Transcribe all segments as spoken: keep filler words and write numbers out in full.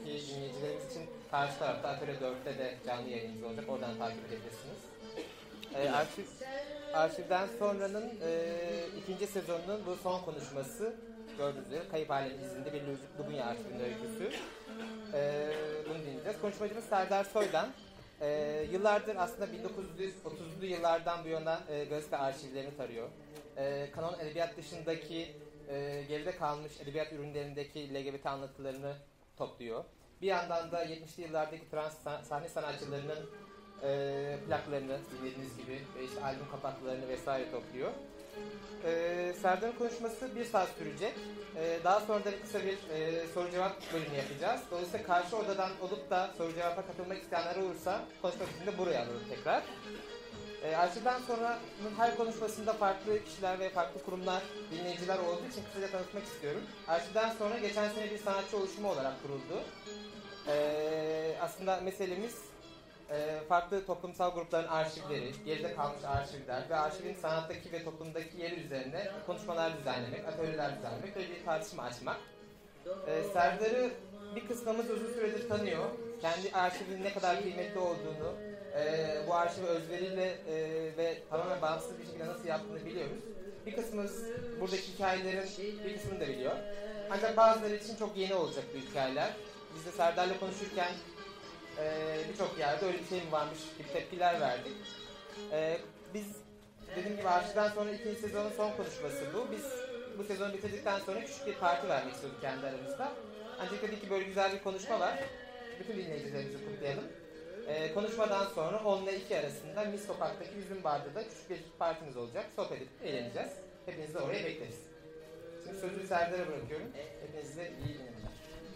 dinleyicilerimiz için karşı tarafta Atölye dörtte de canlı yayınımız olacak. Oradan takip edebilirsiniz. E, arşiv, arşivden sonranın e, ikinci sezonunun bu son konuşması gördüğünüz üzere Kayıp Alem dizinde bir Lubunya arşivinin öyküsü. E, bunu dinleyeceğiz. Konuşmacımız Serdar Soydan. E, yıllardır aslında bin dokuz yüz otuzlu yıllardan bu yana e, gazete arşivlerini tarıyor. E, kanon edebiyat dışındaki e, geride kalmış edebiyat ürünlerindeki L G B T anlatılarını topluyor. Bir yandan da yetmişli yıllardaki trans sahne sanatçılarının e, plaklarını dinlediğiniz gibi ve işte albüm kapaklarını vesaire topluyor. E, Serdar'ın konuşması bir saat sürecek. E, daha sonra da kısa bir e, soru cevap bölümü yapacağız. Dolayısıyla karşı odadan olup da soru cevapa katılmak isteyenler olursa konuşma bitiminde buraya alırım tekrar. E, arşivden sonranın her konuşmasında farklı kişiler ve farklı kurumlar, dinleyiciler olduğu için kısaca tanıtmak istiyorum. Arşivden sonra geçen sene bir sanatçı oluşumu olarak kuruldu. E, aslında meselemiz e, farklı toplumsal grupların arşivleri, geride kalmış arşivler ve arşivin sanattaki ve toplumdaki yeri üzerine konuşmalar düzenlemek, atölyeler düzenlemek ve bir tartışma açmak. E, Serdar'ı bir kısmımız uzun süredir tanıyor. Kendi arşivinin ne kadar kıymetli olduğunu, e, bu arşivi özveriyle e, ve tamamen bağımsız bir şekilde nasıl yaptığını biliyoruz. Bir kısmımız buradaki hikayelerin bir kısmını da biliyor. Ancak bazıları için çok yeni olacak bu hikayeler. Biz de Serdar'la konuşurken e, birçok yerde öyle bir şey mi varmış gibi tepkiler verdik. E, biz dediğim gibi arşivden sonra ikinci sezonun son konuşması bu. Biz bu sezonu bitirdikten sonra küçük bir parti vermek istiyorduk kendi aramızda. Ancak dedik ki böyle güzel bir konuşma var. Bütün dinleyicilerimizi kutlayalım. Ee, konuşmadan sonra on ile iki arasında Mis Sokak'taki bizim barda da küçük bir partimiz olacak. Sohbet edip eğleneceğiz. Hepinizi de oraya bekleriz. Şimdi sözü Serdar'a bırakıyorum. Hepinize iyi dinlemeler.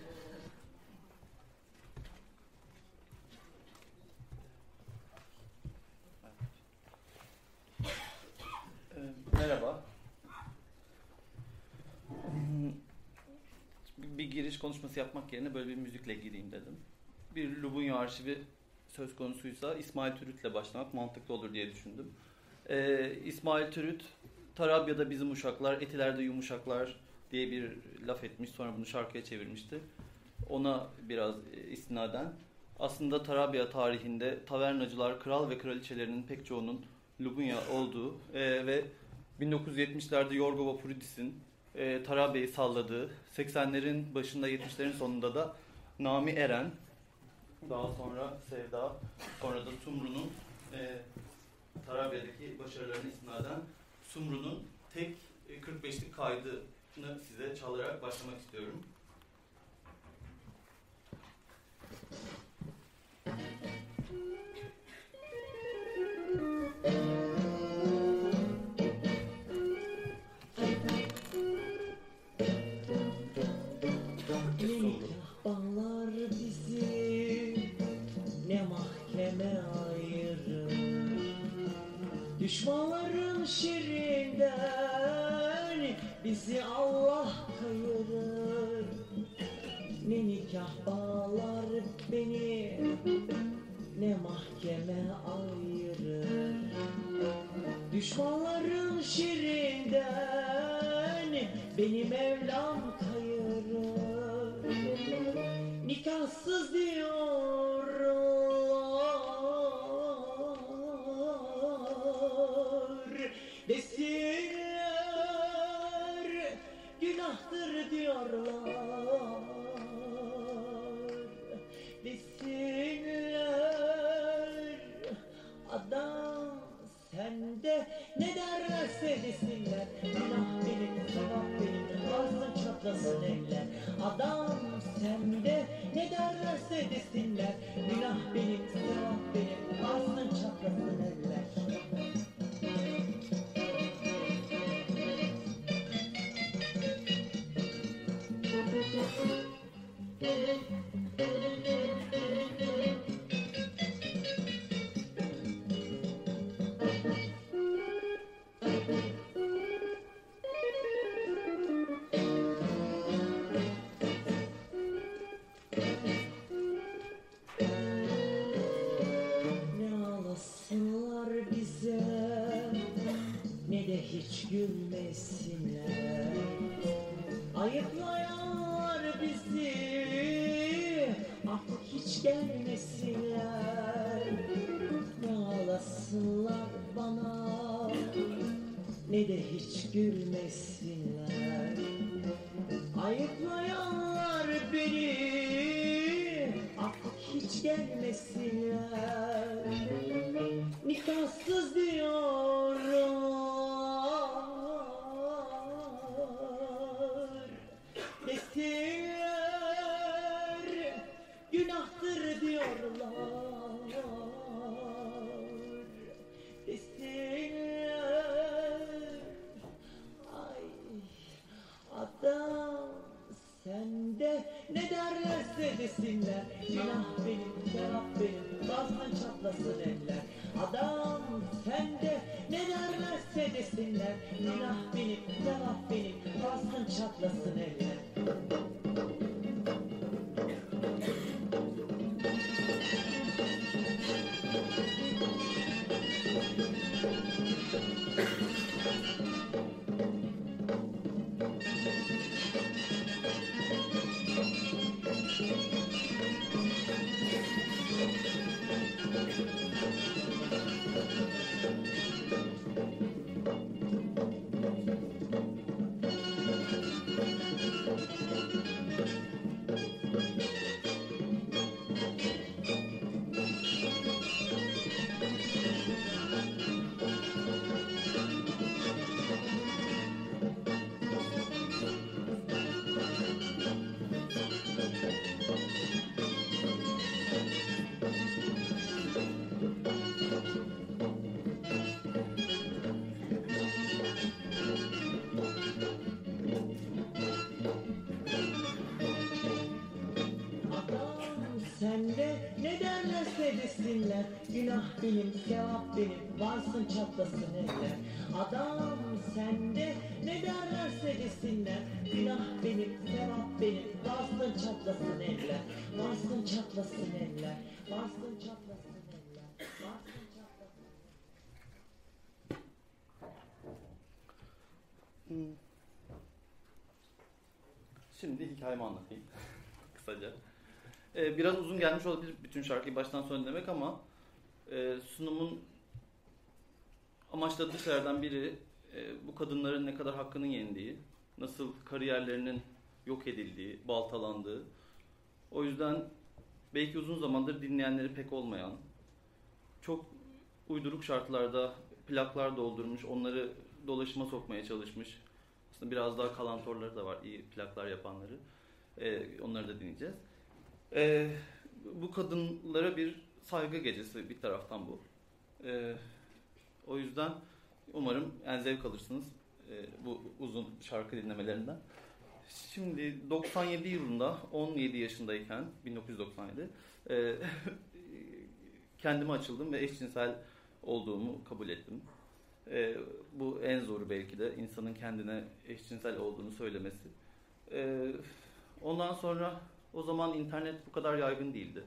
Merhaba. Bir giriş konuşması yapmak yerine böyle bir müzikle gireyim dedim. Bir Lubunya arşivi söz konusuysa İsmail Türüt'le başlamak mantıklı olur diye düşündüm. Ee, İsmail Türüt, Tarabya'da bizim uşaklar, Etiler'de yumuşaklar diye bir laf etmiş. Sonra bunu şarkıya çevirmişti. Ona biraz istinaden. Aslında Tarabya tarihinde tavernacılar, kral ve kraliçelerinin pek çoğunun Lubunya olduğu e, ve bin dokuz yüz yetmişlerde Yorgo Vapuridis'in e, Tarabya'yı salladığı, seksenlerin başında yetmişlerin sonunda da Nami Eren, daha sonra Sevda, sonra da Sumru'nun e, Tarabya'daki başarılarına istinaden Sumru'nun tek kırk beşlik kaydını size çalarak başlamak istiyorum. Bağlar bizi ne mahkeme ayırır, düşmanların şerrinden bizi Allah kayırır. Ne nikah bağlar beni ne mahkeme ayırır, düşmanların şerrinden beni Mevlam kayırır. Nikahsız diyorlar, desinler, günahtır diyorlar, desinler, adam sende ne derlerse desinler, günah benim, sevap benim, varsın çatlasın eller. Adam sende ne derlerse desinler, günah benim, sevap benim, varsın çatlasın eller. hiç gelmesinler, ne ağlasınlar bana, ne de hiç gülmesinler. Ayıplayanlar beni, artık hiç gelmesinler. Nikahsız diyorlar, desinler, günahtır diyorlar, desinler. Ay adam sende, ne derlerse desinler, günah benim, sevap benim, bazen çatlasın eller. Adam sende, ne derlerse desinler, günah benim, sevap benim, bazen çatlasın eller. Sende, ne derlerse desinler, günah benim, sevap benim, varsın çatlasın eller. Adam sende, ne derlerse desinler, günah benim, sevap benim, varsın çatlasın eller. Varsın çatlasın eller, varsın çatlasın eller, varsın çatlasın. Şimdi hikayemi anlatayım kısaca. Ee, biraz uzun gelmiş olabilir bütün şarkıyı baştan sona dinlemek ama e, sunumun amaçladığı şeylerden biri e, bu kadınların ne kadar hakkının yendiği, nasıl kariyerlerinin yok edildiği, baltalandığı. O yüzden belki uzun zamandır dinleyenleri pek olmayan, çok uyduruk şarkılarda plaklar doldurmuş, onları dolaşıma sokmaya çalışmış. Aslında biraz daha kalantorları da var, iyi plaklar yapanları. E, onları da dinleyeceğiz. Ee, bu kadınlara bir saygı gecesi bir taraftan bu. Ee, o yüzden umarım yani zevk alırsınız e, bu uzun şarkı dinlemelerinden. Şimdi doksan yedi yılında on yedi yaşındayken bin dokuz yüz doksan yedi e, kendime açıldım ve eşcinsel olduğumu kabul ettim. E, bu en zoru belki de insanın kendine eşcinsel olduğunu söylemesi. E, ondan sonra o zaman internet bu kadar yaygın değildi.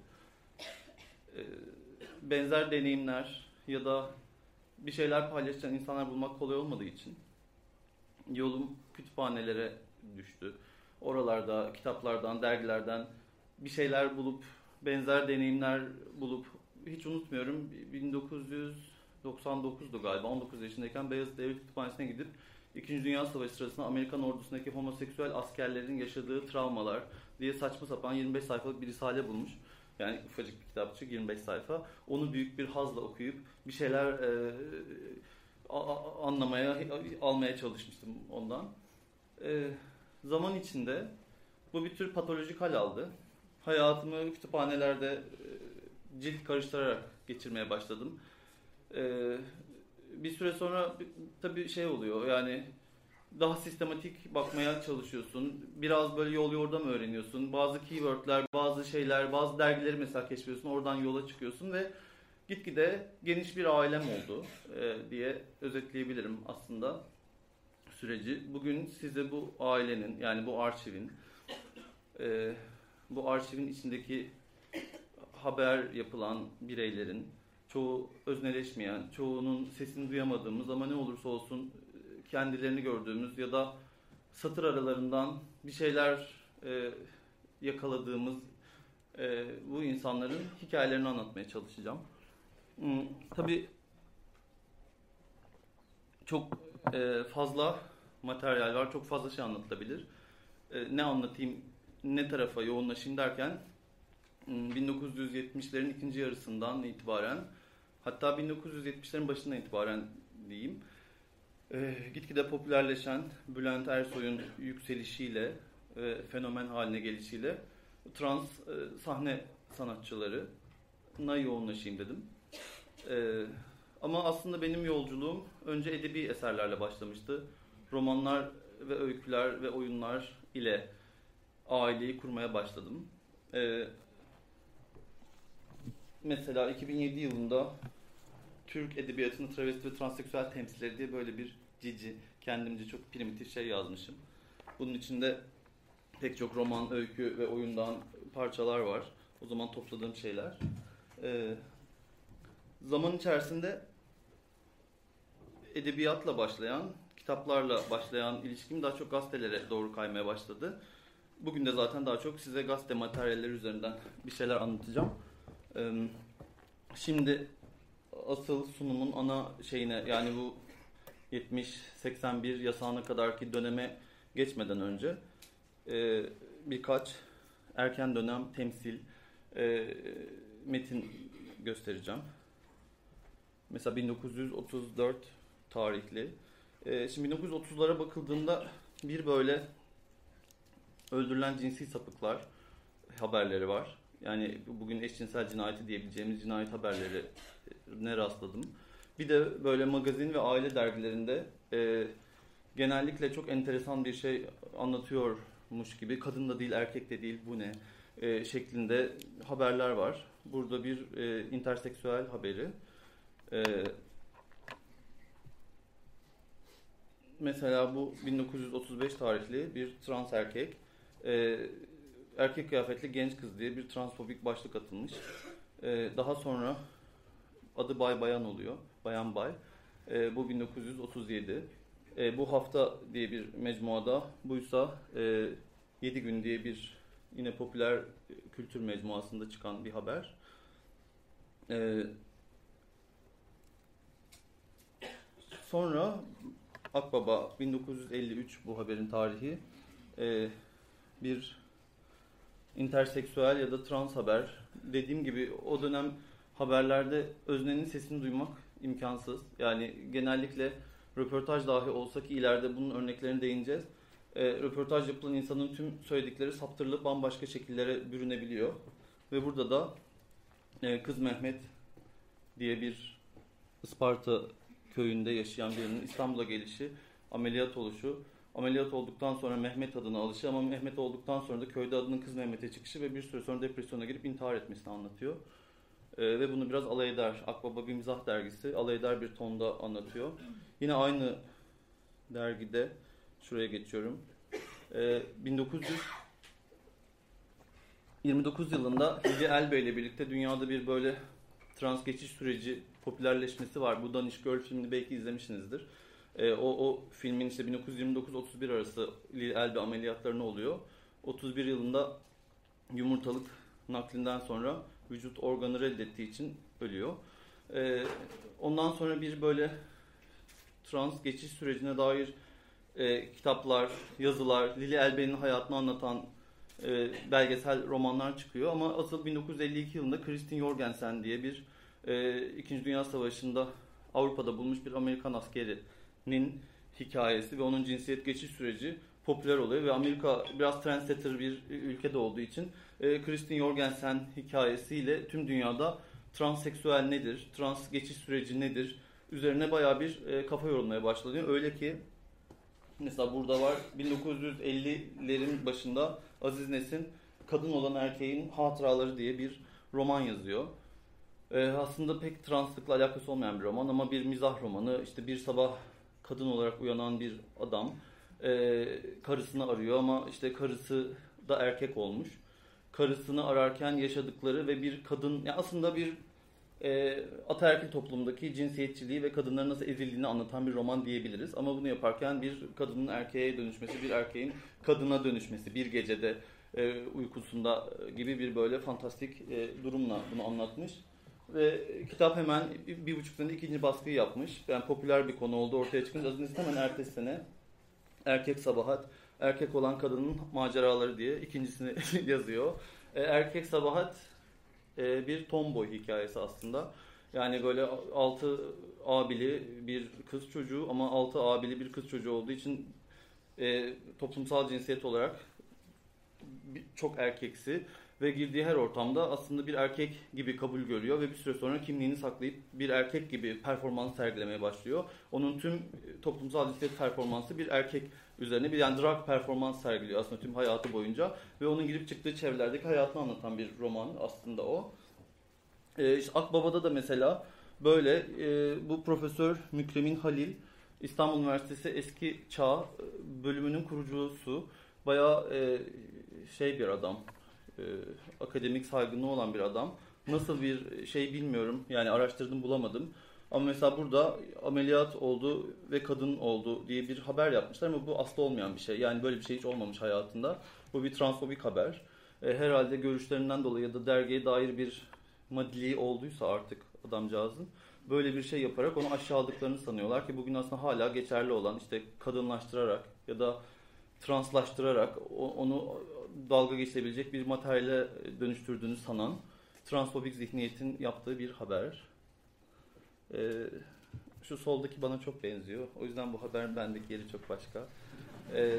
Benzer deneyimler ya da bir şeyler paylaşan insanlar bulmak kolay olmadığı için yolum kütüphanelere düştü. Oralarda, kitaplardan, dergilerden bir şeyler bulup, benzer deneyimler bulup, hiç unutmuyorum bin dokuz yüz doksan dokuzdu galiba, on dokuz yaşındayken Beyazıt Devlet Kütüphanesi'ne gidip İkinci Dünya Savaşı sırasında Amerikan ordusundaki homoseksüel askerlerin yaşadığı travmalar diye saçma sapan yirmi beş sayfalık bir risale bulmuş. Yani ufacık bir kitapçık, yirmi beş sayfa. Onu büyük bir hazla okuyup bir şeyler e, a, anlamaya, almaya çalışmıştım ondan. E, zaman içinde bu bir tür patolojik hal aldı. Hayatımı kütüphanelerde e, cilt karıştırarak geçirmeye başladım. E, bir süre sonra tabii şey oluyor, yani daha sistematik bakmaya çalışıyorsun. Biraz böyle yol yordam öğreniyorsun. Bazı keywordler, bazı şeyler, bazı dergileri mesela keşfediyorsun. Oradan yola çıkıyorsun ve gitgide geniş bir ailem oldu e, diye özetleyebilirim aslında süreci. Bugün size bu ailenin, yani bu arşivin, e, bu arşivin içindeki haber yapılan bireylerin, çoğu özneleşmeyen, çoğunun sesini duyamadığımız ama ne olursa olsun kendilerini gördüğümüz ya da satır aralarından bir şeyler e, yakaladığımız e, bu insanların hikayelerini anlatmaya çalışacağım. Hmm, tabii çok e, fazla materyal var, çok fazla şey anlatılabilir. E, ne anlatayım, ne tarafa yoğunlaşayım derken bin dokuz yüz yetmişlerin ikinci yarısından itibaren, hatta bin dokuz yüz yetmişlerin başından itibaren diyeyim, e, gitgide popülerleşen Bülent Ersoy'un yükselişiyle ve fenomen haline gelişiyle trans e, sahne sanatçılarına yoğunlaşayım dedim. E, ama aslında benim yolculuğum önce edebi eserlerle başlamıştı. Romanlar ve öyküler ve oyunlar ile aileyi kurmaya başladım. E, mesela iki bin yedi yılında Türk Edebiyatı'nın travesti ve transseksüel temsilleri diye böyle bir cici, kendimce çok primitif şey yazmışım. Bunun içinde pek çok roman, öykü ve oyundan parçalar var. O zaman topladığım şeyler. Ee, zaman içerisinde edebiyatla başlayan, kitaplarla başlayan ilişkim daha çok gazetelere doğru kaymaya başladı. Bugün de zaten daha çok size gazete materyalleri üzerinden bir şeyler anlatacağım. Ee, şimdi asıl sunumun ana şeyine, yani bu yetmiş seksen bir yasağına kadarki döneme geçmeden önce e, birkaç erken dönem temsil e, metin göstereceğim. Mesela bin dokuz yüz otuz dört tarihli. E, şimdi bin dokuz yüz otuzlara bakıldığında bir böyle öldürülen cinsi sapıklar haberleri var. Yani bugün eşcinsel cinayeti diyebileceğimiz cinayet haberlerine rastladım. Bir de böyle magazin ve aile dergilerinde e, genellikle çok enteresan bir şey anlatıyormuş gibi, kadın da değil, erkek de değil, bu ne e, şeklinde haberler var. Burada bir e, interseksüel haberi. E, mesela bu bin dokuz yüz otuz beş tarihli bir trans erkek, e, erkek kıyafetli genç kız diye bir transfobik başlık atılmış. E, daha sonra adı Bay Bayan oluyor. Bayan Bay. E, bu bin dokuz yüz otuz yedi. E, bu hafta diye bir mecmuada, buysa e, yedi gün diye bir yine popüler kültür mecmuasında çıkan bir haber. E, sonra Akbaba bin dokuz yüz elli üç bu haberin tarihi. E, bir interseksüel ya da trans haber. Dediğim gibi o dönem haberlerde öznenin sesini duymak imkansız. Yani genellikle röportaj dahi olsa, ki ileride bunun örneklerine değineceğiz. E, röportaj yapılan insanın tüm söyledikleri saptırılıp bambaşka şekillere bürünebiliyor. Ve burada da e, Kız Mehmet diye bir Isparta köyünde yaşayan birinin İstanbul'a gelişi, ameliyat oluşu, ameliyat olduktan sonra Mehmet adına alışı ama Mehmet olduktan sonra da köyde adının Kız Mehmet'e çıkışı ve bir süre sonra depresyona girip intihar etmesini anlatıyor. Ee, ve bunu biraz alay eder. Akbaba bir mizah dergisi alay eder bir tonda anlatıyor. Yine aynı dergide, şuraya geçiyorum, ee, bin dokuz yüz yirmi dokuz yılında Hülya Elbe ile birlikte dünyada bir böyle trans geçiş süreci popülerleşmesi var. Bu Danish Girl filmini belki izlemişsinizdir. E, o, o filmin işte bin dokuz yüz yirmi dokuz otuz bir arası Elbe ameliyatlarını oluyor. otuz bir yılında yumurtalık naklinden sonra vücut organı reddettiği için ölüyor. E, ondan sonra bir böyle trans geçiş sürecine dair e, kitaplar, yazılar, Lili Elbe'nin hayatını anlatan e, belgesel romanlar çıkıyor. Ama asıl bin dokuz yüz elli iki yılında Kristin Jorgensen diye bir e, İkinci Dünya Savaşı'nda Avrupa'da bulmuş bir Amerikan askerinin hikayesi ve onun cinsiyet geçiş süreci popüler oluyor ve Amerika biraz trendsetter bir ülkede olduğu için e, Kristin Jorgensen hikayesiyle tüm dünyada transseksüel nedir, trans geçiş süreci nedir üzerine bayağı bir e, kafa yorulmaya başlanıyor. Öyle ki mesela burada var, bin dokuz yüz ellilerin başında Aziz Nesin Kadın Olan Erkeğin Hatıraları diye bir roman yazıyor. Ee, aslında pek translıkla alakası olmayan bir roman ama bir mizah romanı. İşte bir sabah kadın olarak uyanan bir adam e, karısını arıyor ama işte karısı da erkek olmuş. Karısını ararken yaşadıkları ve bir kadın, yani aslında bir e, ataerkil toplumdaki cinsiyetçiliği ve kadınların nasıl ezildiğini anlatan bir roman diyebiliriz. Ama bunu yaparken bir kadının erkeğe dönüşmesi, bir erkeğin kadına dönüşmesi bir gecede e, uykusunda gibi bir böyle fantastik e, durumla bunu anlatmış. Ve kitap hemen bir, bir buçuk senede ikinci baskıyı yapmış. Yani popüler bir konu oldu ortaya çıkınca hemen ertesi sene Erkek Sabahat, Erkek Olan Kadının Maceraları diye ikincisini yazıyor. E, Erkek Sabahat e, bir tomboy hikayesi aslında. Yani böyle altı abili bir kız çocuğu ama altı abili bir kız çocuğu olduğu için e, toplumsal cinsiyet olarak bir, çok erkeksi ve girdiği her ortamda aslında bir erkek gibi kabul görüyor ve bir süre sonra kimliğini saklayıp bir erkek gibi performans sergilemeye başlıyor. Onun tüm toplumsal cinsiyet performansı bir erkek üzerine bir yani drag performans sergiliyor aslında tüm hayatı boyunca ve onun girip çıktığı çevrelerdeki hayatını anlatan bir roman aslında o. Ee, işte Akbaba'da da mesela böyle e, bu Profesör Mükremin Halil İstanbul Üniversitesi Eski Çağ bölümünün kurucusu, bayağı e, şey bir adam, e, akademik saygınlığı olan bir adam. Nasıl bir şey bilmiyorum, yani araştırdım bulamadım. Ama mesela burada ameliyat oldu ve kadın oldu diye bir haber yapmışlar ama bu aslı olmayan bir şey. Yani böyle bir şey hiç olmamış hayatında. Bu bir transfobik haber. E, herhalde görüşlerinden dolayı ya da dergiye dair bir madiliği olduysa artık adamcağızın böyle bir şey yaparak onu aşağıladıklarını sanıyorlar ki bugün aslında hala geçerli olan işte kadınlaştırarak ya da translaştırarak onu dalga geçilebilecek bir materyale dönüştürdüğünü sanan transfobik zihniyetin yaptığı bir haber. Ee, şu soldaki bana çok benziyor. O yüzden bu haberin bendeki yeri çok başka. Ee,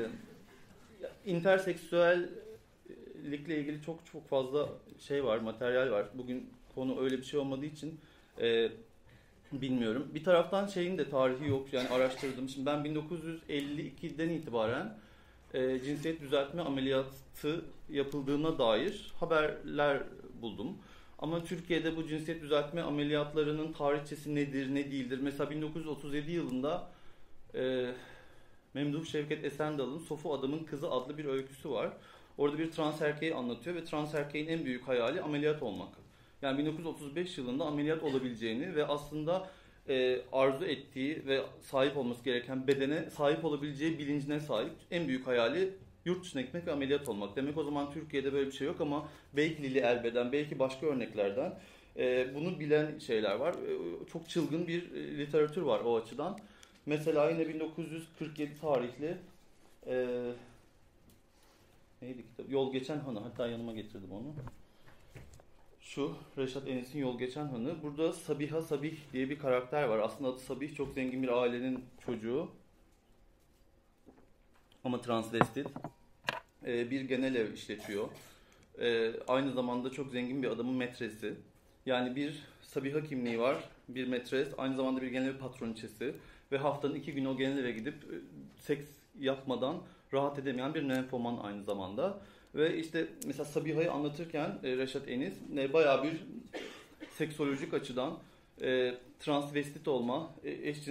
interseksüellikle ilgili çok çok fazla şey var, materyal var. Bugün konu öyle bir şey olmadığı için e, bilmiyorum. Bir taraftan şeyin de tarihi yok. Yani araştırdım. Şimdi ben bin dokuz yüz elli ikiden itibaren e, cinsiyet düzeltme ameliyatı yapıldığına dair haberler buldum. Ama Türkiye'de bu cinsiyet düzeltme ameliyatlarının tarihçesi nedir, ne değildir? Mesela bin dokuz yüz otuz yedi yılında e, Memduh Şevket Esendal'ın Sofu Adamın Kızı adlı bir öyküsü var. Orada bir trans erkeği anlatıyor ve trans erkeğin en büyük hayali ameliyat olmak. Yani bin dokuz yüz otuz beş yılında ameliyat olabileceğini ve aslında e, arzu ettiği ve sahip olması gereken bedene sahip olabileceği bilincine sahip en büyük hayali yurt dışına gitmek ve ameliyat olmak. Demek o zaman Türkiye'de böyle bir şey yok ama belki Lili Elbe'den, belki başka örneklerden e, bunu bilen şeyler var. E, çok çılgın bir e, literatür var o açıdan. Mesela yine bin dokuz yüz kırk yedi tarihli e, neydi kitap? Yol Geçen Hanı. Hatta yanıma getirdim onu. Şu Reşat Enis'in Yol Geçen Hanı. Burada Sabiha Sabih diye bir karakter var. Aslında adı Sabih, çok zengin bir ailenin çocuğu. Ama transvestit. Ee, bir genel ev işletiyor. Ee, aynı zamanda çok zengin bir adamın metresi. Yani bir Sabiha kimliği var, bir metres, aynı zamanda bir genel ev patroniçesi. Ve haftanın iki günü o genel eve gidip e, seks yapmadan rahat edemeyen bir nenfoman aynı zamanda. Ve işte mesela Sabiha'yı anlatırken e, Reşat Enis e, bayağı bir seksolojik açıdan e, transvestit olma, e,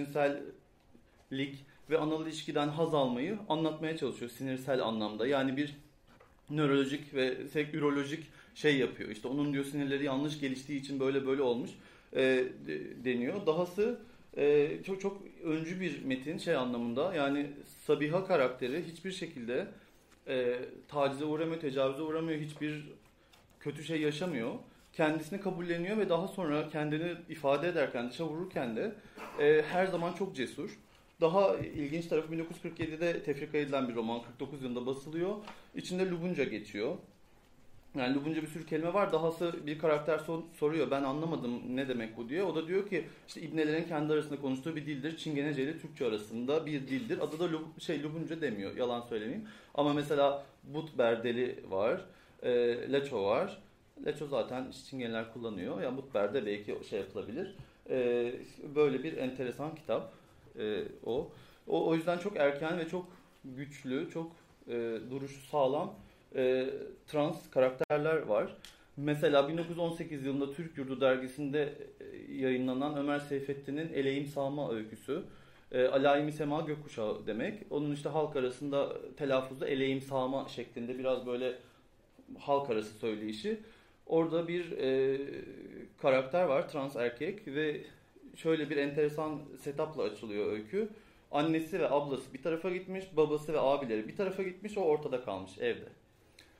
eşcinsellik ve anal ilişkiden haz almayı anlatmaya çalışıyor sinirsel anlamda. Yani bir nörolojik ve ürolojik şey yapıyor. İşte onun diyor sinirleri yanlış geliştiği için böyle böyle olmuş e, deniyor. Dahası e, çok çok öncü bir metin şey anlamında. Yani Sabiha karakteri hiçbir şekilde e, tacize uğramıyor, tecavüze uğramıyor, hiçbir kötü şey yaşamıyor. Kendisini kabulleniyor ve daha sonra kendini ifade ederken, dışa vururken de e, her zaman çok cesur. Daha ilginç tarafı bin dokuz yüz kırk yedide tefrika edilen bir roman, kırk dokuz yılında basılıyor. İçinde Lubunca geçiyor. Yani Lubunca bir sürü kelime var. Dahası bir karakter soruyor, ben anlamadım ne demek bu diyor. O da diyor ki işte İbnelerin kendi arasında konuştuğu bir dildir. Çingenece ile Türkçe arasında bir dildir. Adı da Lub şey Lubunca demiyor, yalan söylemeyeyim. Ama mesela But Berdeli var, e, Leço var. Leço zaten Çingeneler kullanıyor. Yani But Berde belki şey yapılabilir. E, böyle bir enteresan kitap e, o. o. O yüzden çok erken ve çok güçlü, çok e, duruşu sağlam E, trans karakterler var. Mesela bin dokuz yüz on sekiz yılında Türk Yurdu dergisinde yayınlanan Ömer Seyfettin'in Eleğim Sağma öyküsü. E, Alayimi Sema gökkuşağı demek. Onun işte halk arasında telaffuzda Eleğim Sağma şeklinde biraz böyle halk arası söyleyişi. Orada bir e, karakter var, trans erkek ve şöyle bir enteresan setupla açılıyor öykü. Annesi ve ablası bir tarafa gitmiş, babası ve abileri bir tarafa gitmiş, o ortada kalmış evde.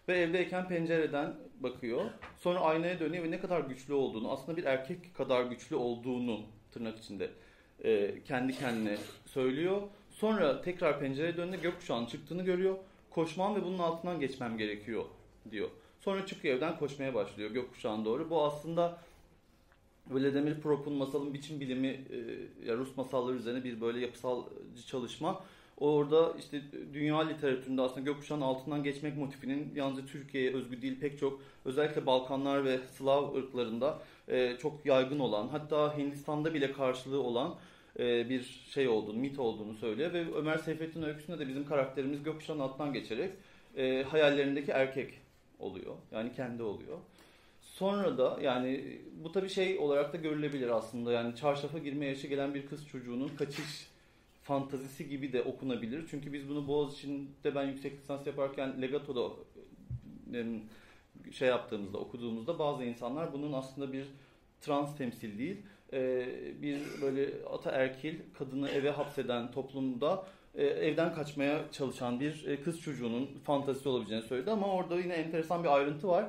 Ve evdeyken pencereden bakıyor. Sonra aynaya dönüyor ve ne kadar güçlü olduğunu, aslında bir erkek kadar güçlü olduğunu tırnak içinde e, kendi kendine söylüyor. Sonra tekrar pencereye döndüğünde gökkuşağının çıktığını görüyor. Koşmam ve bunun altından geçmem gerekiyor diyor. Sonra çıkıyor evden, koşmaya başlıyor gökkuşağına doğru. Bu aslında Vladimir Prop'un Masalın Biçim Bilimi, e, ya Rus masalları üzerine bir böyle yapısal çalışma. Orada işte dünya literatüründe aslında gökkuşağının altından geçmek motifinin yalnızca Türkiye'ye özgü değil, pek çok özellikle Balkanlar ve Slav ırklarında e, çok yaygın olan, hatta Hindistan'da bile karşılığı olan e, bir şey olduğunu, mit olduğunu söylüyor. Ve Ömer Seyfettin öyküsünde de bizim karakterimiz gökkuşağının altından geçerek e, hayallerindeki erkek oluyor. Yani kendi oluyor. Sonra da yani bu tabii şey olarak da görülebilir aslında. Yani çarşafa girme yaşı gelen bir kız çocuğunun kaçış fantazisi gibi de okunabilir. Çünkü biz bunu Boğaziçi'nde ben yüksek lisans yaparken Legato'da şey yaptığımızda, okuduğumuzda bazı insanlar bunun aslında bir trans temsil değil, bir böyle ataerkil, kadını eve hapseden toplumda evden kaçmaya çalışan bir kız çocuğunun fantazisi olabileceğini söyledi. Ama orada yine enteresan bir ayrıntı var.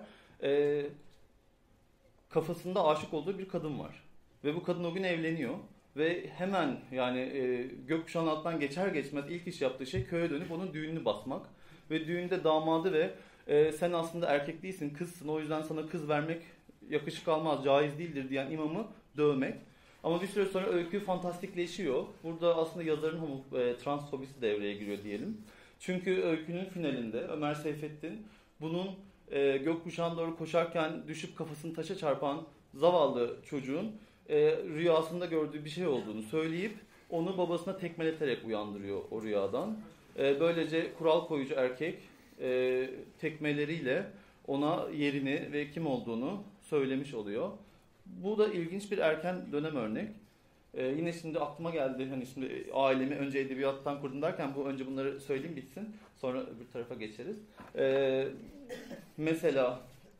Kafasında aşık olduğu bir kadın var. Ve bu kadın o gün evleniyor. Ve hemen yani e, gökkuşağının altından geçer geçmez ilk iş yaptığı şey köye dönüp onun düğününü basmak. Ve düğünde damadı ve e, sen aslında erkek değilsin, kızsın, o yüzden sana kız vermek yakışık almaz, caiz değildir diyen imamı dövmek. Ama bir süre sonra öykü fantastikleşiyor. Burada aslında yazarın homo, e, transfobisi devreye giriyor diyelim. Çünkü öykünün finalinde Ömer Seyfettin bunun e, gökkuşağına doğru koşarken düşüp kafasını taşa çarpan zavallı çocuğun E, rüyasında gördüğü bir şey olduğunu söyleyip onu babasına tekmeleterek uyandırıyor o rüyadan. E, böylece kural koyucu erkek e, tekmeleriyle ona yerini ve kim olduğunu söylemiş oluyor. Bu da ilginç bir erken dönem örnek. E, yine şimdi aklıma geldi, hani şimdi ailemi önce edebiyattan kurdum derken bu önce bunları söyleyeyim bitsin, sonra öbür tarafa geçeriz. E, mesela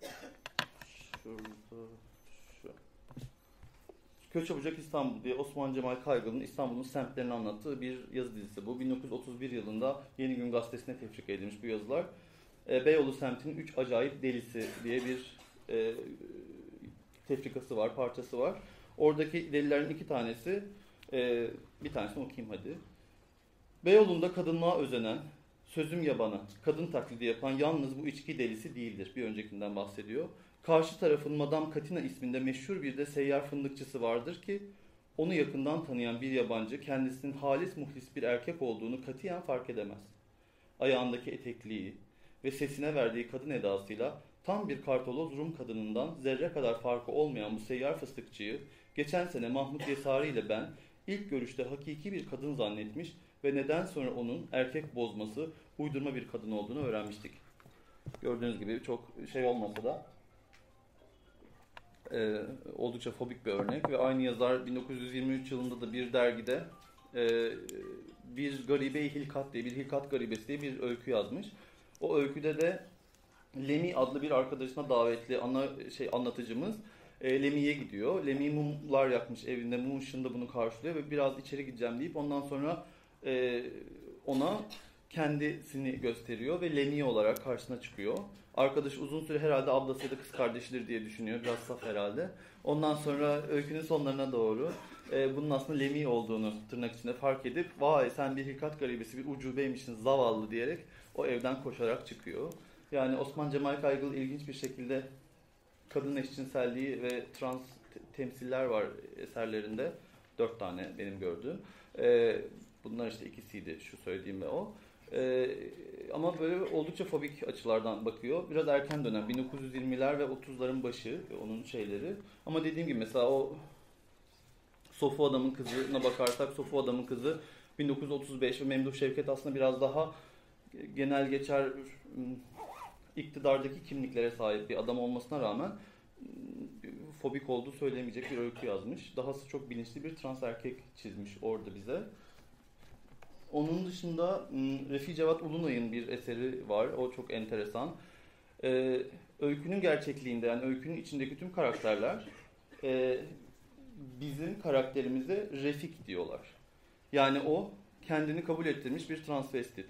şurada Köç Çabucak İstanbul diye Osman Cemal Kaygılı'nın İstanbul'un semtlerini anlattığı bir yazı dizisi bu. bin dokuz yüz otuz bir yılında Yeni Gün Gazetesi'ne tefrika edilmiş bu yazılar. E, Beyoğlu semtinin üç acayip delisi diye bir e, tefrikası var, parçası var. Oradaki delilerin iki tanesi, e, bir tanesini okuyayım hadi. Beyoğlu'nda kadınlığa özenen, sözüm yabana, kadın taklidi yapan yalnız bu içki delisi değildir. Bir öncekinden bahsediyor. Karşı tarafın Madame Katina isminde meşhur bir de seyyar fındıkçısı vardır ki onu yakından tanıyan bir yabancı kendisinin halis muhlis bir erkek olduğunu katiyen fark edemez. Ayağındaki etekliği ve sesine verdiği kadın edasıyla tam bir kartoloz Rum kadınından zerre kadar farkı olmayan bu seyyar fıstıkçıyı geçen sene Mahmut Yesari ile ben ilk görüşte hakiki bir kadın zannetmiş ve neden sonra onun erkek bozması uydurma bir kadın olduğunu öğrenmiştik. Gördüğünüz gibi çok şey olmasa da Ee, oldukça fobik bir örnek ve aynı yazar bin dokuz yüz yirmi üç yılında da bir dergide e, bir garibe-i hilkat diye, bir hilkat garibesi diye bir öykü yazmış. O öyküde de Lemi adlı bir arkadaşına davetli ana şey anlatıcımız e, Lemi'ye gidiyor. Lemi mumlar yakmış evinde, mum ışığında bunu karşılıyor ve biraz içeri gideceğim deyip ondan sonra e, ona kendisini gösteriyor ve Lemi olarak karşısına çıkıyor. Arkadaş uzun süre herhalde ablası ya da kız kardeşidir diye düşünüyor. Biraz saf herhalde. Ondan sonra öykünün sonlarına doğru e, bunun aslında Lemi olduğunu tırnak içinde fark edip vay sen bir hilkat garibesi, bir ucubeymişsin zavallı diyerek o evden koşarak çıkıyor. Yani Osman Cemal Kaygılı ilginç bir şekilde kadın eşcinselliği ve trans temsiller var eserlerinde. Dört tane benim gördüğüm. E, bunlar işte ikisiydi şu söylediğim ve o. Ee, ama böyle oldukça fobik açılardan bakıyor. Biraz erken dönem bin dokuz yüz yirmiler ve otuzların başı onun şeyleri. Ama dediğim gibi mesela o Sofu Adam'ın kızına bakarsak Sofu Adam'ın kızı bin dokuz yüz otuz beş ve Memduh Şevket aslında biraz daha genel geçer iktidardaki kimliklere sahip bir adam olmasına rağmen fobik olduğu söylemeyecek bir öykü yazmış. Dahası çok bilinçli bir trans erkek çizmiş orada bize. Onun dışında Refi Cevat Ulunay'ın bir eseri var. O çok enteresan. Ee, öykünün gerçekliğinde, yani öykünün içindeki tüm karakterler e, bizim karakterimize Refik diyorlar. Yani o kendini kabul ettirmiş bir transvestit.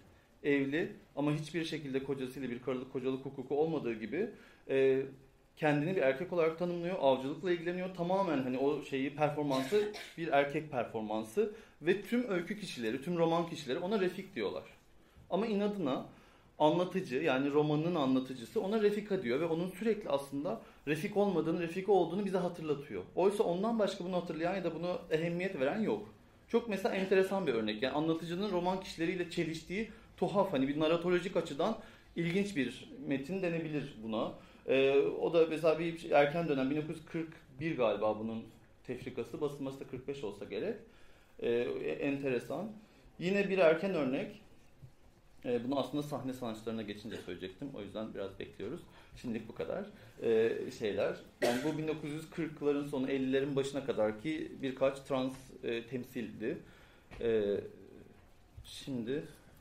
evli ama hiçbir şekilde kocasıyla bir karılık kocalık hukuku olmadığı gibi e, kendini bir erkek olarak tanımlıyor, avcılıkla ilgileniyor. Tamamen hani o şeyi, performansı bir erkek performansı ve tüm öykü kişileri, tüm roman kişileri ona Refik diyorlar. Ama inadına anlatıcı, yani romanın anlatıcısı ona Refika diyor ve onun sürekli aslında Refik olmadığını, Refika olduğunu bize hatırlatıyor. Oysa ondan başka bunu hatırlayan ya da bunu ehemmiyet veren yok. Çok mesela enteresan bir örnek. Yani anlatıcının roman kişileriyle çeliştiği tuhaf, hani bir naratolojik açıdan ilginç bir metin denebilir buna. Ee, o da mesela bir erken dönem, bin dokuz yüz kırk bir galiba bunun tefrikası, basılması da kırk beş olsa gerek. Ee, enteresan. Yine bir erken örnek. Ee, bunu aslında sahne sanatçılarına geçince söyleyecektim. O yüzden biraz bekliyoruz. Şimdilik bu kadar ee, şeyler. Yani bu bin dokuz yüz kırkların sonu ellilerin başına kadar ki birkaç trans e, temsildi. Ee, şimdi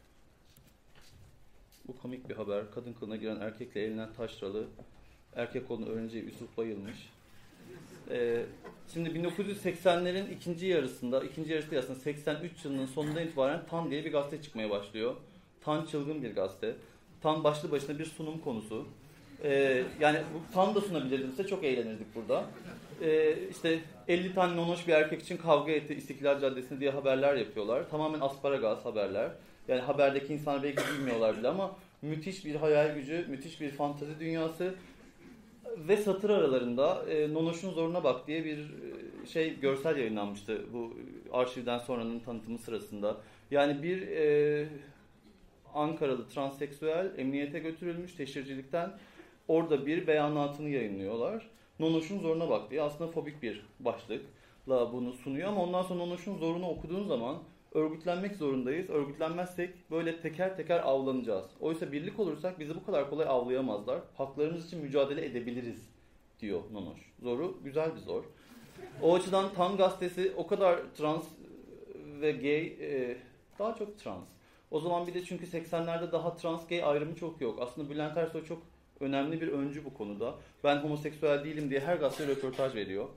bu komik bir haber. Kadın kılığına giren erkekle elinden taşralı. Erkek olduğunu öğrenci Yusuf bayılmış. Ee, şimdi bin dokuz yüz seksenlerin ikinci yarısında, ikinci yarısı değil aslında seksen üç yılının sonundan itibaren Tan diye bir gazete çıkmaya başlıyor. Tan çılgın bir gazete. Tan başlı başına bir sunum konusu. Ee, yani bu Tan da sunabilirdim size, çok eğlenirdik burada. Ee, işte elli tane nonoş bir erkek için kavga etti İstiklal Caddesi'nde diye haberler yapıyorlar. Tamamen asparagas haberler. Yani haberdeki insanlar belki bilmiyorlar bile ama müthiş bir hayal gücü, müthiş bir fantezi dünyası. Ve satır aralarında e, Nonoş'un Zoruna Bak diye bir e, şey görsel yayınlanmıştı bu arşivden sonranın tanıtımı sırasında. Yani bir e, Ankaralı transseksüel emniyete götürülmüş teşhircilikten, orada bir beyanatını yayınlıyorlar. Nonoş'un Zoruna Bak diye aslında fobik bir başlıkla bunu sunuyor ama ondan sonra Nonoş'un Zorunu okuduğun zaman örgütlenmek zorundayız. Örgütlenmezsek böyle teker teker avlanacağız. Oysa birlik olursak bizi bu kadar kolay avlayamazlar. Haklarımız için mücadele edebiliriz diyor Nonoş. Zoru güzel bir zor. O açıdan Tan gazetesi o kadar trans ve gay, e, daha çok trans. O zaman bir de çünkü seksenlerde daha trans gay ayrımı çok yok. Aslında Bülent Ersoy çok önemli bir öncü bu konuda. Ben homoseksüel değilim diye her gazete röportaj veriyor.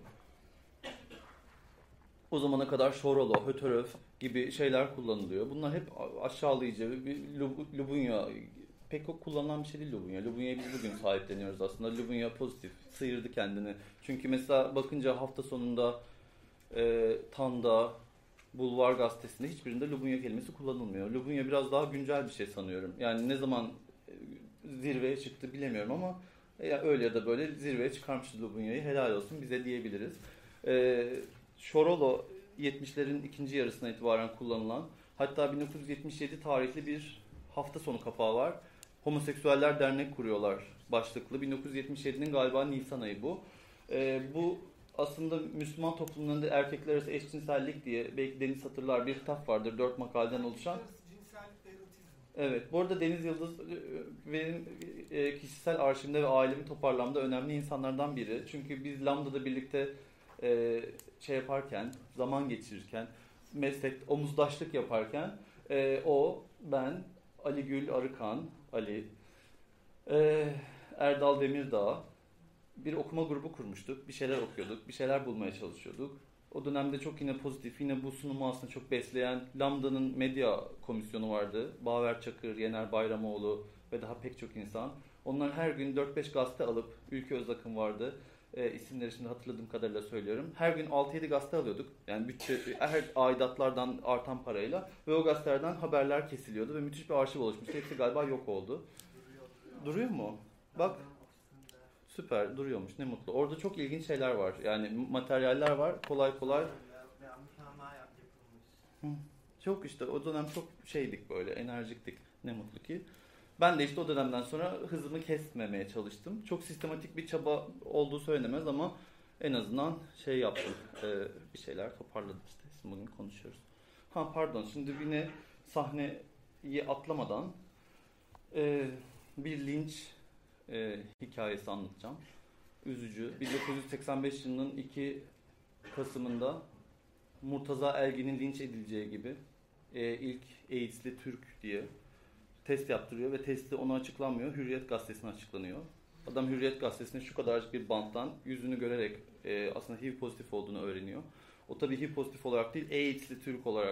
O zamana kadar şorolo, hötöröf gibi şeyler kullanılıyor. Bunlar hep aşağılayıcı, bir Lubunya, pek o kullanılan bir şey değil Lubunya. Lubunya'yı biz bugün sahipleniyoruz aslında. Lubunya pozitif, sıyırdı kendini. Çünkü mesela bakınca hafta sonunda e, Tan'da, Bulvar gazetesinde hiçbirinde Lubunya kelimesi kullanılmıyor. Lubunya biraz daha güncel bir şey sanıyorum. Yani ne zaman zirveye çıktı bilemiyorum ama ya öyle ya da böyle zirveye çıkarmıştı Lubunya'yı. Helal olsun bize diyebiliriz. Eee Şorolo yetmişlerin ikinci yarısına itibaren kullanılan, hatta bin dokuz yüz yetmiş yedi tarihli bir hafta sonu kapağı var. Homoseksüeller dernek kuruyorlar başlıklı. bin dokuz yüz yetmiş yedinin galiba Nisan ayı bu. Ee, bu aslında Müslüman toplumlarında erkekler arası eşcinsellik diye, belki Deniz hatırlar, bir kitap vardır dört makaleden oluşan. Evet, bu arada Deniz Yıldız benim e, kişisel arşivimde ve ailemi toparlamda önemli insanlardan biri. Çünkü biz Lambda'da birlikte e, şey yaparken, zaman geçirirken, meslek, omuzdaşlık yaparken e, o, ben, Ali Gül Arıkan, Ali, e, Erdal Demirdağ bir okuma grubu kurmuştuk. Bir şeyler okuyorduk, bir şeyler bulmaya çalışıyorduk. O dönemde çok yine pozitif, yine bu sunumu aslında çok besleyen Lambda'nın medya komisyonu vardı. Baver Çakır, Yener Bayramoğlu ve daha pek çok insan. Onlar her gün dört beş gazete alıp, Ülke Özakın vardı. E, isimleri şimdi hatırladığım kadarıyla söylüyorum. Her gün altı yedi gazete alıyorduk. Yani bütçe, her aidatlardan artan parayla ve o gazetelerden haberler kesiliyordu ve müthiş bir arşiv oluşmuştu. Hepsi galiba yok oldu. Duruyor, Duruyor mu? Bak. Süper, duruyormuş. Ne mutlu. Orada çok ilginç şeyler var. Yani materyaller var. Kolay kolay. Çok işte o dönem çok şeydik böyle, enerjiktik. Ne mutlu ki. Ben de işte o dönemden sonra hızımı kesmemeye çalıştım. Çok sistematik bir çaba olduğu söylenemez ama en azından şey yaptım. E, bir şeyler toparladım işte. Şimdi bugün konuşuyoruz. Ha pardon, şimdi yine sahneyi atlamadan e, bir linç e, hikayesi anlatacağım. Üzücü. bin dokuz yüz seksen beş yılının iki Kasım'ında Murtaza Elgin'in linç edileceği gibi e, ilk AIDS'li Türk diye test yaptırıyor ve testi ona açıklanmıyor. Hürriyet gazetesine açıklanıyor. Adam Hürriyet gazetesine şu kadarcık bir banttan yüzünü görerek e, aslında H I V pozitif olduğunu öğreniyor. O tabii H I V pozitif olarak değil, AIDS'li Türk olarak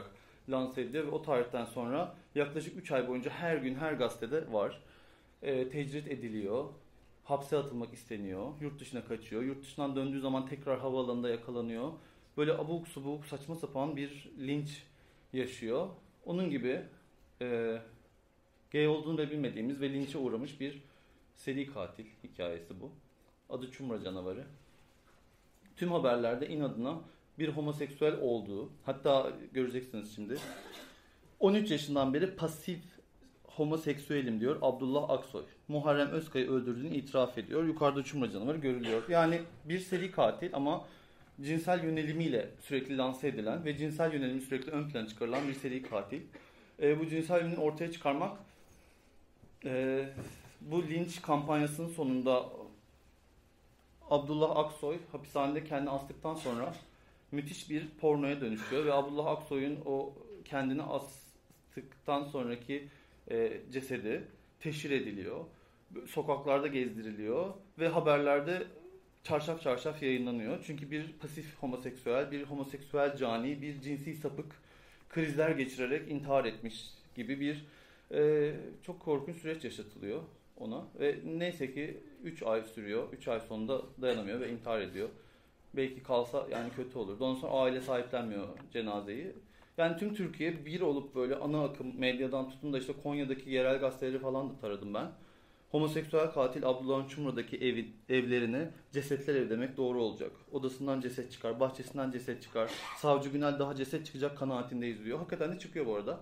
lanse ediliyor ve o tarihten sonra yaklaşık üç ay boyunca her gün her gazetede var. E, tecrit ediliyor, hapse atılmak isteniyor, yurt dışına kaçıyor, yurt dışından döndüğü zaman tekrar havaalanında yakalanıyor. Böyle abuk subuk saçma sapan bir linç yaşıyor. Onun gibi e, gay olduğunu da bilmediğimiz ve linçe uğramış bir seri katil hikayesi bu. Adı Çumra Canavarı. Tüm haberlerde inadına bir homoseksüel olduğu, hatta göreceksiniz şimdi, on üç yaşından beri pasif homoseksüelim diyor Abdullah Aksoy. Muharrem Özkay'ı öldürdüğünü itiraf ediyor. Yukarıda Çumra Canavarı görülüyor. Yani bir seri katil ama cinsel yönelimiyle sürekli lanse edilen ve cinsel yönelimi sürekli ön plana çıkarılan bir seri katil. E, bu cinsel yönelimi ortaya çıkarmak e, bu linç kampanyasının sonunda Abdullah Aksoy hapishanede kendini astıktan sonra müthiş bir pornoya dönüşüyor ve Abdullah Aksoy'un o kendini astıktan sonraki e, cesedi teşhir ediliyor. Sokaklarda gezdiriliyor ve haberlerde çarşaf çarşaf yayınlanıyor. Çünkü bir pasif homoseksüel, bir homoseksüel cani, bir cinsi sapık krizler geçirerek intihar etmiş gibi bir e, çok korkunç süreç yaşatılıyor ona. Ve neyse ki üç ay sürüyor. üç ay sonunda dayanamıyor ve intihar ediyor. Belki kalsa yani kötü olurdu. Ondan sonra aile sahiplenmiyor cenazeyi. Yani tüm Türkiye bir olup böyle ana akım medyadan tutun da işte Konya'daki yerel gazeteleri falan da taradım ben. Homoseksüel katil Abdullah Çumra'daki evi, evlerini cesetler evi demek doğru olacak. Odasından ceset çıkar, bahçesinden ceset çıkar. Savcı Günel daha ceset çıkacak kanaatindeyiz diyor. Hakikaten de çıkıyor bu arada.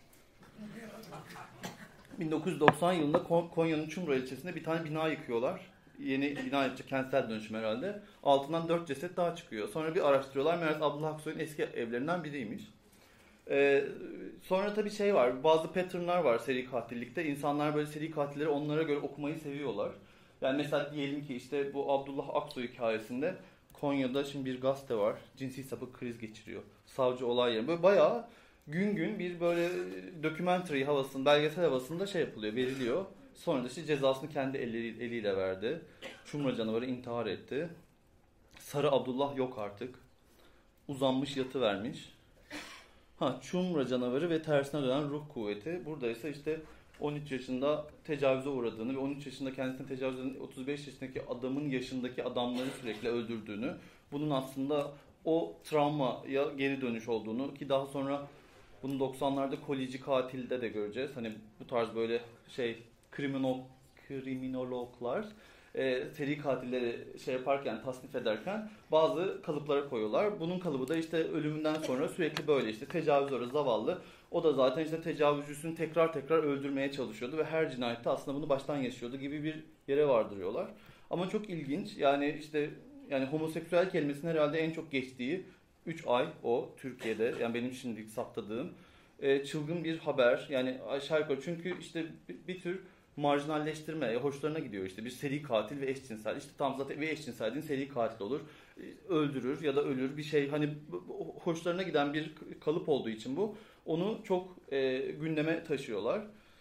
bin dokuz yüz doksan yılında Konya'nın Çumra ilçesinde bir tane bina yıkıyorlar. Yeni bina yapacak, kentsel dönüşüm herhalde. Altından dört ceset daha çıkıyor. Sonra bir araştırıyorlar. Meğerse Abdullah Aksoy'un eski evlerinden biriymiş. Ee, sonra tabii şey var, bazı patternlar var seri katillikte. İnsanlar böyle seri katilleri onlara göre okumayı seviyorlar. Yani mesela diyelim ki işte bu Abdullah Aksoy hikayesinde Konya'da şimdi bir gazete var. Cinsi sapık kriz geçiriyor. Savcı olay yerine. Böyle bayağı gün gün bir böyle documentary havasında, belgesel havasında şey yapılıyor, veriliyor. Sonra da işte cezasını kendi elleri, eliyle verdi. Çumra Canavarı intihar etti. Sarı Abdullah yok artık. Uzanmış yatıvermiş. Ha, Çumra Canavarı ve tersine dönen ruh kuvveti. Burada ise işte on üç yaşında tecavüze uğradığını ve on üç yaşında kendisine tecavüz eden otuz beş yaşındaki adamın yaşındaki adamları sürekli öldürdüğünü, bunun aslında o travmaya geri dönüş olduğunu ki daha sonra bunu doksanlarda Kolici Katil'de de göreceğiz. Hani bu tarz böyle şey kriminal kriminologlar e, seri katilleri şey yaparken, tasnif ederken bazı kalıplara koyuyorlar. Bunun kalıbı da işte ölümünden sonra sürekli böyle işte tecavüzörü zavallı. O da zaten işte tecavüzcüsünü tekrar tekrar öldürmeye çalışıyordu ve her cinayette aslında bunu baştan yaşıyordu gibi bir yere vardırıyorlar. Ama çok ilginç. Yani işte yani homoseksüel kelimesinin herhalde en çok geçtiği üç ay o Türkiye'de. Yani benim şimdilik saptadığım e, çılgın bir haber. Yani aşağı yukarı çünkü işte bir, bir tür marjinalleştirme, hoşlarına gidiyor işte bir seri katil ve eşcinsel. İşte tam zaten ve eşcinselliğin seri katil olur. Öldürür ya da ölür bir şey hani hoşlarına giden bir kalıp olduğu için bu. Onu çok e, gündeme taşıyorlar.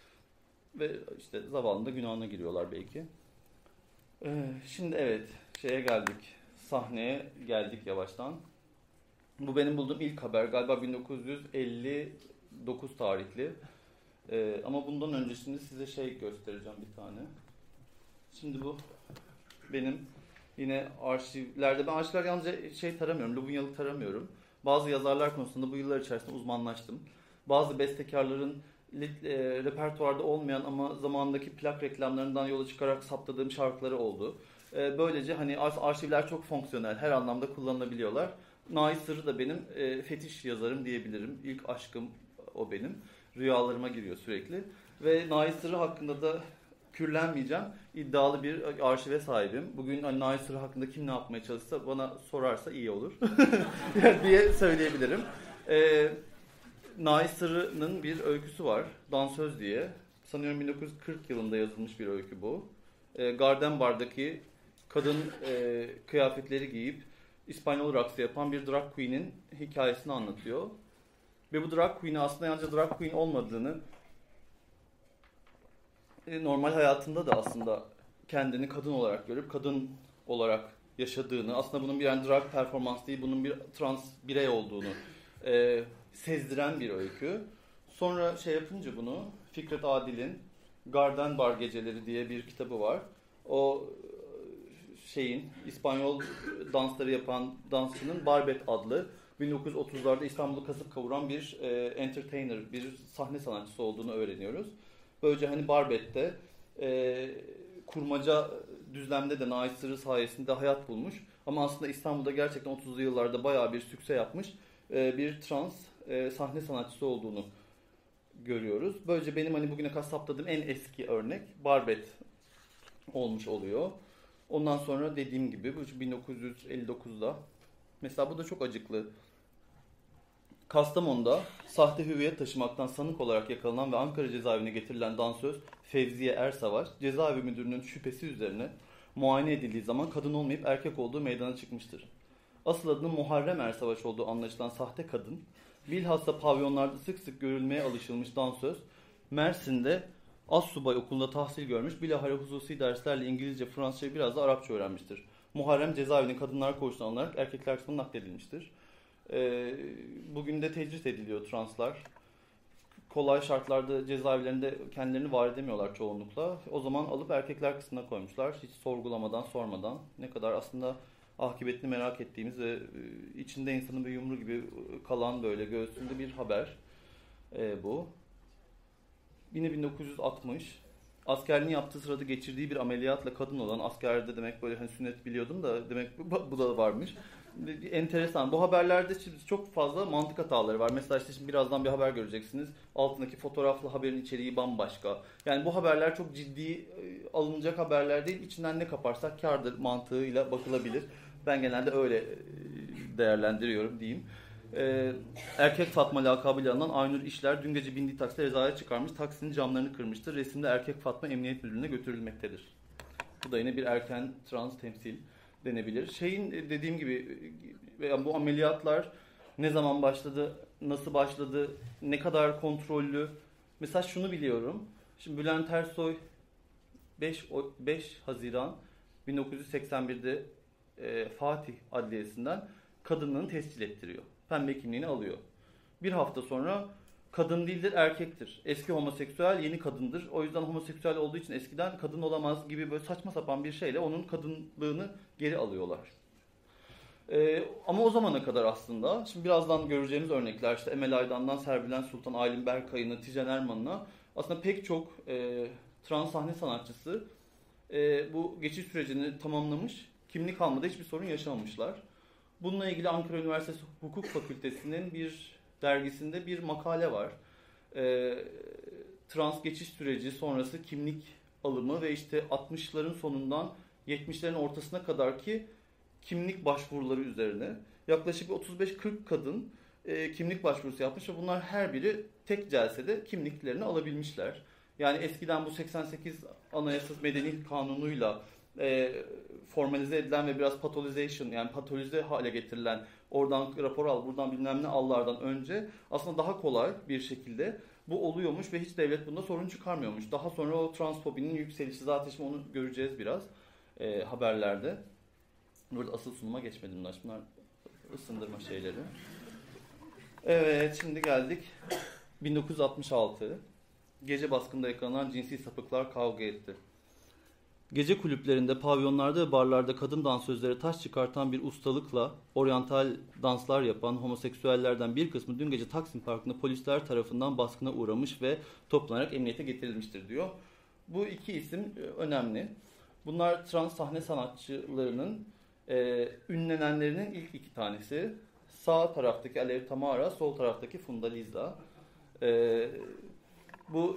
Ve işte zavallı da günahına giriyorlar belki. Ee, şimdi evet şeye geldik. Sahneye geldik yavaştan. Bu benim bulduğum ilk haber. Galiba bin dokuz yüz elli dokuz tarihli. Ee, ama bundan öncesinde size şey göstereceğim bir tane. Şimdi bu benim yine arşivlerde. Ben arşivler yalnızca şey taramıyorum, Lubunyalık taramıyorum. Bazı yazarlar konusunda bu yıllar içerisinde uzmanlaştım. Bazı bestekarların e, repertuarda olmayan ama zamandaki plak reklamlarından yola çıkarak saptadığım şarkıları oldu. E, böylece hani arşivler çok fonksiyonel, her anlamda kullanılabiliyorlar. Nait Sırrı da benim e, fetiş yazarım diyebilirim. İlk aşkım o benim. Rüyalarıma giriyor sürekli. Ve Nait Sırrı hakkında da kürlenmeyeceğim. İddialı bir arşive sahibim. Bugün hani Nait Sırrı hakkında kim ne yapmaya çalışsa bana sorarsa iyi olur diye söyleyebilirim. Ee, Nait Sırrı'nın bir öyküsü var. Dansöz diye. Sanıyorum bin dokuz yüz kırk yılında yazılmış bir öykü bu. Ee, Garden Bar'daki kadın e, kıyafetleri giyip İspanyol raksı yapan bir drag queen'in hikayesini anlatıyor. Ve bu drag queen'i aslında yalnızca drag queen olmadığını, normal hayatında da aslında kendini kadın olarak görüp kadın olarak yaşadığını, aslında bunun bir yani drag performans değil, bunun bir trans birey olduğunu e, sezdiren bir öykü. Sonra şey yapınca bunu Fikret Adil'in Garden Bar Geceleri diye bir kitabı var. O şeyin İspanyol dansları yapan dansçının Barbet adlı bin dokuz yüz otuzlarda İstanbul'u kasıp kavuran bir e, entertainer, bir sahne sanatçısı olduğunu öğreniyoruz. Böylece hani Barbet'te e, kurmaca düzlemde de Nait Sırrı sayesinde hayat bulmuş. Ama aslında İstanbul'da gerçekten otuzlu yıllarda bayağı bir sükse yapmış e, bir trans e, sahne sanatçısı olduğunu görüyoruz. Böylece benim hani bugüne kadar saptadığım en eski örnek Barbet olmuş oluyor. Ondan sonra dediğim gibi bu bin dokuz yüz elli dokuzda mesela bu da çok acıklı. Kastamonu'da sahte hüviyet taşımaktan sanık olarak yakalanan ve Ankara cezaevine getirilen dansöz Fevziye Ersavaş, cezaevi müdürünün şüphesi üzerine muayene edildiği zaman kadın olmayıp erkek olduğu meydana çıkmıştır. Asıl adının Muharrem Ersavaş olduğu anlaşılan sahte kadın, bilhassa pavyonlarda sık sık görülmeye alışılmış dansöz, Mersin'de Assubay okulunda tahsil görmüş, bilahare hususi derslerle İngilizce, Fransızca, biraz da Arapça öğrenmiştir. Muharrem cezaevinin kadınlar koğuşuna alınarak erkekler kısmına nakledilmiştir. Ee, bugün de tecrit ediliyor translar. Kolay şartlarda cezaevlerinde kendilerini var edemiyorlar çoğunlukla. O zaman alıp erkekler kısmına koymuşlar. Hiç sorgulamadan, sormadan. Ne kadar aslında akıbetini merak ettiğimiz ve içinde insanın bir yumru gibi kalan böyle göğsünde bir haber ee, bu. Yine bin dokuz yüz altmış. Askerliğini yaptığı sırada geçirdiği bir ameliyatla kadın olan, askerde demek böyle hani sünnet biliyordum da demek bu da varmış. Enteresan. Bu haberlerde şimdi çok fazla mantık hataları var. Mesela işte şimdi birazdan bir haber göreceksiniz. Altındaki fotoğraflı haberin içeriği bambaşka. Yani bu haberler çok ciddi alınacak haberler değil. İçinden ne kaparsak kârdır mantığıyla bakılabilir. Ben genelde öyle değerlendiriyorum diyeyim. Ee, erkek Fatma lakabıyla anılan Aynur İşler dün gece bindiği takside rezaya çıkarmış. Taksinin camlarını kırmıştır. Resimde erkek Fatma emniyet müdürlüğüne götürülmektedir. Bu da yine bir erken trans temsil denebilir. Şeyin dediğim gibi bu ameliyatlar ne zaman başladı, nasıl başladı, ne kadar kontrollü. Mesela şunu biliyorum. Şimdi Bülent Ersoy beş Haziran bin dokuz yüz seksen birde e, Fatih Adliyesi'nden kadınlığını tescil ettiriyor. Pembe kimliğini alıyor. Bir hafta sonra kadın değildir, erkektir. Eski homoseksüel, yeni kadındır. O yüzden homoseksüel olduğu için eskiden kadın olamaz gibi böyle saçma sapan bir şeyle onun kadınlığını geri alıyorlar. Ee, ama o zamana kadar aslında, şimdi birazdan göreceğimiz örnekler işte Emel Aydan'dan Serbilen Sultan, Aylin Berkay'ına, Tijen Erman'ına aslında pek çok e, trans sahne sanatçısı e, bu geçiş sürecini tamamlamış, kimlik almada hiçbir sorun yaşamamışlar. Bununla ilgili Ankara Üniversitesi Hukuk Fakültesi'nin bir dergisinde bir makale var. E, trans geçiş süreci sonrası kimlik alımı ve işte altmışların sonundan yetmişlerin ortasına kadar ki kimlik başvuruları üzerine yaklaşık otuz beş kırk kadın e, kimlik başvurusu yapmış ve bunlar her biri tek celsede kimliklerini alabilmişler. Yani eskiden bu seksen sekiz Anayasa Medeni Kanunu'yla e, formalize edilen ve biraz patholization yani patolize hale getirilen oradan rapor al buradan bilmem ne allardan önce aslında daha kolay bir şekilde bu oluyormuş ve hiç devlet bunda sorun çıkarmıyormuş. Daha sonra o transfobinin yükselişi zaten şimdi onu göreceğiz biraz e, haberlerde. Burada asıl sunuma geçmedim daha. Bunlar ısındırma şeyleri. Evet, şimdi geldik bin dokuz yüz altmış altı. Gece baskında yakalanan cinsi sapıklar kavga etti. Gece kulüplerinde, pavyonlarda ve barlarda kadın dansözlere taş çıkartan bir ustalıkla oryantal danslar yapan homoseksüellerden bir kısmı dün gece Taksim Parkı'nda polisler tarafından baskına uğramış ve toplanarak emniyete getirilmiştir diyor. Bu iki isim önemli. Bunlar trans sahne sanatçılarının e, ünlenenlerinin ilk iki tanesi. Sağ taraftaki Alev Tamara, sol taraftaki Funda Liza. E, bu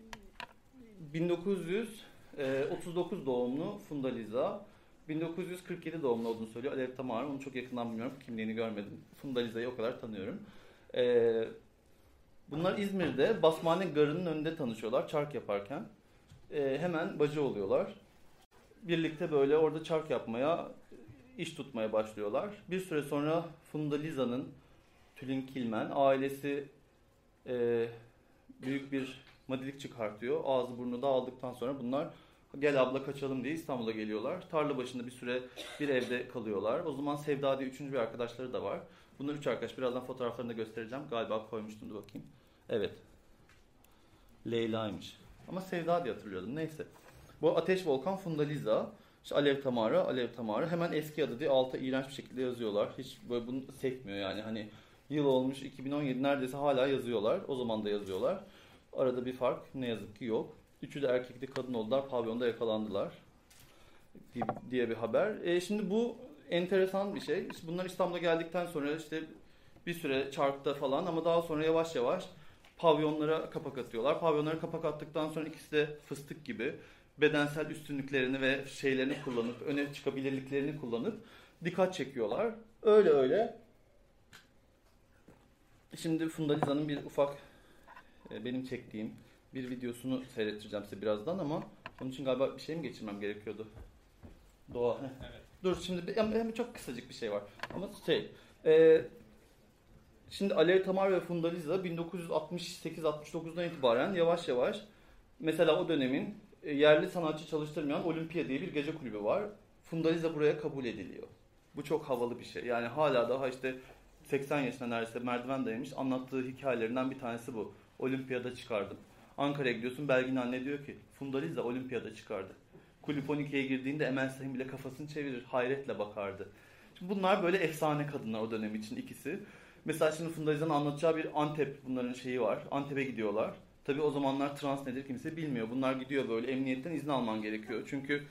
bin dokuz yüz otuz dokuz doğumlu Funda Liza, bin dokuz yüz kırk yedi doğumlu olduğunu söylüyor Alev Tamara. Onu çok yakından bilmiyorum, kimliğini görmedim. Funda Liza'yı o kadar tanıyorum. E, bunlar İzmir'de Basmane Garı'nın önünde tanışıyorlar çark yaparken. E, hemen bacı oluyorlar. Birlikte böyle orada çark yapmaya, iş tutmaya başlıyorlar. Bir süre sonra Funda Liza'nın, Tülin Kilmen, ailesi e, büyük bir madilik çıkartıyor. Ağzı burnu dağıldıktan sonra bunlar Gel abla kaçalım diye İstanbul'a geliyorlar. Tarla başında bir süre bir evde kalıyorlar. O zaman Sevda diye üçüncü bir arkadaşları da var. Bunlar üç arkadaş. Birazdan fotoğraflarını da göstereceğim. Galiba koymuştum da bakayım. Evet. Leyla'ymış. Ama Sevda diye hatırlıyordum. Neyse. Bu Ateş Volkan Funda Liza. İşte Alev Tamara, Alev Tamara. Hemen eski adı diye alta iğrenç bir şekilde yazıyorlar. Hiç böyle bunu sekmiyor yani. Hani yıl olmuş iki bin on yedi neredeyse hala yazıyorlar. O zaman da yazıyorlar. Arada bir fark ne yazık ki yok. Üçü de erkekli kadın oldular. Pavyonda yakalandılar. Diye bir haber. E şimdi bu enteresan bir şey. İşte bunlar İstanbul'a geldikten sonra işte bir süre çarkta falan ama daha sonra yavaş yavaş pavyonlara kapak atıyorlar. Pavyonlara kapak attıktan sonra ikisi de fıstık gibi bedensel üstünlüklerini ve şeylerini kullanıp, öne çıkabilirliklerini kullanıp dikkat çekiyorlar. Öyle öyle. Şimdi Funda Liza'nın bir ufak benim çektiğim bir videosunu seyrettireceğim size birazdan ama onun için galiba bir şey mi geçirmem gerekiyordu? Doğa. Evet. Dur şimdi hem çok kısacık bir şey var ama şey e, şimdi Alev Tamar ve Funda Liza bin dokuz yüz altmış sekiz altmış dokuzdan itibaren yavaş yavaş mesela o dönemin yerli sanatçı çalıştırmayan Olimpiya diye bir gece kulübü var. Funda Liza buraya kabul ediliyor. Bu çok havalı bir şey. Yani hala daha işte seksen yaşına neredeyse merdiven dayamış anlattığı hikayelerinden bir tanesi bu. Olimpiyada çıkardım. Ankara'ya gidiyorsun Belgin anne diyor ki Funda Liza Olimpiyada çıkardı. Kulüp on ikiye girdiğinde Emel Sayın bile kafasını çevirir. Hayretle bakardı. Şimdi bunlar böyle efsane kadınlar o dönem için ikisi. Mesela şimdi Funda Liza'nın anlatacağı bir Antep bunların şeyi var. Antep'e gidiyorlar. Tabii o zamanlar trans nedir kimse bilmiyor. Bunlar gidiyor böyle emniyetten izin alman gerekiyor. Çünkü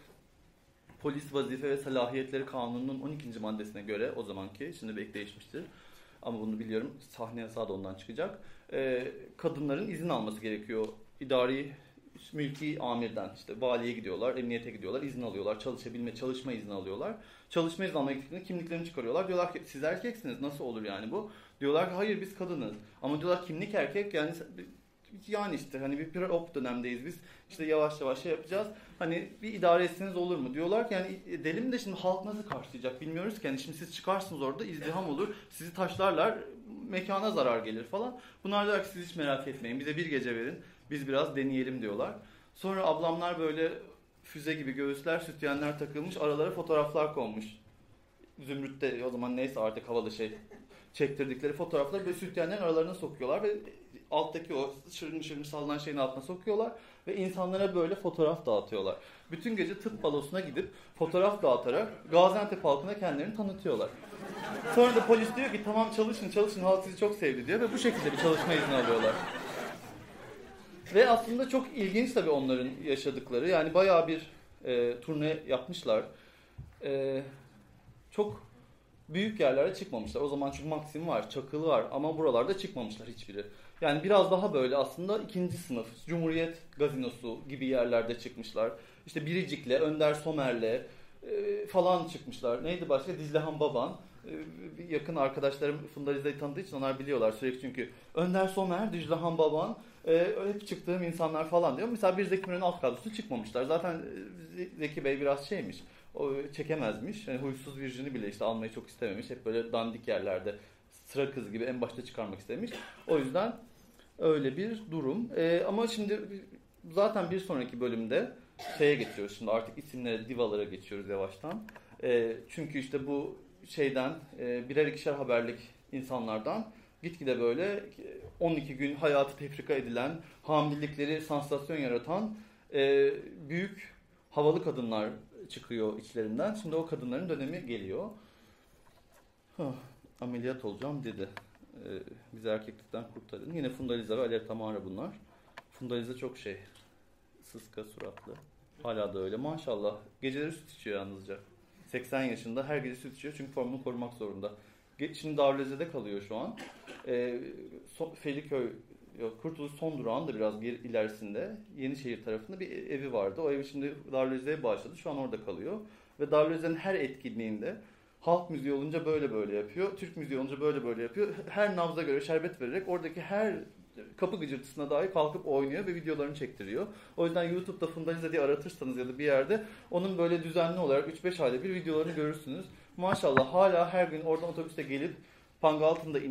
polis vazife ve salahiyetleri kanununun on ikinci maddesine göre o zamanki, şimdi belki değişmiştir. Ama bunu biliyorum sahne yasağı da ondan çıkacak. Ee, kadınların izin alması gerekiyor. İdari mülki amirden işte valiye gidiyorlar, emniyete gidiyorlar, izin alıyorlar, çalışabilme, çalışma izni alıyorlar. Çalışma izni almaya gittiğinde kimliklerini çıkarıyorlar. Diyorlar ki siz erkeksiniz nasıl olur yani bu? Diyorlar ki hayır biz kadınız. Ama diyorlar kimlik erkek yani yani işte hani bir pre-op dönemdeyiz biz. İşte yavaş yavaş şey yapacağız. Hani bir idare etseniz olur mu? Diyorlar ki yani edelim de şimdi halk nasıl karşılayacak bilmiyoruz ki. Yani şimdi siz çıkarsınız orada izdiham olur. Sizi taşlarlar. Mekana zarar gelir falan. Bunlar diyorlar ki siz hiç merak etmeyin. Bize bir gece verin. Biz biraz deneyelim diyorlar. Sonra ablamlar böyle füze gibi göğüsler, sütyenler takılmış. Aralara fotoğraflar konmuş. Zümrüt'te o zaman neyse artık havalı şey. Çektirdikleri fotoğrafları böyle sütyenlerin aralarına sokuyorlar ve alttaki o şırın şırın sallanan şeyin altına sokuyorlar ve insanlara böyle fotoğraf dağıtıyorlar. Bütün gece tıp balosuna gidip fotoğraf dağıtarak Gaziantep halkına kendilerini tanıtıyorlar. Sonra da polis diyor ki tamam çalışın çalışın halk sizi çok sevdi diyor ve bu şekilde bir çalışma izni alıyorlar. Ve aslında çok ilginç tabii onların yaşadıkları. Yani bayağı bir e, turne yapmışlar. E, çok büyük yerlere çıkmamışlar. O zaman çünkü Maxim var, Çakıl var ama buralarda çıkmamışlar hiçbiri. Yani biraz daha böyle aslında ikinci sınıf, Cumhuriyet Gazinosu gibi yerlerde çıkmışlar. İşte Biricik'le, Önder Somer'le e, falan çıkmışlar. Neydi başka? Dizlehan Baban. E, yakın arkadaşlarım Funda Liza'yı tanıdığı için onlar biliyorlar sürekli çünkü. Önder Somer, Dizlehan Baban, e, hep çıktığım insanlar falan diyor. Mesela bir Zeki Müren'in alt kadrosu çıkmamışlar. Zaten Zeki Bey biraz şeymiş. O çekemezmiş. Yani huysuz Virgin'i bile işte almayı çok istememiş. Hep böyle dandik yerlerde sıra kız gibi en başta çıkarmak istemiş. O yüzden öyle bir durum. Ee, ama şimdi zaten bir sonraki bölümde şeye geçiyoruz. Şimdi artık isimlere, divalara geçiyoruz yavaştan. Ee, çünkü işte bu şeyden e, birer ikişer haberlik insanlardan gitgide böyle on iki gün hayatı tefrika edilen, hamilelikleri sansasyon yaratan e, büyük havalı kadınlar çıkıyor içlerinden. Şimdi o kadınların dönemi geliyor. Huh, ameliyat olacağım dedi. Ee, bizi erkeklikten kurtarın. Yine Funda Liza ve Alev Tamara bunlar. Funda Liza çok şey. Sıska suratlı. Hala da öyle. Maşallah. Geceleri süt içiyor yalnızca. seksen yaşında her gece süt içiyor çünkü formunu korumak zorunda. Şimdi Darülce'de kalıyor şu an. Ee, so- Feriköy Kurtuluş son durağın da biraz bir ilerisinde Yenişehir tarafında bir evi vardı. O evi şimdi Darülce'ye bağışladı. Şu an orada kalıyor. Ve Darülce'nin her etkinliğinde halk müziği olunca böyle böyle yapıyor. Türk müziği olunca böyle böyle yapıyor. Her nabza göre şerbet vererek oradaki her kapı gıcırtısına dahi kalkıp oynuyor ve videolarını çektiriyor. O yüzden YouTube'da Funda Liza diye aratırsanız ya da bir yerde onun böyle düzenli olarak üç beş ayda bir videolarını görürsünüz. Maşallah hala her gün oradan otobüste gelip Pangaltı'nda inip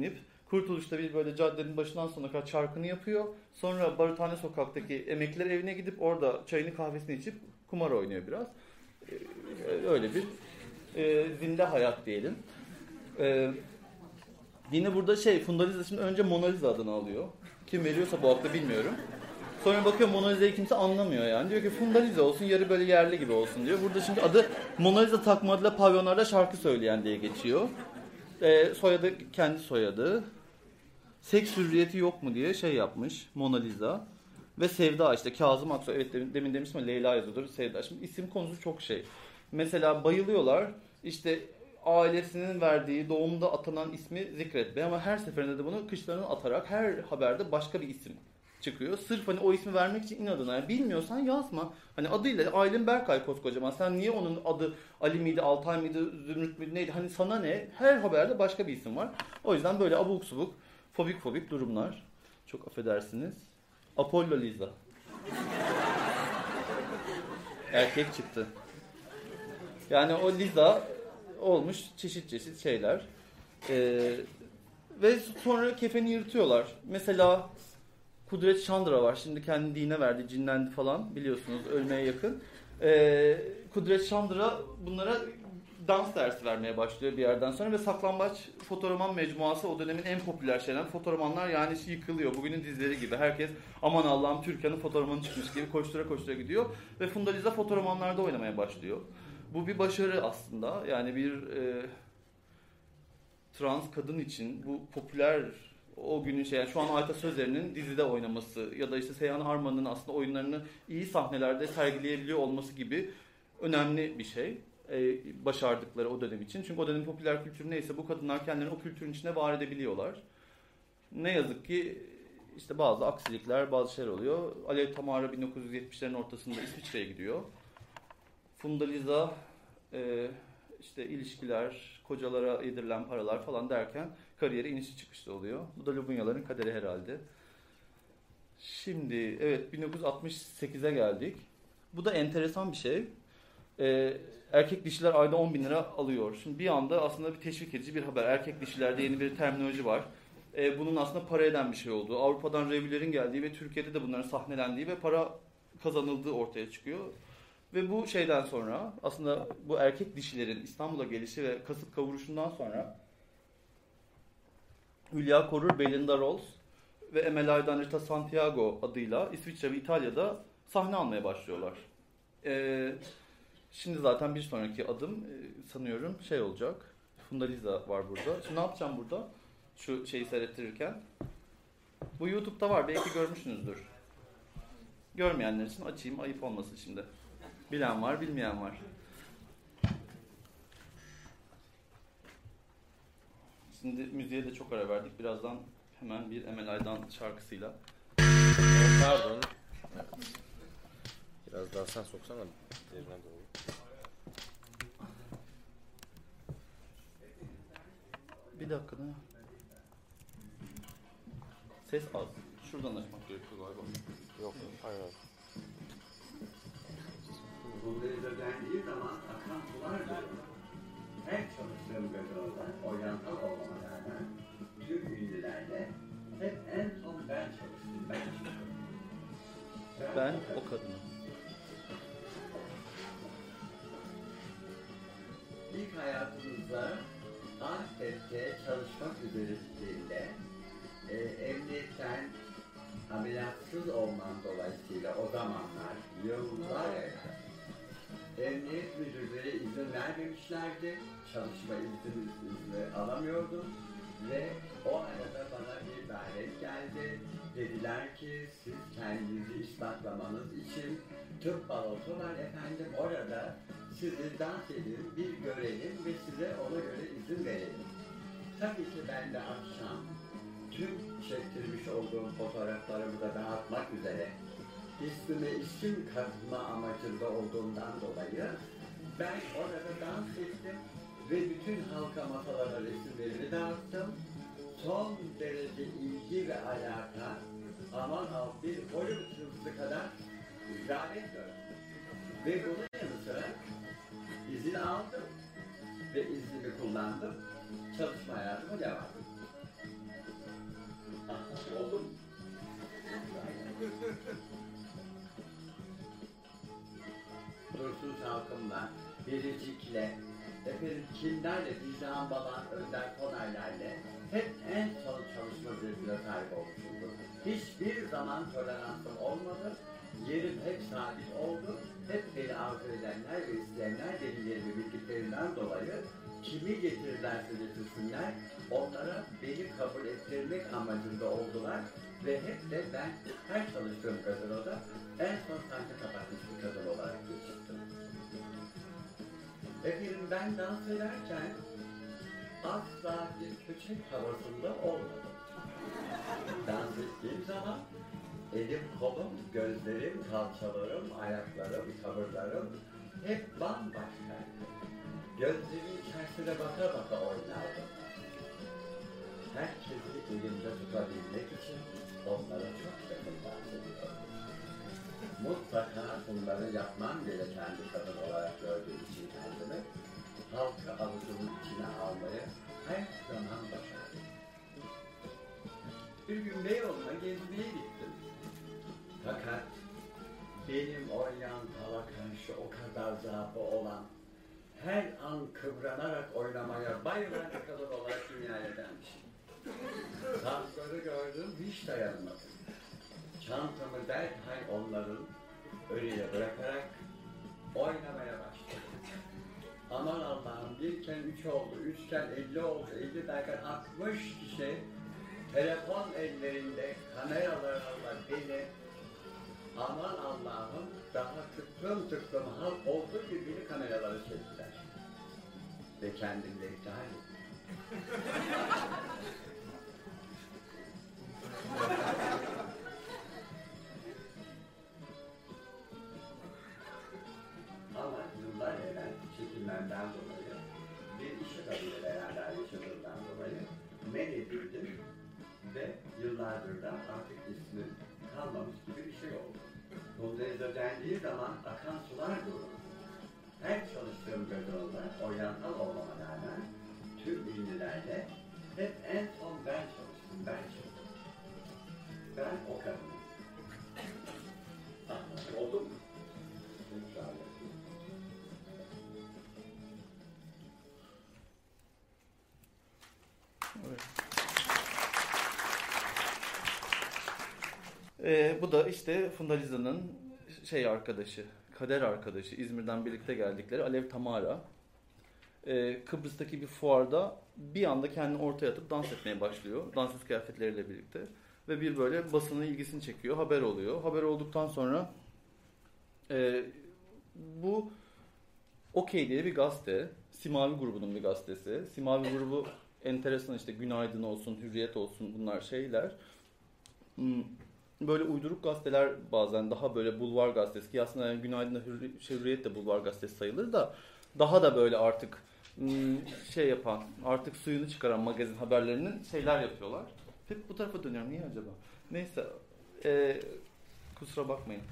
Kurtuluş'ta bir böyle caddenin başından sonuna kadar çarkını yapıyor. Sonra Barutane Sokak'taki emekliler evine gidip orada çayını kahvesini içip kumar oynuyor biraz. Ee, öyle bir e, zinde hayat diyelim. Ee, yine burada şey Funda Lisa şimdi önce Mona Lisa adını alıyor. Kim veriyorsa bu hakta bilmiyorum. Sonra bakıyor Mona Lisa'yı kimse anlamıyor yani. Diyor ki Funda Lisa olsun, yarı böyle yerli gibi olsun diyor. Burada şimdi adı Mona Lisa takma adıyla pavyonlarda şarkı söyleyen diye geçiyor. Ee, soyadı kendi soyadı. Seks hürriyeti yok mu diye şey yapmış Mona Lisa. Ve Sevda işte Kazım Aksoy. Evet demin, demin demiştim ama Leyla yazıyordur. Sevda. Şimdi isim konusu çok şey. Mesela bayılıyorlar. İşte ailesinin verdiği doğumda atanan ismi zikretmeye ama her seferinde de bunu kışlarına atarak her haberde başka bir isim çıkıyor. Sırf hani o ismi vermek için inadına. Yani bilmiyorsan yazma. Hani adıyla Aylin Berkay koskocaman. Sen niye onun adı Ali miydi, Altay mıydı, Zümrüt müydü neydi? Hani sana ne? Her haberde başka bir isim var. O yüzden böyle abuk subuk, fobik fobik durumlar. Çok affedersiniz. Apollo Lisa. Erkek çıktı. Yani o Lisa olmuş çeşit çeşit şeyler. Ee, ve sonra kefeni yırtıyorlar. Mesela Kudret Chandra var. Şimdi kendi dine verdi, cinlendi falan. Biliyorsunuz ölmeye yakın. Ee, Kudret Chandra bunlara dans dersi vermeye başlıyor bir yerden sonra ve Saklambaç Fotoroman Mecmuası o dönemin en popüler şeyler. Fotoromanlar yani yıkılıyor. Bugünün dizileri gibi. Herkes aman Allah'ım Türkiye'nin fotoromanı çıkmış gibi koştura koştura gidiyor. Ve Funda Lisa fotoromanlarda oynamaya başlıyor. Bu bir başarı aslında. Yani bir e, trans kadın için bu popüler o günün şey. Yani şu an Ayta Sözler'in dizide oynaması ya da işte Seyhan Harman'ın aslında oyunlarını iyi sahnelerde sergileyebiliyor olması gibi önemli bir şey. Ee, başardıkları o dönem için. Çünkü o dönemin popüler kültürü neyse bu kadınlar kendilerini o kültürün içine var edebiliyorlar. Ne yazık ki işte bazı aksilikler, bazı şeyler oluyor. Alev Tamara bin dokuz yüz yetmişlerin ortasında İsviçre'ye gidiyor. Funda Lisa e, işte ilişkiler, kocalara yedirilen paralar falan derken kariyeri inişi çıkışta oluyor. Bu da Lubunyaların kaderi herhalde. Şimdi evet bin dokuz yüz altmış sekize geldik. Bu da enteresan bir şey. Ee, erkek dişiler ayda on bin lira alıyor. Şimdi bir anda aslında bir teşvik edici bir haber. Erkek dişilerde yeni bir terminoloji var. Ee, bunun aslında para eden bir şey olduğu. Avrupa'dan revülerin geldiği ve Türkiye'de de bunların sahnelendiği ve para kazanıldığı ortaya çıkıyor. Ve bu şeyden sonra aslında bu erkek dişilerin İstanbul'a gelişi ve kasıp kavuruşundan sonra Hülya Korur, Belinda Rolls ve Emel Aydan Rita Santiago adıyla İsviçre ve İtalya'da sahne almaya başlıyorlar. Ee, şimdi zaten bir sonraki adım e, sanıyorum şey olacak. Funda Lisa var burada. Şimdi ne yapacağım burada? Şu şeyi seyrettirirken. Bu YouTube'da var. Belki görmüşsünüzdür. Görmeyenler için açayım. Ayıp olmasın şimdi. Bilen var, bilmeyen var. Şimdi müziğe de çok ara verdik. Birazdan hemen bir Emel Aydan şarkısıyla. Pardon. Evet. Biraz daha sen soksana derine doğru. Bir dakika da. Ses az. Şuradan açmak gerekiyor galiba. Yok, hayır. Funda Lisa dendiği zaman akan sulardır. Her çalıştığım gazozda oryantal olmama rağmen tüm ünlülerle hep en son ben çalıştım, ben çıktım. Ben o kadınım. İlk hayatımızda Antep'te çalışmak üzerinde e, emniyetten ameliyatsız olmam dolayısıyla o zamanlar yıllar evvel emniyet müdürleri izin vermemişlerdi. Çalışma izni, izni alamıyordum ve o arada bana bir davet geldi. Dediler ki siz kendinizi ispatlamanız için tıp balosu var efendim, orada sizi dans edin, bir görelim ve size ona göre izin verelim. Tabii ki ben de akşam tüm çektirmiş olduğum fotoğraflarımı da dağıtmak üzere ismime isim katma amacında olduğundan dolayı ben orada dans ettim ve bütün halka masalara resimlerimi dağıttım. Son derece ilgi ve alaka, aman al bir Hollywood yıldızı kadar davet gördüm. Ve bunun yanı sıra izin aldım ve iznimi kullandım. Çalışma hayatıma devam ettim. Dursun Salkım'la, Biricik'le, efendim kimlerle, Vicdan Baban, Önder Konaylar'la hep en son çalışma zevkine sahip olmuşumdur. Hiçbir zaman toleransım olmadı. Yerim hep sabit oldu. Hep beni arzu edenler ve isteyenler delilerimi bildiklerinden dolayı kimi getirirlerse getirsinler, onlara beni kabul ettirmek amacında oldular ve hep de ben her çalıştığım gazinoda en son sahne kapatmış bir kadın olarak geçtim. Efendim ben dans ederken asla bir köçek havasında olmadım. Dans ettiğim zaman elim, kolum, gözlerim, kalçalarım, ayaklarım, tavırlarım hep bambaşkaydı. Gözlerimin içerisine baka baka oynardım. Herkesi elimde tutabilmek için onlara çok yakın dans ediyorum. Mutlaka bunları yapmam gereken bir kadın olarak gördüğüm için kendimi halkı avucumun içine almayı her zaman başardım. Bir gün Beyoğlu'na gezmeye gittim. Fakat benim oynayan tava karşı o kadar zaafı olan, her an kıvranarak oynamaya bayılan bir kadın olarak dünyaya gelmişim. Dansları gördüm, hiç dayanamadım. Çantamı derhal onların önüne bırakarak oynamaya başladım. Aman Allah'ım, birken üç oldu, üçken elli oldu, elli derken altmış kişi telefon ellerinde kameralarla beni aman Allah'ım daha tıklım tıklım halk olduğu gibi beni kameralara çektiler. Ve kendimle iptal ettim. Ama yıllar evvel çekilmemden dolayı bir iş adamıyla beraber yaşadığımdan dolayı men edildim ve yıllardır da artık ismim kalmamış gibi bir şey oldu. Bundayıza dendiği zaman akan sular durur. Her çalıştığım gazonda oryantal olmama rağmen tüm ünlülerle hep en son ben çalıştım, ben çalıştım. Ben o kadınım. Ah, oldu mu? Evet. Ee, bu da işte Funda Liza'nın şey arkadaşı, kader arkadaşı, İzmir'den birlikte geldikleri Alev Tamara. Ee, Kıbrıs'taki bir fuarda bir anda kendini ortaya atıp dans etmeye başlıyor. Dansöz kıyafetleriyle birlikte. Ve bir böyle basının ilgisini çekiyor, haber oluyor. Haber olduktan sonra e, bu Okey diye bir gazete, Simavi grubunun bir gazetesi. Simavi grubu enteresan, işte Günaydın olsun, Hürriyet olsun, bunlar şeyler. Hmm. Böyle uyduruk gazeteler, bazen daha böyle bulvar gazetesi ki aslında yani Günaydın'da Hürri, şey, Hürriyet de bulvar gazetesi sayılır da daha da böyle artık şey yapan, artık suyunu çıkaran magazin haberlerinin şeyler yapıyorlar. Hep bu tarafa dönüyorum, niye acaba? Neyse, e, kusura bakmayın.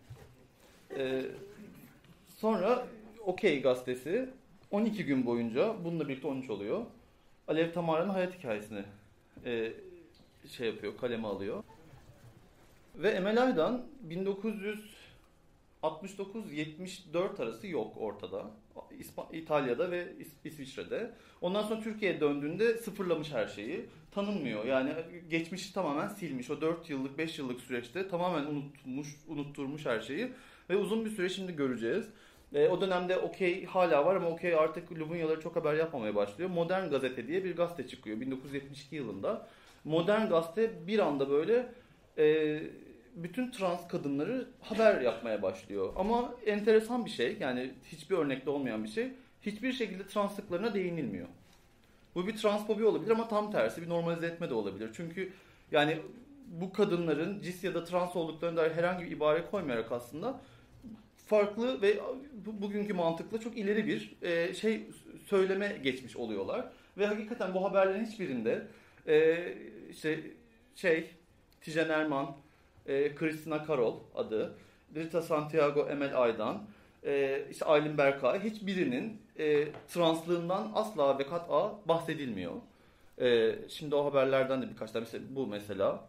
E, sonra Okey gazetesi on iki gün boyunca bununla birlikte on üç oluyor. Alev Tamara'nın hayat hikayesini e, şey yapıyor, kaleme alıyor. Ve Emel Aydan bin dokuz yüz altmış dokuz yetmiş dört arası yok ortada. İsp- İtalya'da ve İs- İsviçre'de. Ondan sonra Türkiye'ye döndüğünde sıfırlamış her şeyi. Tanınmıyor. Yani geçmişi tamamen silmiş. O dört yıllık, beş yıllık süreçte tamamen unutmuş, unutturmuş her şeyi. Ve uzun bir süre şimdi göreceğiz. E, o dönemde Okey hala var ama Okey artık Lubunyaları çok haber yapmamaya başlıyor. Modern Gazete diye bir gazete çıkıyor bin dokuz yüz yetmiş iki yılında. Modern Gazete bir anda böyle e, bütün trans kadınları haber yapmaya başlıyor. Ama enteresan bir şey, yani hiçbir örnekte olmayan bir şey. Hiçbir şekilde translıklarına değinilmiyor. Bu bir transfobi olabilir ama tam tersi bir normalize etme de olabilir. Çünkü yani bu kadınların cis ya da trans olduklarına dair herhangi bir ibare koymayarak aslında farklı ve bugünkü mantıkla çok ileri bir e, şey söyleme geçmiş oluyorlar. Ve hakikaten bu haberlerin hiçbirinde e, işte şey Tijen Erman, e, Christina Karol adı, Rita Santiago, Emel Aydan, e, işte Aylin Berkay, hiçbirinin e, translığından asla ve kat'a bahsedilmiyor. E, şimdi o haberlerden de birkaç tane, mesela bu mesela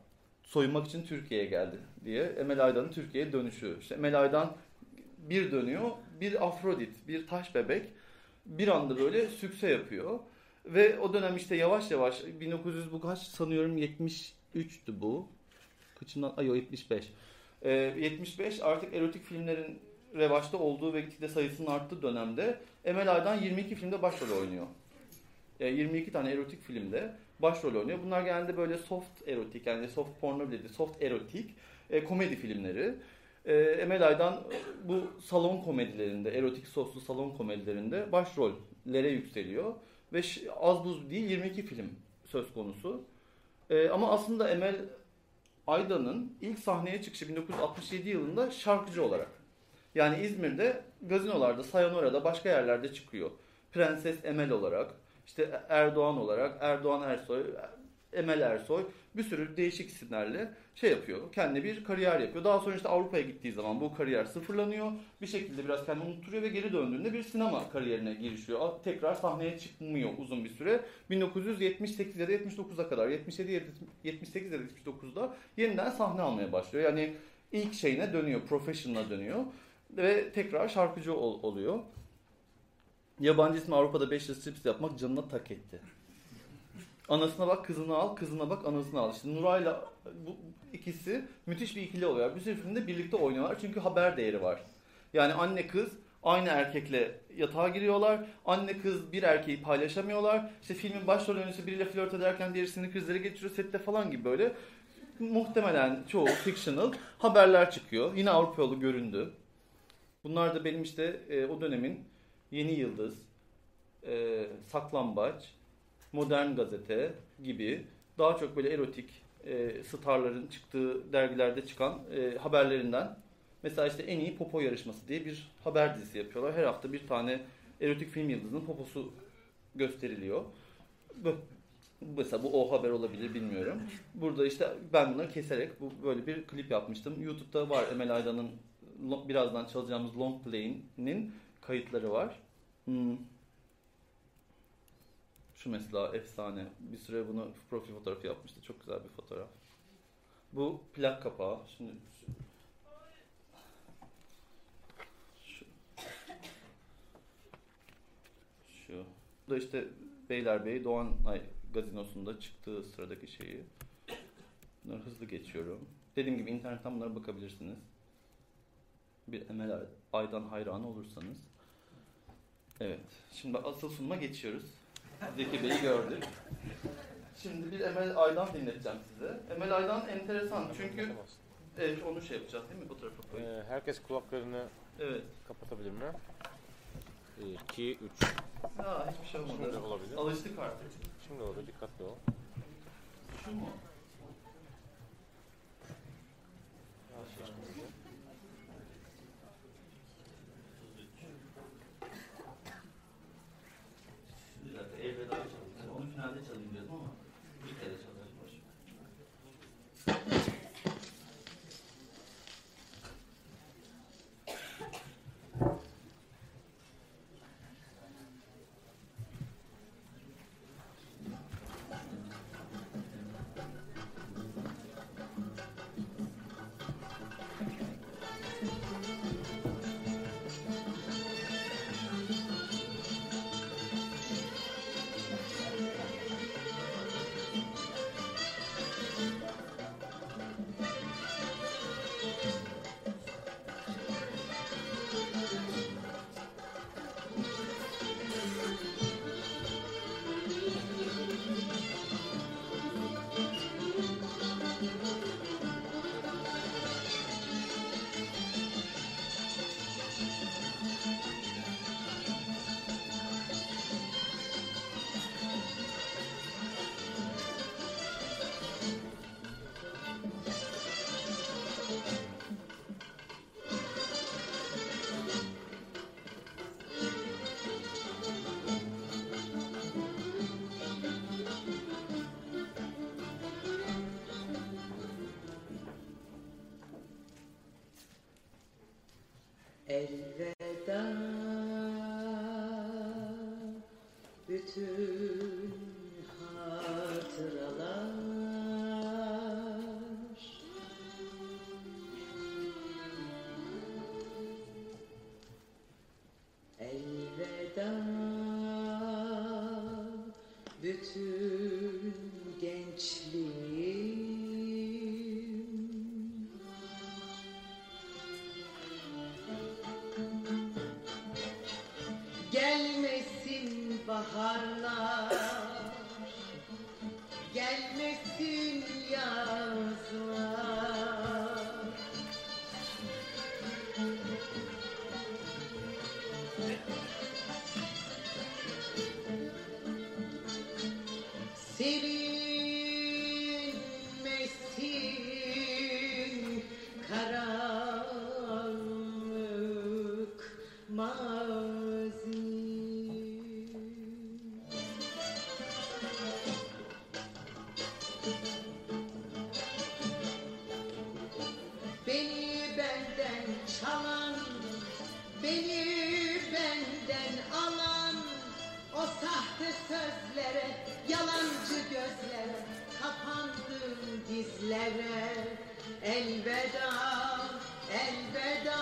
soyunmak için Türkiye'ye geldi diye. Emel Aydan'ın Türkiye'ye dönüşü. İşte Emel Aydan bir dönüyor, bir Afrodit, bir taş bebek bir anda böyle sükse yapıyor. Ve o dönem işte yavaş yavaş bin dokuz yüz bu kaç sanıyorum yetmiş üçtü bu. Kaçından? Ay o yetmiş beş. Ee, yetmiş beş artık erotik filmlerin revaçta olduğu ve gitgide sayısının arttığı dönemde Emel Aydan yirmi iki filmde başrol oynuyor. Yani yirmi iki tane erotik filmde başrol oynuyor. Bunlar genelde böyle soft erotik, yani soft porno bile değil, soft erotik e, komedi filmleri. E, Emel Aydan bu salon komedilerinde, erotik soslu salon komedilerinde başrollere yükseliyor. Ve az buz değil, yirmi iki film söz konusu. E, ama aslında Emel Aydan'ın ilk sahneye çıkışı bin dokuz yüz altmış yedi yılında şarkıcı olarak. Yani İzmir'de gazinolarda, Sayanora'da, başka yerlerde çıkıyor. Prenses Emel olarak, işte Erdoğan olarak, Erdoğan Ersoy, Emel Ersoy, bir sürü değişik isimlerle şey yapıyor. Kendine bir kariyer yapıyor. Daha sonra işte Avrupa'ya gittiği zaman bu kariyer sıfırlanıyor. Bir şekilde biraz kendini unutturuyor ve geri döndüğünde bir sinema kariyerine girişiyor. Tekrar sahneye çıkmıyor uzun bir süre. bin dokuz yüz yetmiş sekiz ya da yetmiş dokuza kadar, yetmiş yedi, yetmiş sekiz ya da yetmiş dokuzda yeniden sahne almaya başlıyor. Yani ilk şeyine dönüyor, professional'a dönüyor ve tekrar şarkıcı ol- oluyor. Yabancı ismi Avrupa'da beş yıl strips yapmak canına tak etti. Anasına bak, kızını al, kızına bak, anasını al. İşte Nuray'la bu ikisi müthiş bir ikili oluyor. Bir sürü filmde birlikte oynuyorlar çünkü haber değeri var. Yani anne kız aynı erkekle yatağa giriyorlar. Anne kız bir erkeği paylaşamıyorlar. İşte filmin başrol oyuncusu biriyle flört ederken diğeri sinir krizleri geçiriyor sette falan gibi böyle. Muhtemelen çoğu fictional haberler çıkıyor. Yine Avrupa yolu göründü. Bunlar da benim işte e, o dönemin Yeni Yıldız, e, Saklambaç, Modern Gazete gibi daha çok böyle erotik e, starların çıktığı dergilerde çıkan e, haberlerinden. Mesela işte en iyi popo yarışması diye bir haber dizisi yapıyorlar. Her hafta bir tane erotik film yıldızının poposu gösteriliyor. Bu, mesela bu o haber olabilir bilmiyorum. Burada işte ben bunları keserek bu böyle bir klip yapmıştım. YouTube'da var Emel Aydan'ın birazdan çalacağımız Long Play'nin kayıtları var. Hmm. Şu mesela efsane. Bir süre bunu profil fotoğrafı yapmıştı. Çok güzel bir fotoğraf. Bu plak kapağı. Şimdi şu. Şu. Bu da işte Beylerbeyi Doğanay gazinosunda çıktığı sıradaki şeyi. Bunları hızlı geçiyorum. Dediğim gibi internetten bunlara bakabilirsiniz. Bir Emel Aydan hayranı olursanız. Evet. Şimdi asıl sunuma geçiyoruz. Zeki Bey'i gördük. Şimdi bir Emel Aydan dinleteceğim size. Emel Aydan enteresan çünkü evet, onu şey yapacağız değil mi bu tarafa koyayım. Ee, herkes kulaklarını Evet. kapatabilir mi? iki, üç. Ha, hiçbir şey olmadı. Şimdi olabilir. Alıştık artık. Şimdi oldu, dikkatli ol. Şu mu? Şimdi zaten elveda çalacağım. Onu finalde çalayım diyordum ama bir kere çalarım boş. Elveda bütün hatıralar bütün gençliğim. Gelmesin baharlar, gelmesin yazlar. Serinmesin karanlık mazi. Beni benden çalan, beni benden alan, o sahte sözlere, yalancı gözlere, kapandım dizlere. Elveda, elveda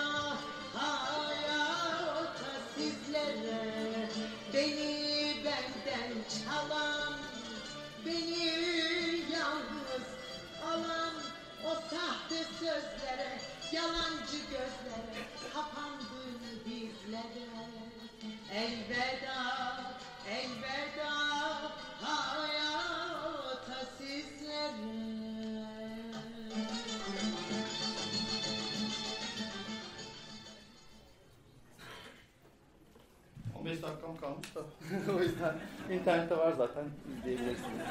hayata sizlere. Beni benden çalan, beni yalnız alan, o sahte sözlere, yalancı gözlere, kapandım dizlere. Elveda, elveda hayata sizlere. on beş dakikam kalmış da o yüzden internette var zaten, izleyebilirsiniz.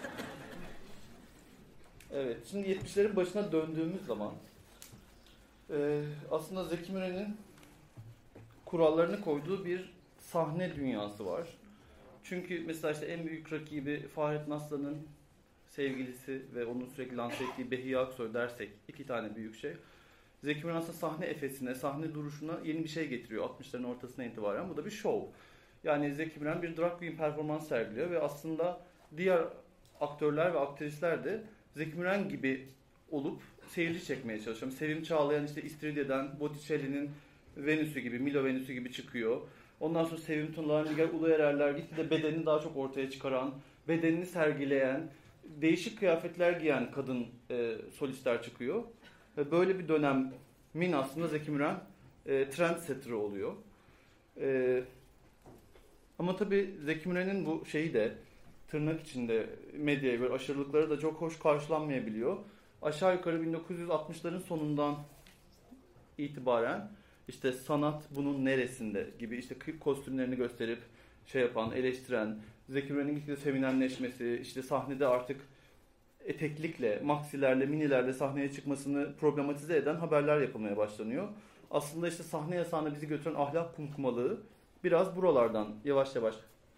Evet, şimdi yetmişlerin başına döndüğümüz zaman e, aslında Zeki Müren'in kurallarını koyduğu bir sahne dünyası var. Çünkü mesela işte en büyük rakibi Fahrettin Aslan'ın sevgilisi ve onun sürekli lanse ettiği Behiye Aksoy dersek iki tane büyük şey. Zeki Müren aslında sahne efesine, sahne duruşuna yeni bir şey getiriyor altmışların ortasına itibaren. Bu da bir şov. Yani Zeki Müren bir drag queen performans sergiliyor ve aslında diğer aktörler ve aktrisler de Zeki Müren gibi olup seyirci çekmeye çalışıyor. Sevim Çağlayan işte İstiridye'den Botticelli'nin Venüs'ü gibi, Milo Venüs'ü gibi çıkıyor. Ondan sonra Sevim Tuna'lar, Nigar Uluerer'ler gitti de bedenini daha çok ortaya çıkaran, bedenini sergileyen, değişik kıyafetler giyen kadın e, solistler çıkıyor. Ve böyle bir dönemin aslında Zeki Müren e, trendsetter'ı oluyor. E, ama tabii Zeki Müren'in bu şeyi de tırnak içinde medyaya böyle aşırılıkları da çok hoş karşılanmayabiliyor. Aşağı yukarı bin dokuz yüz altmışların sonundan itibaren işte sanat bunun neresinde gibi işte kostümlerini gösterip şey yapan, eleştiren, Zeki Müren'in gitgide feminenleşmesi, işte sahnede artık eteklikle, maksilerle, minilerle sahneye çıkmasını problematize eden haberler yapılmaya başlanıyor. Aslında işte sahne yasağına bizi götüren ahlak kumkumalığı biraz buralardan yavaş yavaş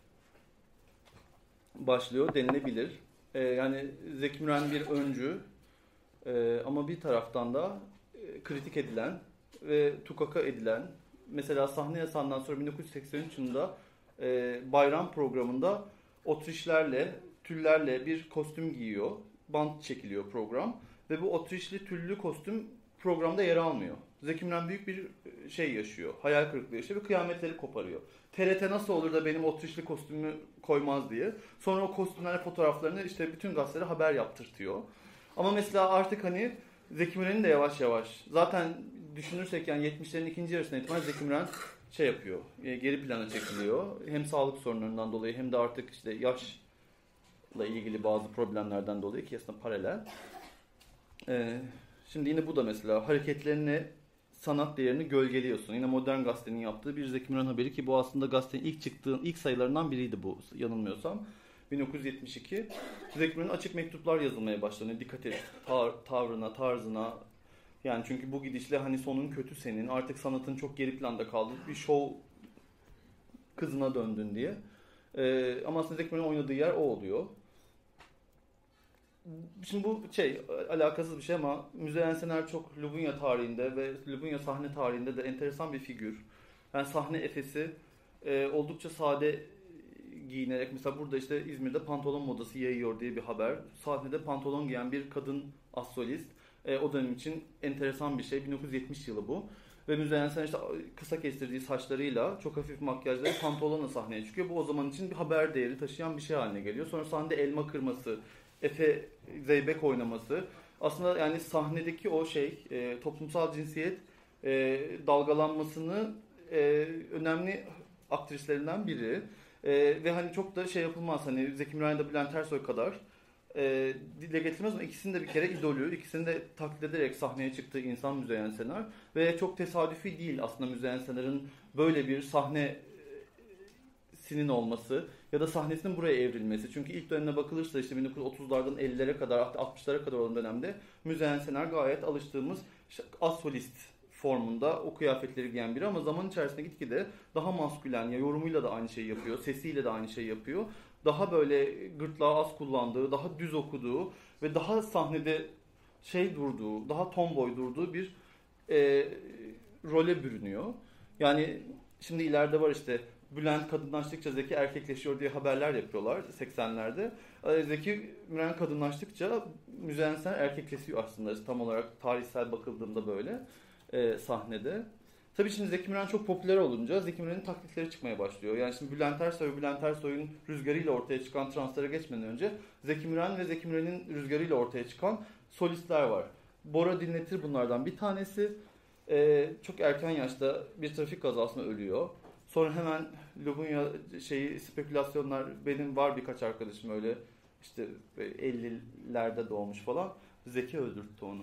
başlıyor denilebilir. Ee, yani Zeki Müren bir öncü ee, ama bir taraftan da e, kritik edilen ve tukaka edilen, mesela sahne yasağından sonra bin dokuz yüz seksen üç yılında e, bayram programında otrişlerle, tüllerle bir kostüm giyiyor. Bant çekiliyor program ve bu otrişli tüllü kostüm programda yer almıyor. Zeki Müren büyük bir şey yaşıyor, hayal kırıklığı yaşıyor ve kıyametleri koparıyor. T R T nasıl olur da benim otrişli kostümü koymaz diye. Sonra o kostümlerle fotoğraflarını işte bütün gazetelere haber yaptırtıyor. Ama mesela artık hani Zeki Müren'in de yavaş yavaş, zaten düşünürsek yani yetmişlerin ikinci yarısına itibaren Zeki Müren şey yapıyor, geri plana çekiliyor. Hem sağlık sorunlarından dolayı hem de artık işte yaşla ilgili bazı problemlerden dolayı ki aslında paralel. Ee, şimdi yine bu da mesela hareketlerini, sanat değerini gölgeliyorsun. Yine Modern Gazete'nin yaptığı bir Zeki Müren haberi ki bu aslında gazetenin ilk çıktığı ilk sayılarından biriydi bu yanılmıyorsam. bin dokuz yüz yetmiş iki. Zeki Müren'in açık mektuplar yazılmaya başlanıyor. Dikkat et tar- tavrına, tarzına. Yani çünkü bu gidişle hani sonun kötü senin. Artık sanatın çok geri planda kaldı. Bir şov kızına döndün diye. Ee, ama aslında Zeki Müren'in oynadığı yer o oluyor. Şimdi bu şey alakasız bir şey ama Müzeyyen Senar çok Lubunya tarihinde ve Lubunya sahne tarihinde de enteresan bir figür. Yani sahne efesi e, oldukça sade giyinerek, mesela burada işte İzmir'de pantolon modası yayıyor diye bir haber. Sahnede pantolon giyen bir kadın as solist. E, o dönem için enteresan bir şey. bin dokuz yüz yetmiş yılı bu. Ve Müzeyyen Senar işte kısa kestirdiği saçlarıyla, çok hafif makyajla pantolonla sahneye çıkıyor. Bu o zaman için bir haber değeri taşıyan bir şey haline geliyor. Sonra sahnede elma kırması, Efe Zeybek oynaması. Aslında yani sahnedeki o şey, e, toplumsal cinsiyet e, dalgalanmasını e, önemli aktrislerinden biri. E, ve hani çok da şey yapılmaz, hani Zeki Müren ya da Bülent Ersoy kadar e, dile getirmez ama ikisinin de bir kere idolü, ikisini de taklit ederek sahneye çıktığı insan Müzeyyen Senar. Ve çok tesadüfi değil aslında Müzeyyen Senar'ın böyle bir sahne sinin olması ya da sahnesinin buraya evrilmesi. Çünkü ilk dönemine bakılırsa işte bin dokuz yüz otuzlardan ellilere kadar, hatta altmışlara kadar olan dönemde Müzeyyen Senar gayet alıştığımız işte az solist formunda o kıyafetleri giyen biri ama zaman içerisinde gitgide daha maskülen, ya yorumuyla da aynı şeyi yapıyor, sesiyle de aynı şeyi yapıyor. Daha böyle gırtlağı az kullandığı, daha düz okuduğu ve daha sahnede şey durduğu, daha tomboy durduğu bir e, role bürünüyor. Yani şimdi ileride var işte Bülent kadınlaştıkça Zeki erkekleşiyor diye haberler yapıyorlar seksenlerde. Zeki Müren kadınlaştıkça Müzeyyen Senar erkekleşiyor aslında tam olarak tarihsel bakıldığında böyle e, sahnede. Tabii şimdi Zeki Müren çok popüler olunca Zeki Müren'in taklitleri çıkmaya başlıyor. Yani şimdi Bülent Ersoy ve Bülent Ersoy'un rüzgarıyla ortaya çıkan translara geçmeden önce Zeki Müren ve Zeki Müren'in rüzgarıyla ortaya çıkan solistler var. Bora Dinletir bunlardan bir tanesi. Ee, çok erken yaşta bir trafik kazasında ölüyor. Sonra hemen Lubunya şeyi spekülasyonlar, benim var birkaç arkadaşım öyle işte ellilerde doğmuş falan. Zeki öldürttü onu.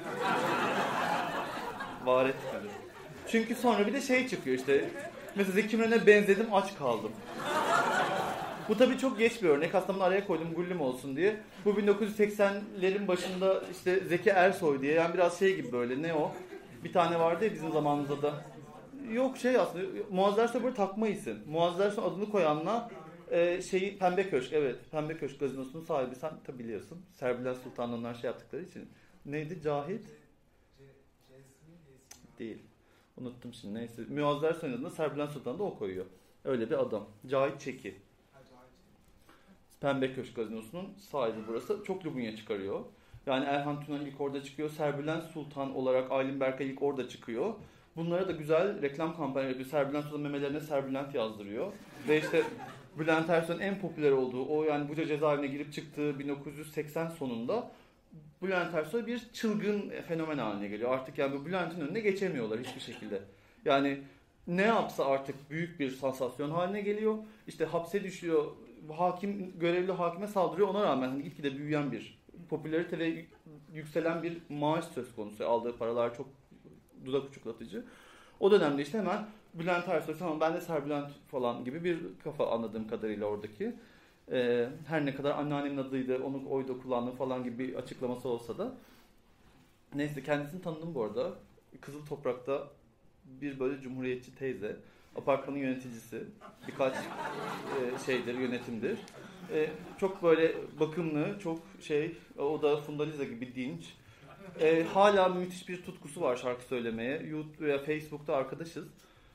Var etmedi. Çünkü sonra bir de şey çıkıyor işte. Mesela Zeki Müren'e benzedim, aç kaldım. Bu tabii çok geç bir örnek. Aslında bunu araya koydum gullüm olsun diye. Bu bin dokuz yüz seksenlerin başında işte Zeki Ersoy diye, yani biraz şey gibi böyle, ne o? Bir tane vardı ya bizim zamanımızda da. Yok şey aslında Muazzez Ersoy böyle takma isim. Muazzez Ersoy adını koyanla e, şeyi Pembe Köşk, evet. Pembe Köşk gazinosunun sahibi, sen tabi biliyorsun. Serbülent Sultan'la onlar şey yaptıkları için. Neydi? Cahit? Değil. Unuttum şimdi, neyse. Muazzez Ersoy'un adına Serbülent Sultan da o koyuyor. Öyle bir adam. Cahit Çeki. Pembe Köşk gazinosunun sahibi burası. Çok Lubunya çıkarıyor. Yani Erhan Tunan ilk orada çıkıyor. Serbülent Sultan olarak Aylin Berkay ilk orada çıkıyor. Bunlara da güzel reklam kampanyaları yapıyor. Serbülent Sultan memelerine Serbülent yazdırıyor. Ve işte Bülent Ersoy'un en popüler olduğu, o yani Buca cezaevine girip çıktığı bin dokuz yüz seksen sonunda Bülent Ersoy bir çılgın fenomen haline geliyor. Artık yani bu Bülent'in önüne geçemiyorlar hiçbir şekilde. Yani ne yapsa artık büyük bir sansasyon haline geliyor. İşte hapse düşüyor. Hakim, görevli hakime saldırıyor. Ona rağmen hani gitgide büyüyen bir popülarite ve yükselen bir maaş söz konusu. Aldığı paralar çok dudak uçuklatıcı. O dönemde işte hemen Bülent Ersoy, tamam ben de Serbülent falan gibi bir kafa anladığım kadarıyla oradaki. Ee, her ne kadar anneannemin adıydı, onu oyda kullandım falan gibi bir açıklaması olsa da. Neyse, kendisini tanıdım bu arada. Kızıl Toprak'ta bir böyle cumhuriyetçi teyze. Apartmanın yöneticisi. Birkaç e, şeydir, yönetimdir. E, çok böyle bakımlı, çok şey, o da Funda Liza gibi dinç. E, hala müthiş bir tutkusu var şarkı söylemeye. YouTube veya Facebook'ta arkadaşız.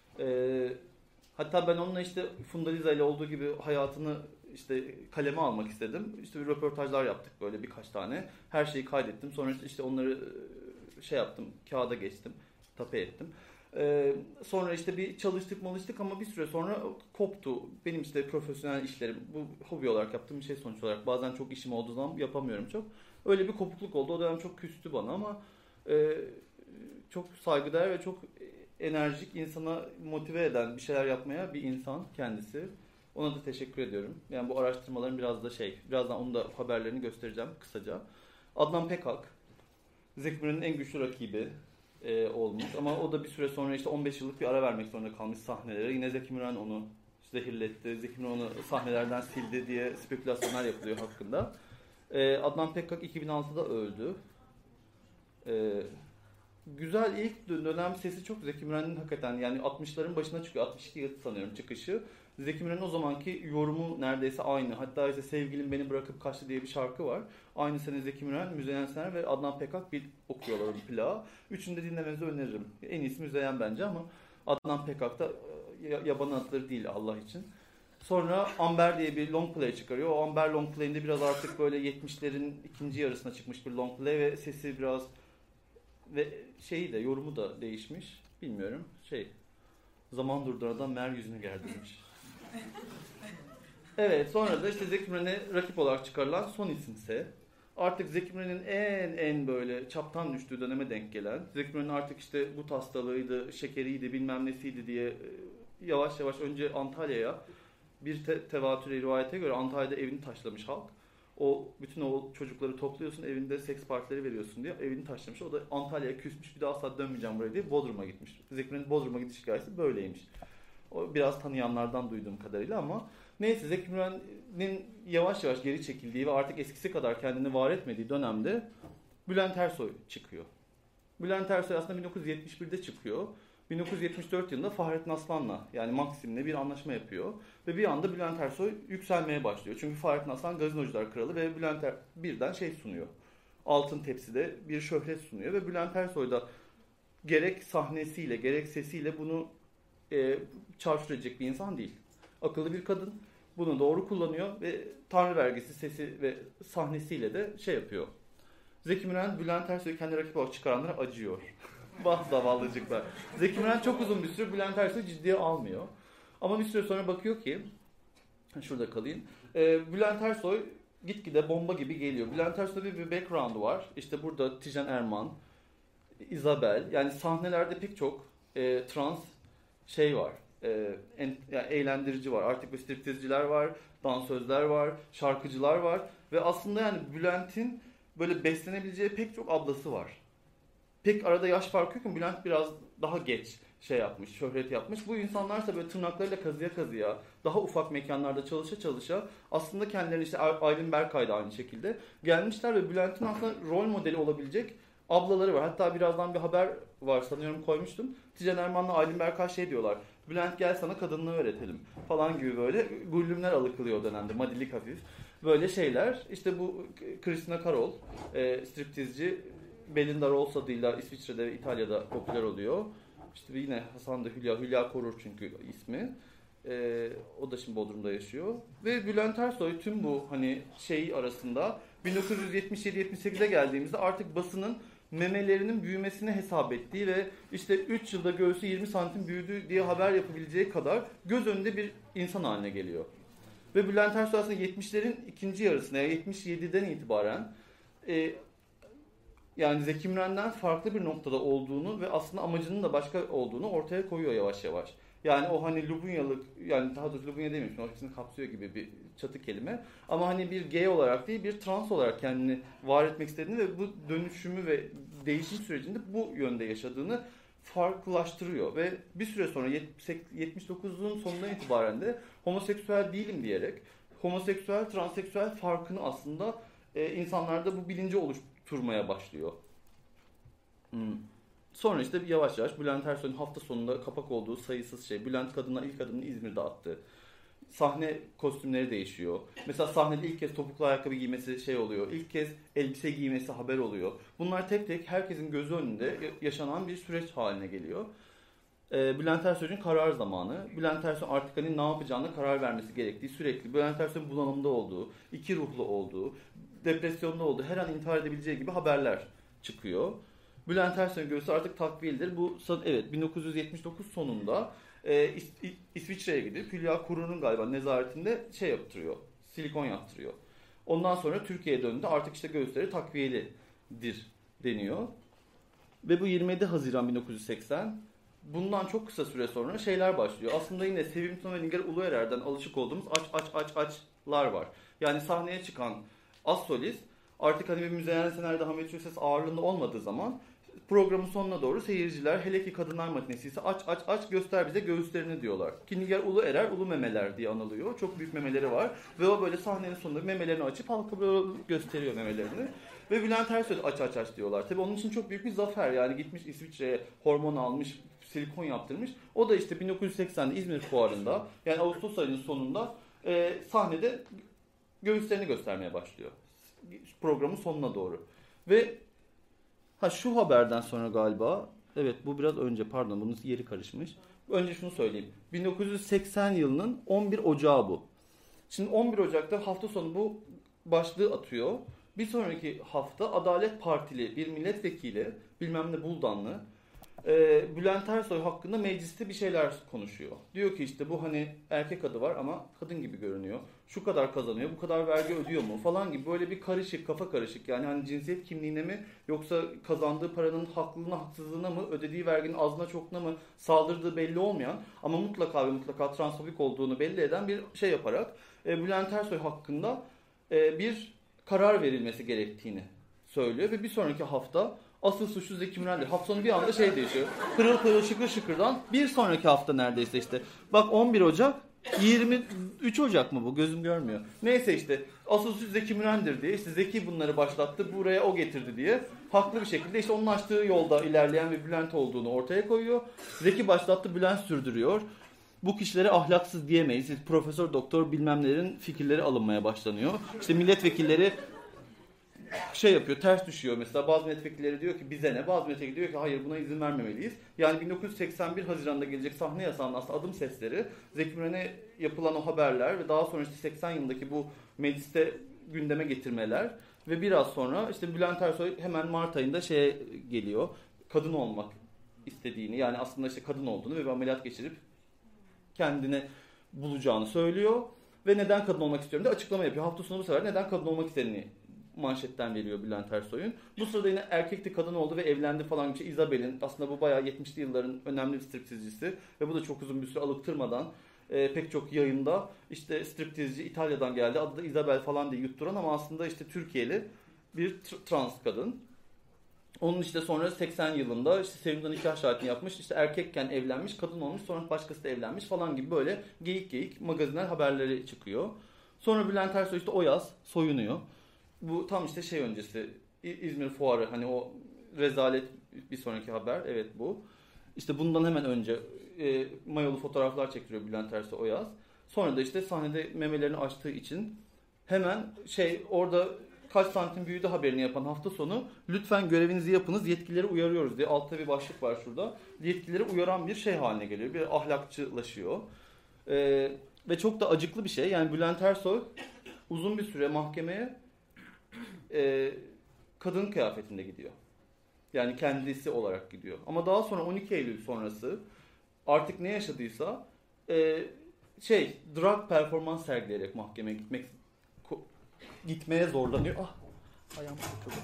E, hatta ben onunla işte Funda Liza ile olduğu gibi hayatını işte kaleme almak istedim. İşte bir röportajlar yaptık böyle birkaç tane. Her şeyi kaydettim. Sonra işte onları şey yaptım, kağıda geçtim, tape ettim. Ee, sonra işte bir çalıştık malıştık ama bir süre sonra koptu. Benim işte profesyonel işlerim, bu hobi olarak yaptığım bir şey sonuç olarak. Bazen çok işim olduğu zaman yapamıyorum çok. Öyle bir kopukluk oldu. O dönem çok küstü bana ama e, çok saygıdeğer ve çok enerjik, insana motive eden bir şeyler yapmaya bir insan kendisi. Ona da teşekkür ediyorum. Yani bu araştırmaların biraz da şey, birazdan onun da haberlerini göstereceğim kısaca. Adnan Pekak, Zeki Müren'in en güçlü rakibi e, olmuş. Ama o da bir süre sonra işte on beş yıllık bir ara vermek zorunda kalmış sahnelere. Yine Zeki Müren onu zehirletti, Zeki Müren onu sahnelerden sildi diye spekülasyonlar yapılıyor hakkında. E, Adnan Pekak iki bin altıda öldü. E, güzel ilk dönem sesi çok Zeki Müren'in hakikaten, yani altmışların başına çıkıyor. altmış iki sanıyorum çıkışı. Zeki Müren'in o zamanki yorumu neredeyse aynı. Hatta işte Sevgilim Beni Bırakıp Kaçtı diye bir şarkı var. Aynı sene Zeki Müren, Müzeyyen Senar ve Adnan Pekak bir okuyorlar o plağı. Üçünü de dinlemenizi öneririm. En iyisi Müzeyyen bence ama Adnan Pekak da yaban atları değil Allah için. Sonra Amber diye bir long play çıkarıyor. O Amber long play'inde biraz artık böyle yetmişlerin ikinci yarısına çıkmış bir long play ve sesi biraz ve şeyi de, yorumu da değişmiş. bilmiyorum şey zaman durduradan mer yüzünü gerdirmiş. Evet, sonra da işte Zeki Müren'e rakip olarak çıkarılan son isimse artık Zeki Müren'in en en böyle çaptan düştüğü döneme denk gelen, Zeki Müren'in artık işte gut hastalığıydı, şekeriydi, bilmem nesiydi diye yavaş yavaş önce Antalya'ya bir te- tevatüre rivayete göre Antalya'da evini taşlamış halk. O bütün o çocukları topluyorsun, evinde seks partileri veriyorsun diye evini taşlamış. O da Antalya'ya küsmüş, bir daha asla dönmeyeceğim buraya diye Bodrum'a gitmiş. Zeki Müren'in Bodrum'a gidiş hikayesi böyleymiş. O biraz tanıyanlardan duyduğum kadarıyla ama neyse, Zeki Müren'in yavaş yavaş geri çekildiği ve artık eskisi kadar kendini var etmediği dönemde Bülent Ersoy çıkıyor. Bülent Ersoy aslında bin dokuz yüz yetmiş birde çıkıyor. bin dokuz yüz yetmiş dört yılında Fahrettin Aslan'la yani Maxim'le bir anlaşma yapıyor. Ve bir anda Bülent Ersoy yükselmeye başlıyor. Çünkü Fahrettin Aslan Gazinocular Kralı ve Bülent Er birden şey sunuyor. Altın tepside bir şöhret sunuyor ve Bülent Ersoy da gerek sahnesiyle gerek sesiyle bunu e, çarçur edecek bir insan değil. Akıllı bir kadın. Bunu doğru kullanıyor ve Tanrı vergisi sesi ve sahnesiyle de şey yapıyor. Zeki Müren, Bülent Ersoy'u kendi rakip olarak çıkaranlara acıyor. Bah zavallıcıklar. Zeki Müren çok uzun bir süre Bülent Ersoy'u ciddiye almıyor. Ama bir süre sonra bakıyor ki, şurada kalayım. E, Bülent Ersoy gitgide bomba gibi geliyor. Bülent Ersoy'da bir background'u var. İşte burada Tijen Erman, Isabel, yani sahnelerde pek çok e, trans şey var. E, en, yani eğlendirici var. Artık bir striptizciler var, dansözler var, şarkıcılar var ve aslında yani Bülent'in böyle beslenebileceği pek çok ablası var. Pek arada yaş farkı yok ama Bülent biraz daha geç şey yapmış, şöhret yapmış. Bu insanlarsa böyle tırnaklarıyla kazıya kazıya, daha ufak mekanlarda çalışa çalışa aslında kendilerini işte Aylin Berkay da aynı şekilde gelmişler ve Bülent'in aslında rol modeli olabilecek ablaları var. Hatta birazdan bir haber var sanıyorum koymuştum. Tijen Erman'la Aylin Berkay şey diyorlar. Bülent gel sana kadınlığı öğretelim falan gibi böyle gullümler alıkılıyor o dönemde. Madilik hafif. Böyle şeyler. İşte bu Christina Karol, e, striptizci Belinda Rolls adıyla İsviçre'de ve İtalya'da popüler oluyor. İşte yine Hasan da Hülya, Hülya Korur çünkü ismi. Ee, o da şimdi Bodrum'da yaşıyor. Ve Bülent Ersoy tüm bu hani şey arasında bin dokuz yüz yetmiş yedi yetmiş sekize geldiğimizde artık basının memelerinin büyümesini hesap ettiği ve işte üç yılda göğsü yirmi santim büyüdü diye haber yapabileceği kadar göz önünde bir insan haline geliyor. Ve Bülent Ersoy aslında yetmişlerin ikinci yarısına, yani yetmiş yediden itibaren e, yani Zeki Müren'den farklı bir noktada olduğunu ve aslında amacının da başka olduğunu ortaya koyuyor yavaş yavaş. Yani o hani Lubunyalık, yani daha doğrusu Lubunya demeyeyim, o hepsini kapsıyor gibi bir çatı kelime. Ama hani bir gay olarak değil, bir trans olarak kendini var etmek istediğini ve bu dönüşümü ve değişim sürecinde bu yönde yaşadığını farklılaştırıyor. Ve bir süre sonra yetmiş dokuzun sonundan itibaren de homoseksüel değilim diyerek homoseksüel, transseksüel farkını aslında e, insanlarda bu bilinci oluşturmaya başlıyor. Hmm. Sonra işte yavaş yavaş Bülent Ersoy'un hafta sonunda kapak olduğu sayısız şey. Bülent Kadınlar ilk adımını İzmir'de attı. Sahne kostümleri değişiyor. Mesela sahnede ilk kez topuklu ayakkabı giymesi şey oluyor. İlk kez elbise giymesi haber oluyor. Bunlar tek tek herkesin gözü önünde yaşanan bir süreç haline geliyor. Ee, Bülent Ersoy'un karar zamanı. Bülent Ersoy artık hani ne yapacağına karar vermesi gerektiği, sürekli Bülent Ersoy'un bulanımda olduğu, iki ruhlu olduğu, depresyonda olduğu, her an intihar edebileceği gibi haberler çıkıyor. Bülent Ersoy'un göğsü artık takviyelidir. Bu evet bin dokuz yüz yetmiş dokuz sonunda e, İs, İsviçre'ye gidip Hülya Korur'un galiba nezaretinde şey yaptırıyor. Silikon yaptırıyor. Ondan sonra Türkiye'ye döndü. Artık işte göğüsleri takviyelidir deniyor. Ve bu yirmi yedi Haziran bin dokuz yüz seksen, bundan çok kısa süre sonra şeyler başlıyor. Aslında yine Sevim Tuna ve Nigar Uluerer'den alışık olduğumuz aç aç aç açlar var. Yani sahneye çıkan az solist artık hani bir Müzeyyen Sener'de Hamit Ses ağırlığında olmadığı zaman programın sonuna doğru seyirciler, hele ki kadınlar matinesi ise aç aç aç göster bize göğüslerini diyorlar. Ki Nigar Uluerer ulu memeler diye anılıyor. Çok büyük memeleri var. Ve o böyle sahnenin sonunda memelerini açıp halka böyle gösteriyor memelerini. Ve Bülent Ersoy aç aç aç diyorlar. Tabii onun için çok büyük bir zafer. Yani gitmiş İsviçre'ye hormon almış, silikon yaptırmış. O da işte bin dokuz yüz seksende İzmir Fuarı'nda, yani Ağustos ayının sonunda e, sahnede göğüslerini göstermeye başlıyor. Programın sonuna doğru. Ve ha şu haberden sonra galiba, evet bu biraz önce, pardon bunun yeri karışmış. Önce şunu söyleyeyim. bin dokuz yüz seksen yılının on bir Ocağı bu. Şimdi on bir Ocak'ta hafta sonu bu başlığı atıyor. Bir sonraki hafta Adalet Partili bir milletvekili, bilmem ne Buldanlı, e, Bülent Ersoy hakkında mecliste bir şeyler konuşuyor. Diyor ki işte bu hani erkek adı var ama kadın gibi görünüyor. Şu kadar kazanıyor, bu kadar vergi ödüyor mu falan gibi böyle bir karışık, kafa karışık. Yani hani cinsiyet kimliğine mi yoksa kazandığı paranın haklılığına, haksızlığına mı, ödediği verginin azına çokuna mı saldırdığı belli olmayan ama mutlaka ve mutlaka transfobik olduğunu belli eden bir şey yaparak e, Bülent Ersoy hakkında e, bir karar verilmesi gerektiğini söylüyor ve bir sonraki hafta asıl suçlu Zeki Müren'dir. Hafta sonu bir anda şey değişiyor. Pırıl pırıl şıkır şıkırdan bir sonraki hafta neredeyse işte. Bak on bir Ocak, yirmi üç Ocak mı bu? Gözüm görmüyor. Neyse işte asıl suçlu Zeki Müren'dir diye. İşte Zeki bunları başlattı, buraya o getirdi diye. Haklı bir şekilde işte onun açtığı yolda ilerleyen bir Bülent olduğunu ortaya koyuyor. Zeki başlattı, Bülent sürdürüyor. Bu kişilere ahlaksız diyemeyiz. Profesör, doktor bilmemlerin fikirleri alınmaya başlanıyor. İşte milletvekilleri şey yapıyor, ters düşüyor. Mesela bazı milletvekilleri diyor ki bize ne? Bazı milletvekilleri diyor ki hayır buna izin vermemeliyiz. Yani bin dokuz yüz seksen bir Haziran'da gelecek sahne yasağının aslında adım sesleri, Zeki Müren'e yapılan o haberler ve daha sonra işte seksen yılındaki bu mecliste gündeme getirmeler ve biraz sonra işte Bülent Ersoy hemen Mart ayında şeye geliyor. Kadın olmak istediğini, yani aslında işte kadın olduğunu ve bir ameliyat geçirip kendini bulacağını söylüyor ve neden kadın olmak istiyorum diye açıklama yapıyor. Hafta sonu bu sefer neden kadın olmak istediğini manşetten veriyor Bülent Ersoy'un. Bu sırada yine erkekti, kadın oldu ve evlendi falan gibi. Isabel'in aslında bu bayağı yetmişli yılların önemli bir striptizcisi ve bu da çok uzun bir süre alıktırmadan e, pek çok yayında işte striptizci İtalya'dan geldi. Adı da Isabel falan diye yutturan ama aslında işte Türkiye'li bir tr- trans kadın. Onun işte sonra seksen yılında işte Sevim'den nikah şahitini yapmış. İşte erkekken evlenmiş, kadın olmuş, sonra başkası da evlenmiş falan gibi böyle geyik geyik magazinler haberleri çıkıyor. Sonra Bülent Ersoy işte o yaz soyunuyor. Bu tam işte şey öncesi İzmir Fuarı, hani o rezalet bir sonraki haber, evet bu. İşte bundan hemen önce e, mayolu fotoğraflar çektiriyor Bülent Ersoy o yaz. Sonra da işte sahnede memelerini açtığı için hemen şey orada kaç santim büyüdü haberini yapan hafta sonu lütfen görevinizi yapınız, yetkilileri uyarıyoruz diye altta bir başlık var şurada. Yetkilileri uyaran bir şey haline geliyor, bir ahlakçılaşıyor. E, ve çok da acıklı bir şey, yani Bülent Ersoy uzun bir süre mahkemeye e, kadın kıyafetinde gidiyor. Yani kendisi olarak gidiyor. Ama daha sonra on iki Eylül sonrası artık ne yaşadıysa e, şey drag performans sergileyerek mahkemeye gitmek ko- gitmeye zorlanıyor. Ah, ayağım takıldı.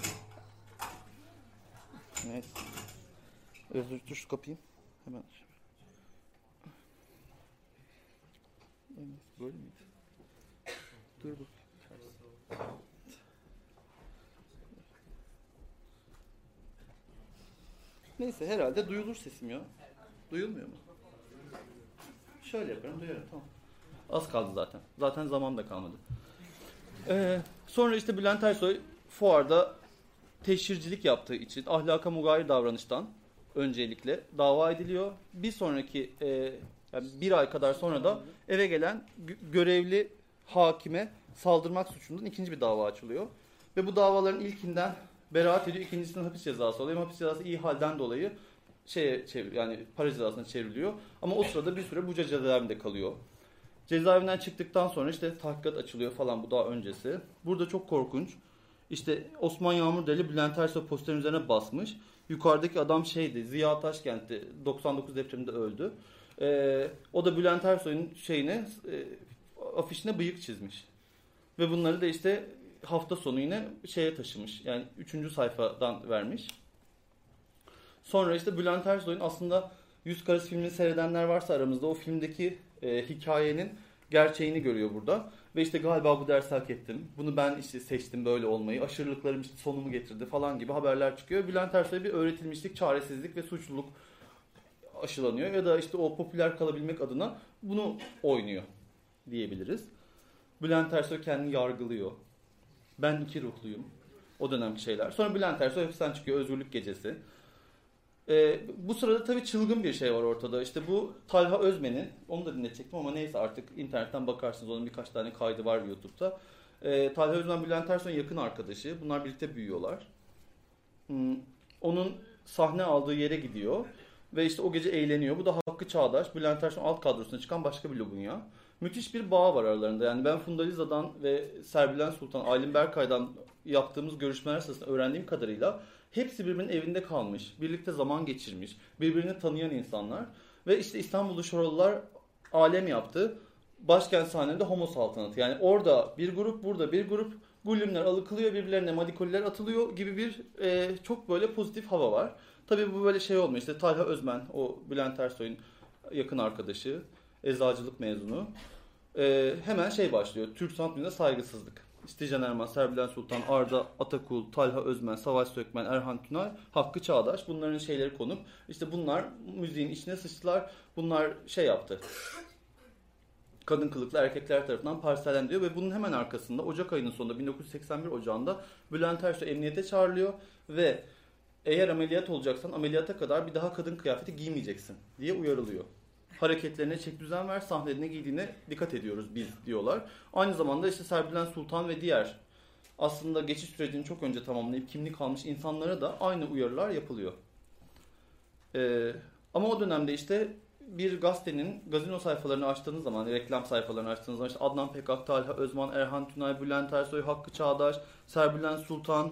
Neyse. Özür dur şu kapayım. Hemen. Böyle miydi? Dur bak. Neyse herhalde duyulur sesim ya. Duyulmuyor mu? Şöyle yaparım, duyarım, tamam. Az kaldı zaten. Zaten zaman da kalmadı. Ee, sonra işte Bülent Ersoy fuarda teşhircilik yaptığı için ahlaka mugayir davranıştan öncelikle dava ediliyor. Bir sonraki e, yani bir ay kadar sonra da eve gelen gö- görevli hakime saldırmak suçundan ikinci bir dava açılıyor. Ve bu davaların ilkinden beraat ediyor, ikincisinden hapis cezası alıyor. Hapis cezası iyi halden dolayı şeye çevir, yani para cezasına çevriliyor. Ama o sırada bir süre Buca cezaevinde kalıyor. Cezaevinden çıktıktan sonra işte tahkikat açılıyor falan, bu daha öncesi. Burada çok korkunç. İşte Osman Yağmurdeli Bülent Ersoy posterin üzerine basmış. Yukarıdaki adam şeydi, Ziya Taşkent'ti, doksan dokuz depreminde öldü. Ee, o da Bülent Ersoy'un şeyine, e, afişine bıyık çizmiş. Ve bunları da işte hafta sonu yine şeye taşımış. Yani üçüncü sayfadan vermiş. Sonra işte Bülent Ersoy'un aslında Yüz Karası filmini seyredenler varsa aramızda o filmdeki e, hikayenin gerçeğini görüyor burada. Ve işte galiba bu dersi hak ettim. Bunu ben işte seçtim böyle olmayı. Aşırılıklarım işte sonumu getirdi falan gibi haberler çıkıyor. Bülent Ersoy'a bir öğretilmişlik, çaresizlik ve suçluluk aşılanıyor. Ya da işte o popüler kalabilmek adına bunu oynuyor diyebiliriz. Bülent Ersoy kendini yargılıyor. Ben iki ruhluyum. O dönemki şeyler. Sonra Bülent Ersoy hapisten çıkıyor. Özgürlük Gecesi. Ee, bu sırada tabii çılgın bir şey var ortada. İşte bu Talha Özmen'in, onu da dinletecektim ama neyse artık internetten bakarsınız. Onun birkaç tane kaydı var YouTube'da. Ee, Talha Özmen Bülent Ersoy'un yakın arkadaşı. Bunlar birlikte büyüyorlar. Hmm, onun sahne aldığı yere gidiyor. Ve işte o gece eğleniyor. Bu da Hakkı Çağdaş, Bülent Ersoy'un alt kadrosuna çıkan başka bir Lubunya. müthiş bir bağ var aralarında. Yani ben Funda Liza'dan ve Serbilen Sultan, Aylin Berkay'dan yaptığımız görüşmeler sırasında öğrendiğim kadarıyla hepsi birbirinin evinde kalmış, birlikte zaman geçirmiş, birbirini tanıyan insanlar. Ve işte İstanbul'da Şoroğlular alem yaptı. Başkent sahnelerinde homo saltanatı. Yani orada bir grup, burada bir grup, gulyumlar alıkılıyor, birbirlerine madikoliler atılıyor gibi bir e, çok böyle pozitif hava var. Tabii bu böyle şey olmuyor. İşte Talha Özmen, o Bülent Ersoy'un yakın arkadaşı, eczacılık mezunu. E, hemen şey başlıyor, Türk sanat müziğine saygısızlık. İşte Tijen Erman, Serbilen Sultan, Arda Atakul, Talha Özmen, Savaş Sökmen, Erhan Tünay, Hakkı Çağdaş, bunların şeyleri konup işte bunlar müziğin içine sıçtılar. Bunlar şey yaptı. Kadın kılıklı erkekler tarafından parsellendiyor ve bunun hemen arkasında Ocak ayının sonunda bin dokuz yüz seksen bir Ocağı'nda Bülent Ersoy emniyete çağrılıyor ve eğer ameliyat olacaksan ameliyata kadar bir daha kadın kıyafeti giymeyeceksin diye uyarılıyor. Hareketlerine çek düzen ver, sahnelerine giydiğine dikkat ediyoruz biz diyorlar. Aynı zamanda işte Serbilen Sultan ve diğer aslında geçiş sürecini çok önce tamamlayıp kimlik almış insanlara da aynı uyarılar yapılıyor. Ee, ama o dönemde işte bir gazetenin gazino sayfalarını açtığınız zaman, reklam sayfalarını açtığınız zaman işte Adnan Pekak, Talha Özman, Erhan Tünay, Bülent Ersoy, Hakkı Çağdaş, Serbilen Sultan,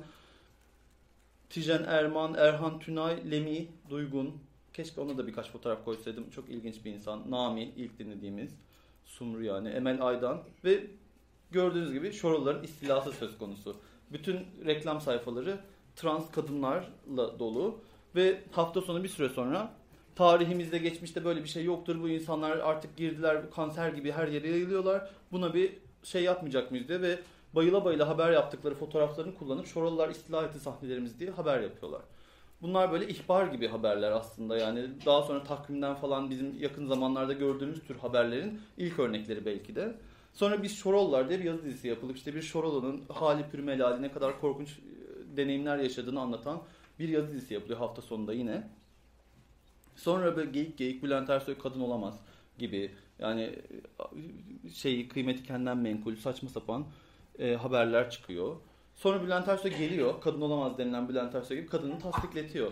Tijen Erman, Erhan Tünay, Lemi, Duygun. Keşke ona da birkaç fotoğraf koysaydım. Çok ilginç bir insan. Nami, ilk dinlediğimiz. Sumru yani. Emel Aydan. Ve gördüğünüz gibi Şoroğluların istilası söz konusu. Bütün reklam sayfaları trans kadınlarla dolu. Ve hafta sonu bir süre sonra tarihimizde, geçmişte böyle bir şey yoktur. Bu insanlar artık girdiler, kanser gibi her yere yayılıyorlar. Buna bir şey yapmayacak mıyız diye ve bayıla bayıla haber yaptıkları fotoğraflarını kullanıp Şoroğlular istila etti sahnelerimiz diye haber yapıyorlar. Bunlar böyle ihbar gibi haberler aslında, yani daha sonra takvimden falan bizim yakın zamanlarda gördüğümüz tür haberlerin ilk örnekleri belki de. Sonra biz Şoroğlular diye bir yazı dizisi yapılıp işte bir Şoroğlu'nun hali pürmelali ne kadar korkunç deneyimler yaşadığını anlatan bir yazı dizisi yapılıyor hafta sonunda yine. Sonra böyle geyik geyik Bülent Ersoy kadın olamaz gibi, yani şey kıymeti kendinden menkul saçma sapan e, haberler çıkıyor. Sonra Bülent Ersoy geliyor, kadın olamaz denilen Bülent Ersoy gibi kadını tasdikletiyor.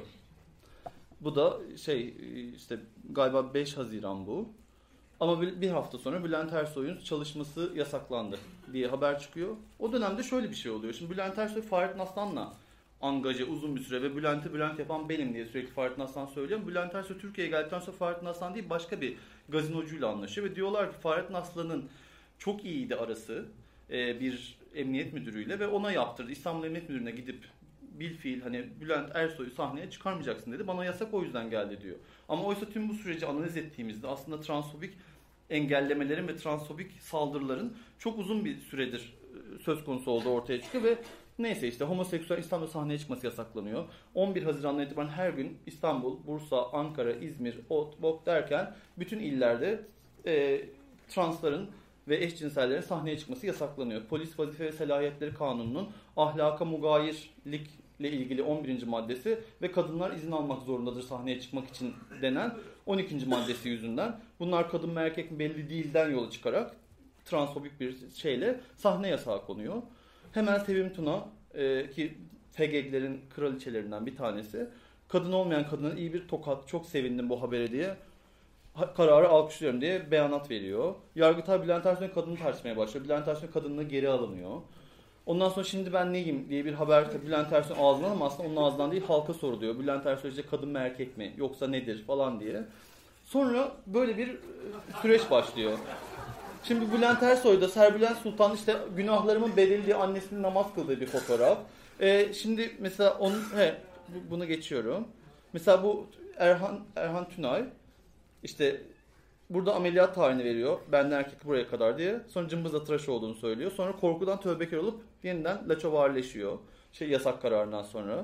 Bu da şey işte galiba beş Haziran bu. Ama bir hafta sonra Bülent Ersoy'un çalışması yasaklandı diye haber çıkıyor. O dönemde şöyle bir şey oluyor. Şimdi Bülent Ersoy Fahrettin Aslan'la angaje uzun bir süre ve Bülent'i Bülent yapan benim diye sürekli Fahrettin Aslan söylüyor. Bülent Ersoy Türkiye'ye geldikten sonra Fahrettin Aslan değil başka bir gazinocuyla anlaşıyor ve diyorlar ki Fahrettin Aslan'ın çok iyiydi arası bir emniyet müdürüyle ve ona yaptırdı. İstanbul Emniyet Müdürlüğü'ne gidip bilfiil hani Bülent Ersoy'u sahneye çıkarmayacaksın dedi. Bana yasak o yüzden geldi diyor. Ama oysa tüm bu süreci analiz ettiğimizde aslında transfobik engellemelerin ve transfobik saldırıların çok uzun bir süredir söz konusu olduğu ortaya çıkıyor ve neyse işte homoseksüel İstanbul'da sahneye çıkması yasaklanıyor. on bir Haziran'dan itibaren her gün İstanbul, Bursa, Ankara, İzmir, Ot, Bok derken bütün illerde e, transların ve eşcinsellerin sahneye çıkması yasaklanıyor. Polis Vazife ve Selahiyetleri Kanunu'nun ahlaka mugayirlikle ilgili on birinci maddesi ve kadınlar izin almak zorundadır sahneye çıkmak için denen on ikinci maddesi yüzünden bunlar kadın mı erkek mi belli değilden yola çıkarak transfobik bir şeyle sahne yasağı konuyor. Hemen Sevim Tuna e, ki F G G'lerin kraliçelerinden bir tanesi kadın olmayan kadına iyi bir tokat çok sevindim bu habere diye kararı alkışlıyorum diye beyanat veriyor. Yargıtay Bülent Ersoy'un kadını tartışmaya başlıyor. Bülent Ersoy'un kadınlığı geri alınıyor. Ondan sonra şimdi ben neyim diye bir haber Bülent Ersoy ağzından ama aslında onun ağzından değil halka soruluyor. Bülent Ersoy işte kadın mı erkek mi yoksa nedir falan diye. Sonra böyle bir süreç başlıyor. Şimdi Bülent Ersoy'da Serbilen Sultan işte günahlarımın bedeli diye annesinin namaz kıldığı bir fotoğraf. Ee, şimdi mesela onun, he, bunu geçiyorum. Mesela bu Erhan Erhan Tünay işte burada ameliyat tarihini veriyor. Benden erkek buraya kadar diye. Sonra cımbızla tıraş olduğunu söylüyor. Sonra korkudan tövbekar olup yeniden laçovarleşiyor. Şey yasak kararından sonra.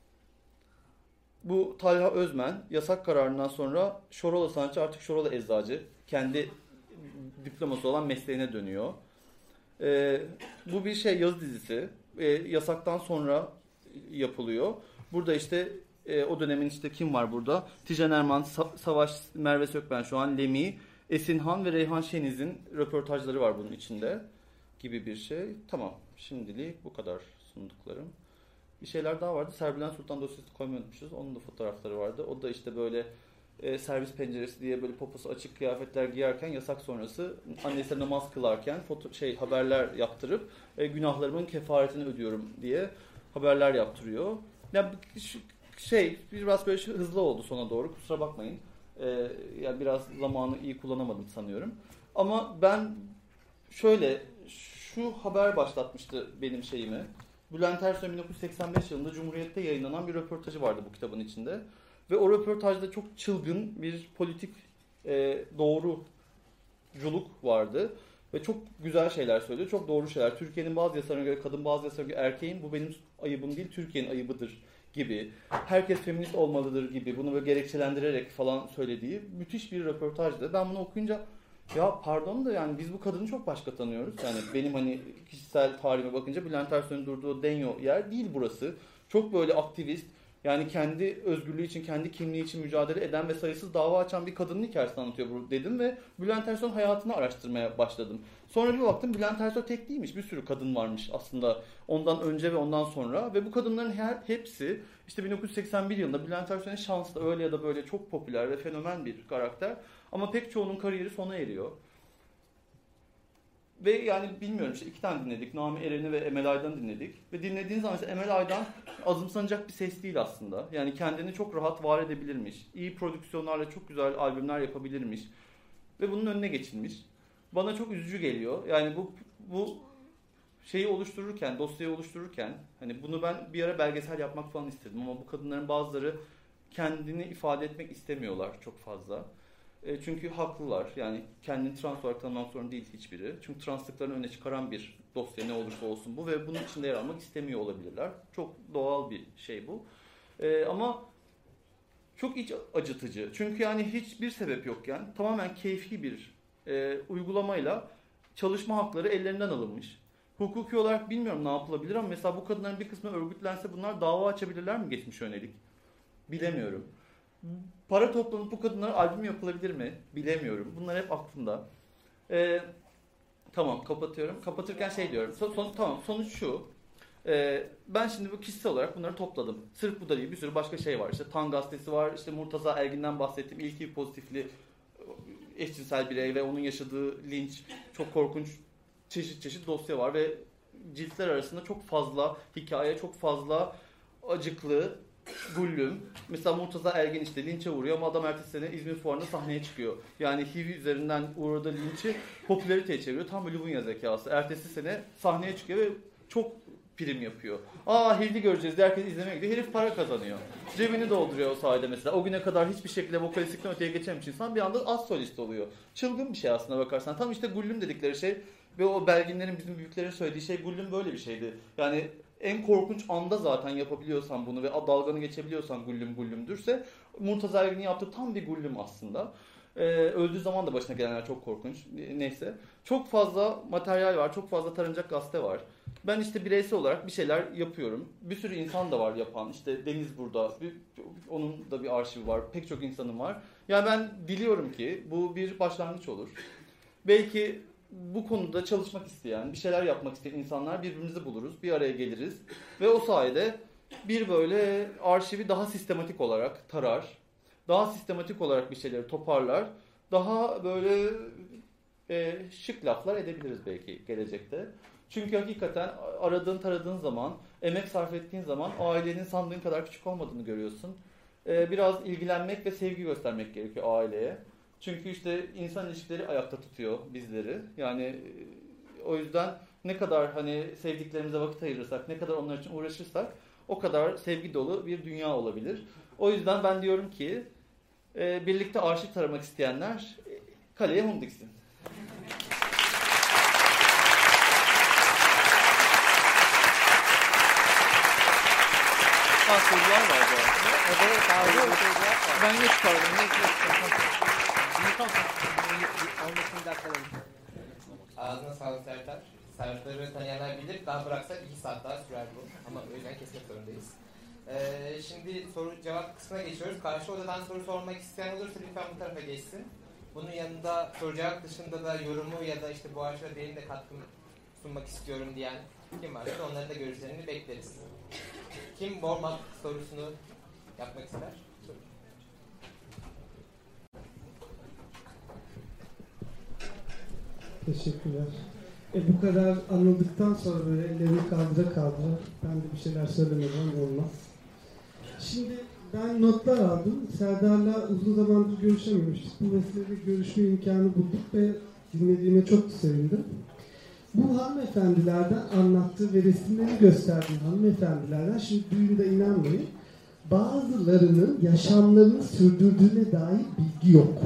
Bu Talha Özmen yasak kararından sonra Şoroğlu sanatçı artık Şoroğlu eczacı. Kendi diploması olan mesleğine dönüyor. Ee, bu bir şey yazı dizisi. Ee, yasaktan sonra yapılıyor. Burada işte e, o dönemin işte kim var burada? Tijen Erman, Sa- Savaş, Merve Sökben şu an, Lemi, Esinhan ve Reyhan Şeniz'in röportajları var bunun içinde gibi bir şey. Tamam. Şimdilik bu kadar sunduklarım. Bir şeyler daha vardı. Serbilen Sultan dosyası koymayı unutmuşuz. Onun da fotoğrafları vardı. O da işte böyle e, servis penceresi diye böyle poposu açık kıyafetler giyerken yasak sonrası annesi namaz kılarken foto şey haberler yaptırıp e, günahlarımın kefaretini ödüyorum diye haberler yaptırıyor. Ya şey biraz böyle hızlı oldu sona doğru, kusura bakmayın. Ee, yani biraz zamanı iyi kullanamadım sanıyorum. Ama ben şöyle, şu haber başlatmıştı benim şeyimi. Bülent Ersoy'un bin dokuz yüz seksen beş yılında Cumhuriyet'te yayınlanan bir röportajı vardı bu kitabın içinde. Ve o röportajda çok çılgın bir politik e, doğruculuk vardı. Ve çok güzel şeyler söylüyor, çok doğru şeyler. Türkiye'nin bazı yasalarına göre kadın, bazı yasalarına göre erkeğin, bu benim ayıbım değil, Türkiye'nin ayıbıdır gibi. Herkes feminist olmalıdır gibi, bunu böyle gerekçelendirerek falan söylediği müthiş bir röportajdı. Ben bunu okuyunca ya pardon da yani biz bu kadını çok başka tanıyoruz. Yani benim hani kişisel tarihime bakınca Bülent Ersoy'un durduğu denyo yer değil burası. Çok böyle aktivist, yani kendi özgürlüğü için, kendi kimliği için mücadele eden ve sayısız dava açan bir kadının hikayesini anlatıyor bu dedim ve Bülent Ersoy'un hayatını araştırmaya başladım. Sonra bir baktım Bülent Ersoy tek değilmiş, bir sürü kadın varmış aslında ondan önce ve ondan sonra ve bu kadınların her hepsi işte bin dokuz yüz seksen bir yılında Bülent Ersoy'un şanslı öyle ya da böyle çok popüler ve fenomen bir karakter ama pek çoğunun kariyeri sona eriyor. Ve yani bilmiyorum işte iki tane dinledik. Nami Eren'i ve Emel Aydan'ı dinledik. Ve dinlediğiniz zaman işte Emel Aydan azımsanacak bir ses değil aslında. Yani kendini çok rahat var edebilirmiş. İyi prodüksiyonlarla çok güzel albümler yapabilirmiş. Ve bunun önüne geçilmiş. Bana çok üzücü geliyor. Yani bu bu şeyi oluştururken, dosyayı oluştururken hani bunu ben bir ara belgesel yapmak falan istedim. Ama bu kadınların bazıları kendini ifade etmek istemiyorlar çok fazla. E, çünkü haklılar. Yani kendini trans olarak tanımlamak zorunda değil hiçbiri. Çünkü translıklarını öne çıkaran bir dosya ne olursa olsun bu ve bunun içinde yer almak istemiyor olabilirler. Çok doğal bir şey bu. E, ama çok iç acıtıcı. Çünkü yani hiçbir sebep yokken tamamen keyfi bir e, uygulamayla çalışma hakları ellerinden alınmış. Hukuki olarak bilmiyorum ne yapılabilir ama mesela bu kadınların bir kısmı örgütlense bunlar dava açabilirler mi geçmiş yönelik? Bilemiyorum. Para toplanıp bu kadınlara albüm yapılabilir mi? Bilemiyorum. Bunlar hep aklımda. Ee, tamam kapatıyorum. Kapatırken şey diyorum. Son, son, tamam sonuç şu. Ee, ben şimdi bu kişisel olarak bunları topladım. Sırf bu da değil bir sürü başka şey var. İşte Tan Gazetesi var. İşte Murtaza Ergin'den bahsettiğim ilk pozitifli eşcinsel birey ve onun yaşadığı linç. Çok korkunç çeşit çeşit dosya var ve ciltler arasında çok fazla hikaye, çok fazla acıklı Gullüm. Mesela Murtaza Ergen işte linçe uğruyor ama adam ertesi sene İzmir Fuarı'nda sahneye çıkıyor. Yani H I V üzerinden uğradığı linçi popülariteye çeviriyor. Tam bir Lubunya zekası. Ertesi sene sahneye çıkıyor ve çok prim yapıyor. Aa H I V'li göreceğiz diye herkes izlemeye gidiyor. Herif para kazanıyor. Cebini dolduruyor o sayede mesela. O güne kadar hiçbir şekilde vokalistlikten öteye geçememiş insan bir anda az solist oluyor. Çılgın bir şey aslına bakarsan. Tam işte Gullüm dedikleri şey ve o Belginlerin bizim büyüklerin söylediği şey Gullüm böyle bir şeydi. Yani en korkunç anda zaten yapabiliyorsan bunu ve dalganı geçebiliyorsan gullüm gullümdürse Murtaza Ergin'in yaptığı tam bir gullüm aslında. Ee, öldüğü zaman da başına gelenler çok korkunç. Neyse. Çok fazla materyal var. Çok fazla taranacak gazete var. Ben işte bireysel olarak bir şeyler yapıyorum. Bir sürü insan da var yapan. İşte Deniz burada. Bir, onun da bir arşivi var. Pek çok insanın var. Yani ben diliyorum ki bu bir başlangıç olur. Belki bu konuda çalışmak isteyen, bir şeyler yapmak isteyen insanlar birbirimizi buluruz, bir araya geliriz ve o sayede bir böyle arşivi daha sistematik olarak tarar, daha sistematik olarak bir şeyleri toparlar, daha böyle e, şık laflar edebiliriz belki gelecekte. Çünkü hakikaten aradığın taradığın zaman, emek sarf ettiğin zaman ailenin sandığın kadar küçük olmadığını görüyorsun. E, biraz ilgilenmek ve sevgi göstermek gerekiyor aileye. Çünkü işte insan ilişkileri ayakta tutuyor bizleri. Yani o yüzden ne kadar hani sevdiklerimize vakit ayırırsak, ne kadar onlar için uğraşırsak o kadar sevgi dolu bir dünya olabilir. O yüzden ben diyorum ki e, birlikte arşiv taramak isteyenler kaleye hum diksin. Ha sorular var bu arada. Evet, sağ olun. Ben ne çıkardım? Ne çıkardım? on beş dakika olmuş. Ağzına sağlık Sertar. Sertar'ı tanıyanlar bilir. Daha bıraksak iki saat daha sürer bu. Ama o yüzden kesmek zorundayız. Ee, şimdi soru cevap kısmına geçiyoruz. Karşı odadan soru sormak isteyen olursa lütfen bu tarafa geçsin. Bunun yanında soru cevap dışında da yorumu ya da işte bu arşive benim de katkım sunmak istiyorum diyen kim varsa onların da görüşlerini bekleriz. Kim warm-up sorusunu yapmak ister? Teşekkürler. E, bu kadar anıldıktan sonra böyle ellerimi kaldıra kaldıra ben de bir şeyler söylemeden olmaz. Şimdi ben notlar aldım. Serdar'la uzun zamandır görüşememiştik. Bu vesileyle görüşme imkanı bulduk ve dinlediğime çok sevindim. Bu hanımefendilerden anlattığı ve resimlerini gösterdiğim hanımefendilerden şimdi duyun da inanmayın. Bazılarının yaşamlarını sürdürdüğüne dair bilgi yok.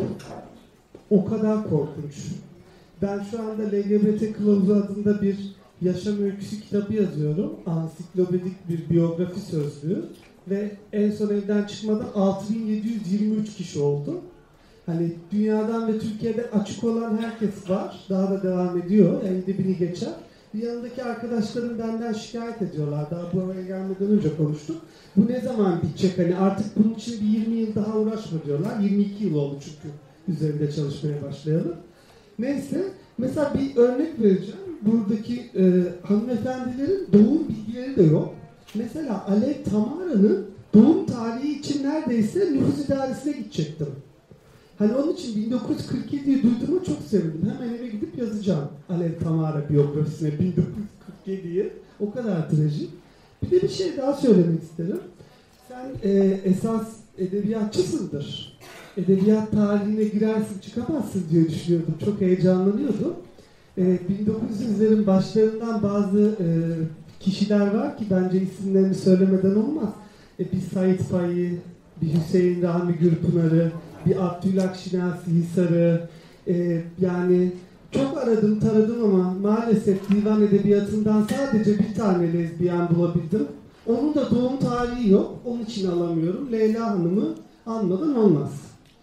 O kadar korkunç. Ben şu anda L G B T Kılavuzu adında bir yaşam öyküsü kitabı yazıyorum. Ansiklopedik bir biyografi sözlüğü. Ve en son evden çıkmadan altı bin yedi yüz yirmi üç kişi oldu. Hani dünyadan ve Türkiye'de açık olan herkes var. Daha da devam ediyor. elli bini geçer. Bir yanındaki arkadaşlarım benden şikayet ediyorlar. Daha buraya gelmeden önce konuştuk. Bu ne zaman bitecek? Hani artık bunun için bir yirmi yıl daha uğraşma diyorlar. yirmi iki yıl oldu çünkü üzerinde çalışmaya başlayalım. Neyse. Mesela bir örnek vereceğim. Buradaki e, hanımefendilerin doğum bilgileri de yok. Mesela Alev Tamara'nın doğum tarihi için neredeyse nüfus idaresine gidecektim. Hani onun için bin dokuz yüz kırk yediyi duyduğuma çok sevindim. Hemen eve gidip yazacağım Alev Tamara biyografisine bin dokuz yüz kırk yediyi. O kadar trajik. Bir de bir şey daha söylemek isterim. Sen e, esas edebiyatçısındır. Edebiyat tarihine girersin çıkamazsın diye düşünüyordum. Çok heyecanlanıyordum. E, bin dokuz yüzlerin başlarından bazı e, kişiler var ki bence isimlerini söylemeden olmaz. E, bir Sait Faik'i, bir Hüseyin Rahmi Gürpınar'ı, bir Abdülhak Şinasi Hisar'ı, e, yani çok aradım taradım ama maalesef divan edebiyatından sadece bir tane lezbiyen bulabildim. Onun da doğum tarihi yok, onun için alamıyorum. Leyla Hanım'ı anmadan olmaz.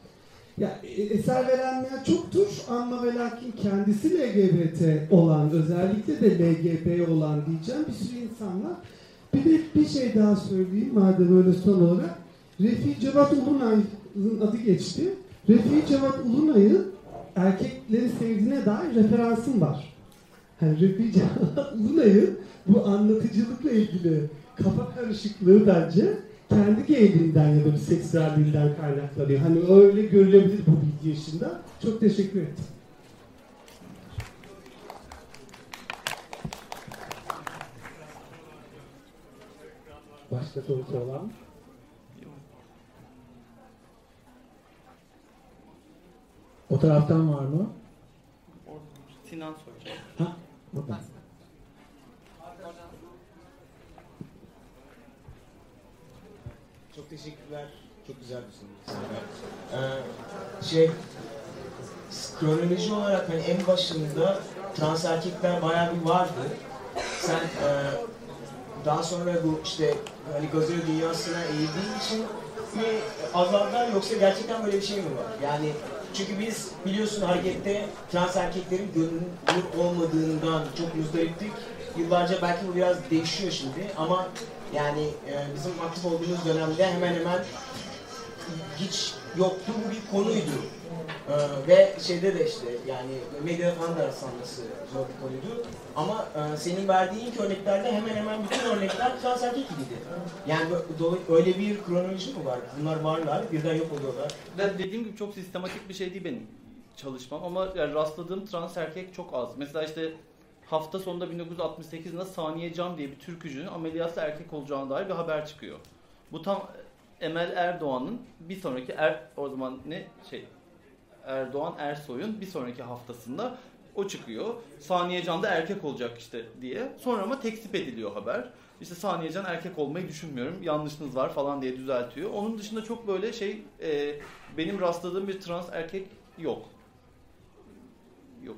Ya, eser verenler çoktur ama ve lakin kendisi L G B T olan, özellikle de L G B olan diyeceğim bir sürü insan var. Bir de bir şey daha söyleyeyim madem öyle son olarak. Refik Cevat Ulunay'ın adı geçti. Refik Cevat Ulunay'ın erkekleri sevdiğine dair referansım var. Yani Refik Cevat Ulunay'ın bu anlatıcılıkla ilgili kafa karışıklığı bence kendi gayliğinden ya da bir seksüelliğinden kaynaklanıyor. Hani öyle görülebilir bu bilgi yaşında. Çok teşekkür ederim. Başka sorusu olan? O taraftan var mı? Sinan soracak. Ha, burada. Çok teşekkürler. Çok güzel bir sunum. Ee, şey, kronoloji olarak hani en başında trans erkekler bayağı bir vardı. Sen e, daha sonra bu işte hani gazino dünyasına eğildiğin için mi azaldılar yoksa gerçekten böyle bir şey mi var? Yani çünkü biz biliyorsun harekette trans erkeklerin gönüllü olmadığından çok muzdariptik. Yıllarca belki bu biraz değişiyor şimdi ama yani e, bizim aktif olduğumuz dönemde hemen hemen hiç yoktu, bu bir konuydu. Ee, ve şeyde de işte yani medya falan da rastlanması zor bir konuydu. Ama e, senin verdiğin ilk örneklerde hemen hemen bütün örnekler trans erkek gibiydi. Yani öyle bir kronoloji mi var? Bunlar varlar, birden yok oluyorlar. Ben dediğim gibi çok sistematik bir şey değil benim çalışmam ama yani rastladığım trans erkek çok az. Mesela işte hafta sonunda bin dokuz yüz altmış sekizde Saniye Can diye bir türkücünün ameliyatlı erkek olacağına dair bir haber çıkıyor. Bu tam Emel Erdoğan'ın bir sonraki er, o zaman ne şey Erdoğan Ersoy'un bir sonraki haftasında o çıkıyor. Saniye Can da erkek olacak işte diye. Sonra ama tekzip ediliyor haber. İşte Saniye Can erkek olmayı düşünmüyorum. Yanlışınız var falan diye düzeltiyor. Onun dışında çok böyle şey e, benim rastladığım bir trans erkek yok. Yok.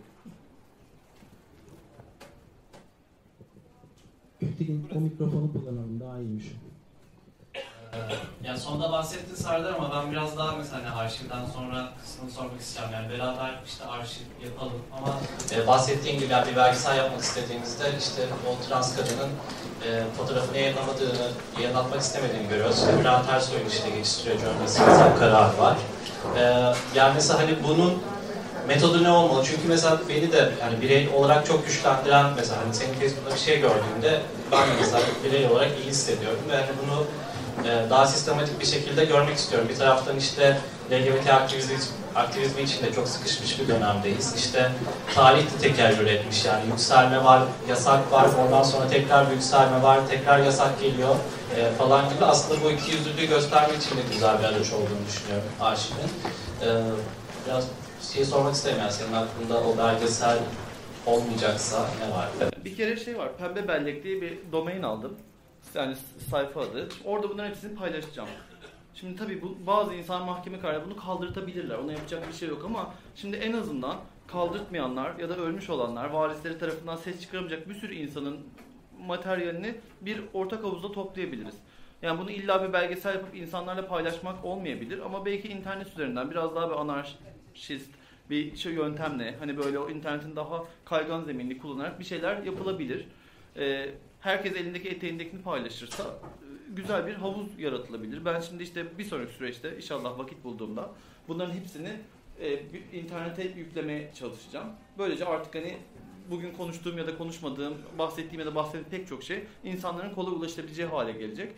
Öteki o mikrofonu kullanalım daha iyiymiş. Ee, yani sonunda bahsettin Serdar ama ben biraz daha mesela hani arşivden sonra kısmını sormak isteyeceğim. Yani beraber işte arşiv yapalım ama e, bahsettiğin gibi yani bir belgesel yapmak istediğimizde işte o trans kadının e, fotoğrafını yayınlamadığını, yayınlatmak istemediğini görüyoruz. İşte Bülent Ersoy'un işte geçiştiriyor journalist mesela karar var. E, yani mesela hani bunun metodu ne olmalı? Çünkü mesela beni de yani birey olarak çok güçlendiren mesela hani senin Facebook'ta bir şey gördüğümde ben de mesela birey olarak iyi hissediyorum ve hani bunu daha sistematik bir şekilde görmek istiyorum. Bir taraftan işte L G B T aktivizmi, aktivizmi için de çok sıkışmış bir dönemdeyiz. İşte tarih de tekerrür etmiş, yani yükselme var, yasak var, ondan sonra tekrar bir yükselme var, tekrar yasak geliyor e, falan gibi. Aslında bu ikiyüzlülüğü göstermek için de güzel bir araç olduğunu düşünüyorum arşivin. E, biraz şey sormak isterim, yani senin aklında o belgesel olmayacaksa ne var? Bir kere şey var, Pembe Bellek diye bir domain aldım. Yani sayfa adı. Orada bunların hepsini paylaşacağım. Şimdi tabii bu, bazı insan mahkeme kararı bunu kaldırtabilirler. Ona yapacak bir şey yok ama şimdi en azından kaldırtmayanlar ya da ölmüş olanlar, varisleri tarafından ses çıkaramayacak bir sürü insanın materyalini bir ortak havuzda toplayabiliriz. Yani bunu illa bir belgesel yapıp insanlarla paylaşmak olmayabilir ama belki internet üzerinden biraz daha bir anarşist bir şey yöntemle, hani böyle o internetin daha kaygan zeminini kullanarak bir şeyler yapılabilir. Ee, herkes elindeki eteğindekini paylaşırsa güzel bir havuz yaratılabilir. Ben şimdi işte bir sonraki süreçte inşallah vakit bulduğumda bunların hepsini e, internete yüklemeye çalışacağım. Böylece artık hani bugün konuştuğum ya da konuşmadığım, bahsettiğim ya da bahsettiğim pek çok şey insanların kolay ulaşabileceği hale gelecek.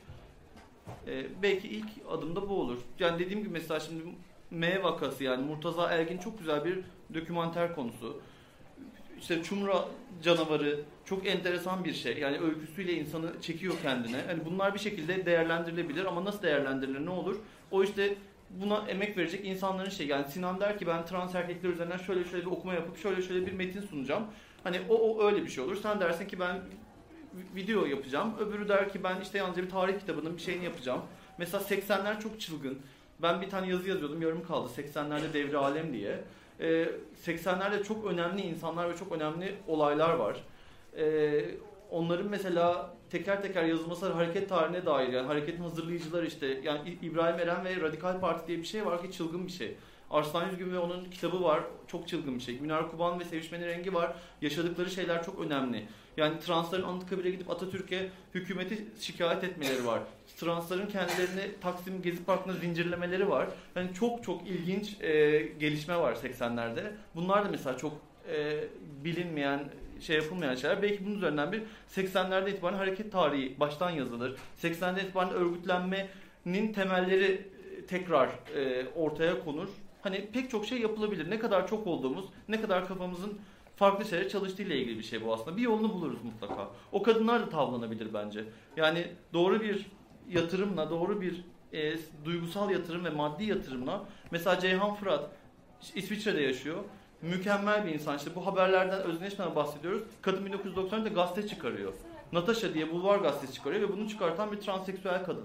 E, belki ilk adımda bu olur. Yani dediğim gibi mesela şimdi M vakası, yani Murtaza Ergin çok güzel bir dokümanter konusu. İşte Çumra canavarı çok enteresan bir şey. Yani öyküsüyle insanı çekiyor kendine. Yani bunlar bir şekilde değerlendirilebilir ama nasıl değerlendirilir, ne olur? O işte buna emek verecek insanların şey. Yani Sinan der ki ben trans erkekler üzerinden şöyle şöyle bir okuma yapıp şöyle şöyle bir metin sunacağım. Hani o, o öyle bir şey olur. Sen dersin ki ben video yapacağım. Öbürü der ki ben işte yalnızca bir tarih kitabının bir şeyini yapacağım. Mesela seksenler çok çılgın. Ben bir tane yazı yazıyordum, yarım kaldı. seksenlerde devri alem diye. Ee, seksenlerde çok önemli insanlar ve çok önemli olaylar var. Ee, onların mesela teker teker yazılması hareket tarihine dair, yani hareketin hazırlayıcıları işte, yani İbrahim Eren ve Radikal Parti diye bir şey var ki çılgın bir şey. Arslan Yüzgün ve onun kitabı var, çok çılgın bir şey. Güner Kuban ve Sevişmenin Rengi var, yaşadıkları şeyler çok önemli. Yani transların Anıtkabir'e gidip Atatürk'e hükümeti şikayet etmeleri var. Transların kendilerini Taksim Gezi Parkı'na zincirlemeleri var. Yani çok çok ilginç e, gelişme var seksenlerde. Bunlar da mesela çok e, bilinmeyen, şey yapılmayan şeyler. Belki bunun üzerinden bir seksenlerde itibaren hareket tarihi baştan yazılır. seksenlerde itibaren örgütlenmenin temelleri tekrar e, ortaya konur. Hani pek çok şey yapılabilir. Ne kadar çok olduğumuz, ne kadar kafamızın farklı şeylere çalıştığıyla ilgili bir şey bu aslında. Bir yolunu buluruz mutlaka. O kadınlar da tavlanabilir bence. Yani doğru bir yatırımla, doğru bir e, duygusal yatırım ve maddi yatırımla, mesela Ceyhan Fırat İsviçre'de yaşıyor. Mükemmel bir insan. İşte bu haberlerden, özdeşmeden bahsediyoruz. Kadın bin dokuz yüz doksan dörtte gazete çıkarıyor. Natasha diye bulvar gazetesi çıkarıyor ve bunu çıkartan bir transseksüel kadın.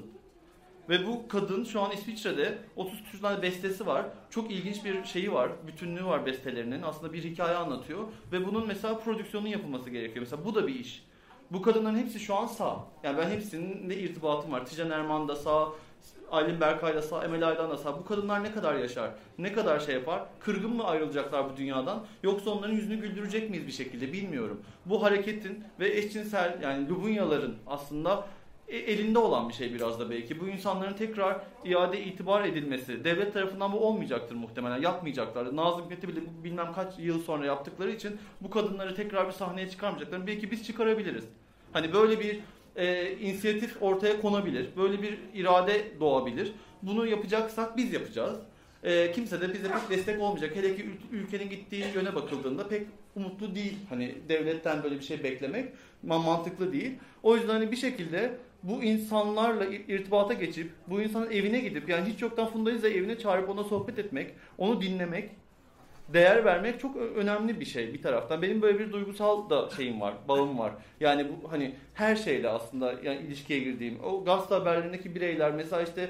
Ve bu kadın şu an İsviçre'de otuz küsur tane bestesi var. Çok ilginç bir şeyi var, bütünlüğü var bestelerinin. Aslında bir hikaye anlatıyor ve bunun mesela prodüksiyonun yapılması gerekiyor. Mesela bu da bir iş. Bu kadınların hepsi şu an sağ. Yani ben hepsinin de irtibatım var. Tijen Erman da sağ, Aylin Berkay da sağ, Emel Aydan da sağ. Bu kadınlar ne kadar yaşar? Ne kadar şey yapar? Kırgın mı ayrılacaklar bu dünyadan? Yoksa onların yüzünü güldürecek miyiz bir şekilde? Bilmiyorum. Bu hareketin ve eşcinsel, yani Lubunyaların aslında elinde olan bir şey biraz da belki. Bu insanların tekrar iade itibar edilmesi. Devlet tarafından bu olmayacaktır muhtemelen. Yapmayacaklar. Nazım Hikmet'i bile bilmem kaç yıl sonra yaptıkları için bu kadınları tekrar bir sahneye çıkarmayacaklar. Belki biz çıkarabiliriz. Hani böyle bir e, inisiyatif ortaya konabilir. Böyle bir irade doğabilir. Bunu yapacaksak biz yapacağız. E, kimse de bize pek destek olmayacak. Hele ki ülkenin gittiği yöne bakıldığında pek umutlu değil. Hani devletten böyle bir şey beklemek mantıklı değil. O yüzden hani bir şekilde bu insanlarla irtibata geçip, bu insanın evine gidip, yani hiç yoktan Funda'yı evine çağırıp ona sohbet etmek, onu dinlemek, değer vermek çok önemli bir şey bir taraftan. Benim böyle bir duygusal da şeyim var, bağım var. Yani bu hani her şeyle aslında yani ilişkiye girdiğim, o gazete haberlerindeki bireyler mesela işte,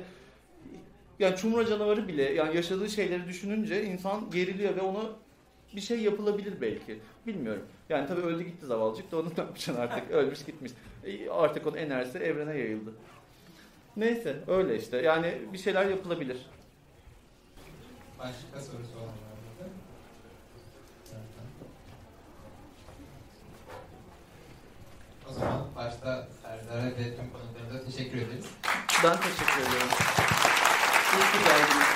yani Çumra canavarı bile yani yaşadığı şeyleri düşününce insan geriliyor ve onu bir şey yapılabilir belki. Bilmiyorum. Yani tabii öldü gitti zavallıcık da onu ne yapacaksın artık? Ölmüş gitmiş. Artık onun enerjisi evrene yayıldı. Neyse öyle işte. Yani bir şeyler yapılabilir. Başka sorusu olan var mı? O zaman başta Serdar'a ve tüm konuklarımıza teşekkür ederiz. Ben teşekkür ederim. İyi ki geldiniz.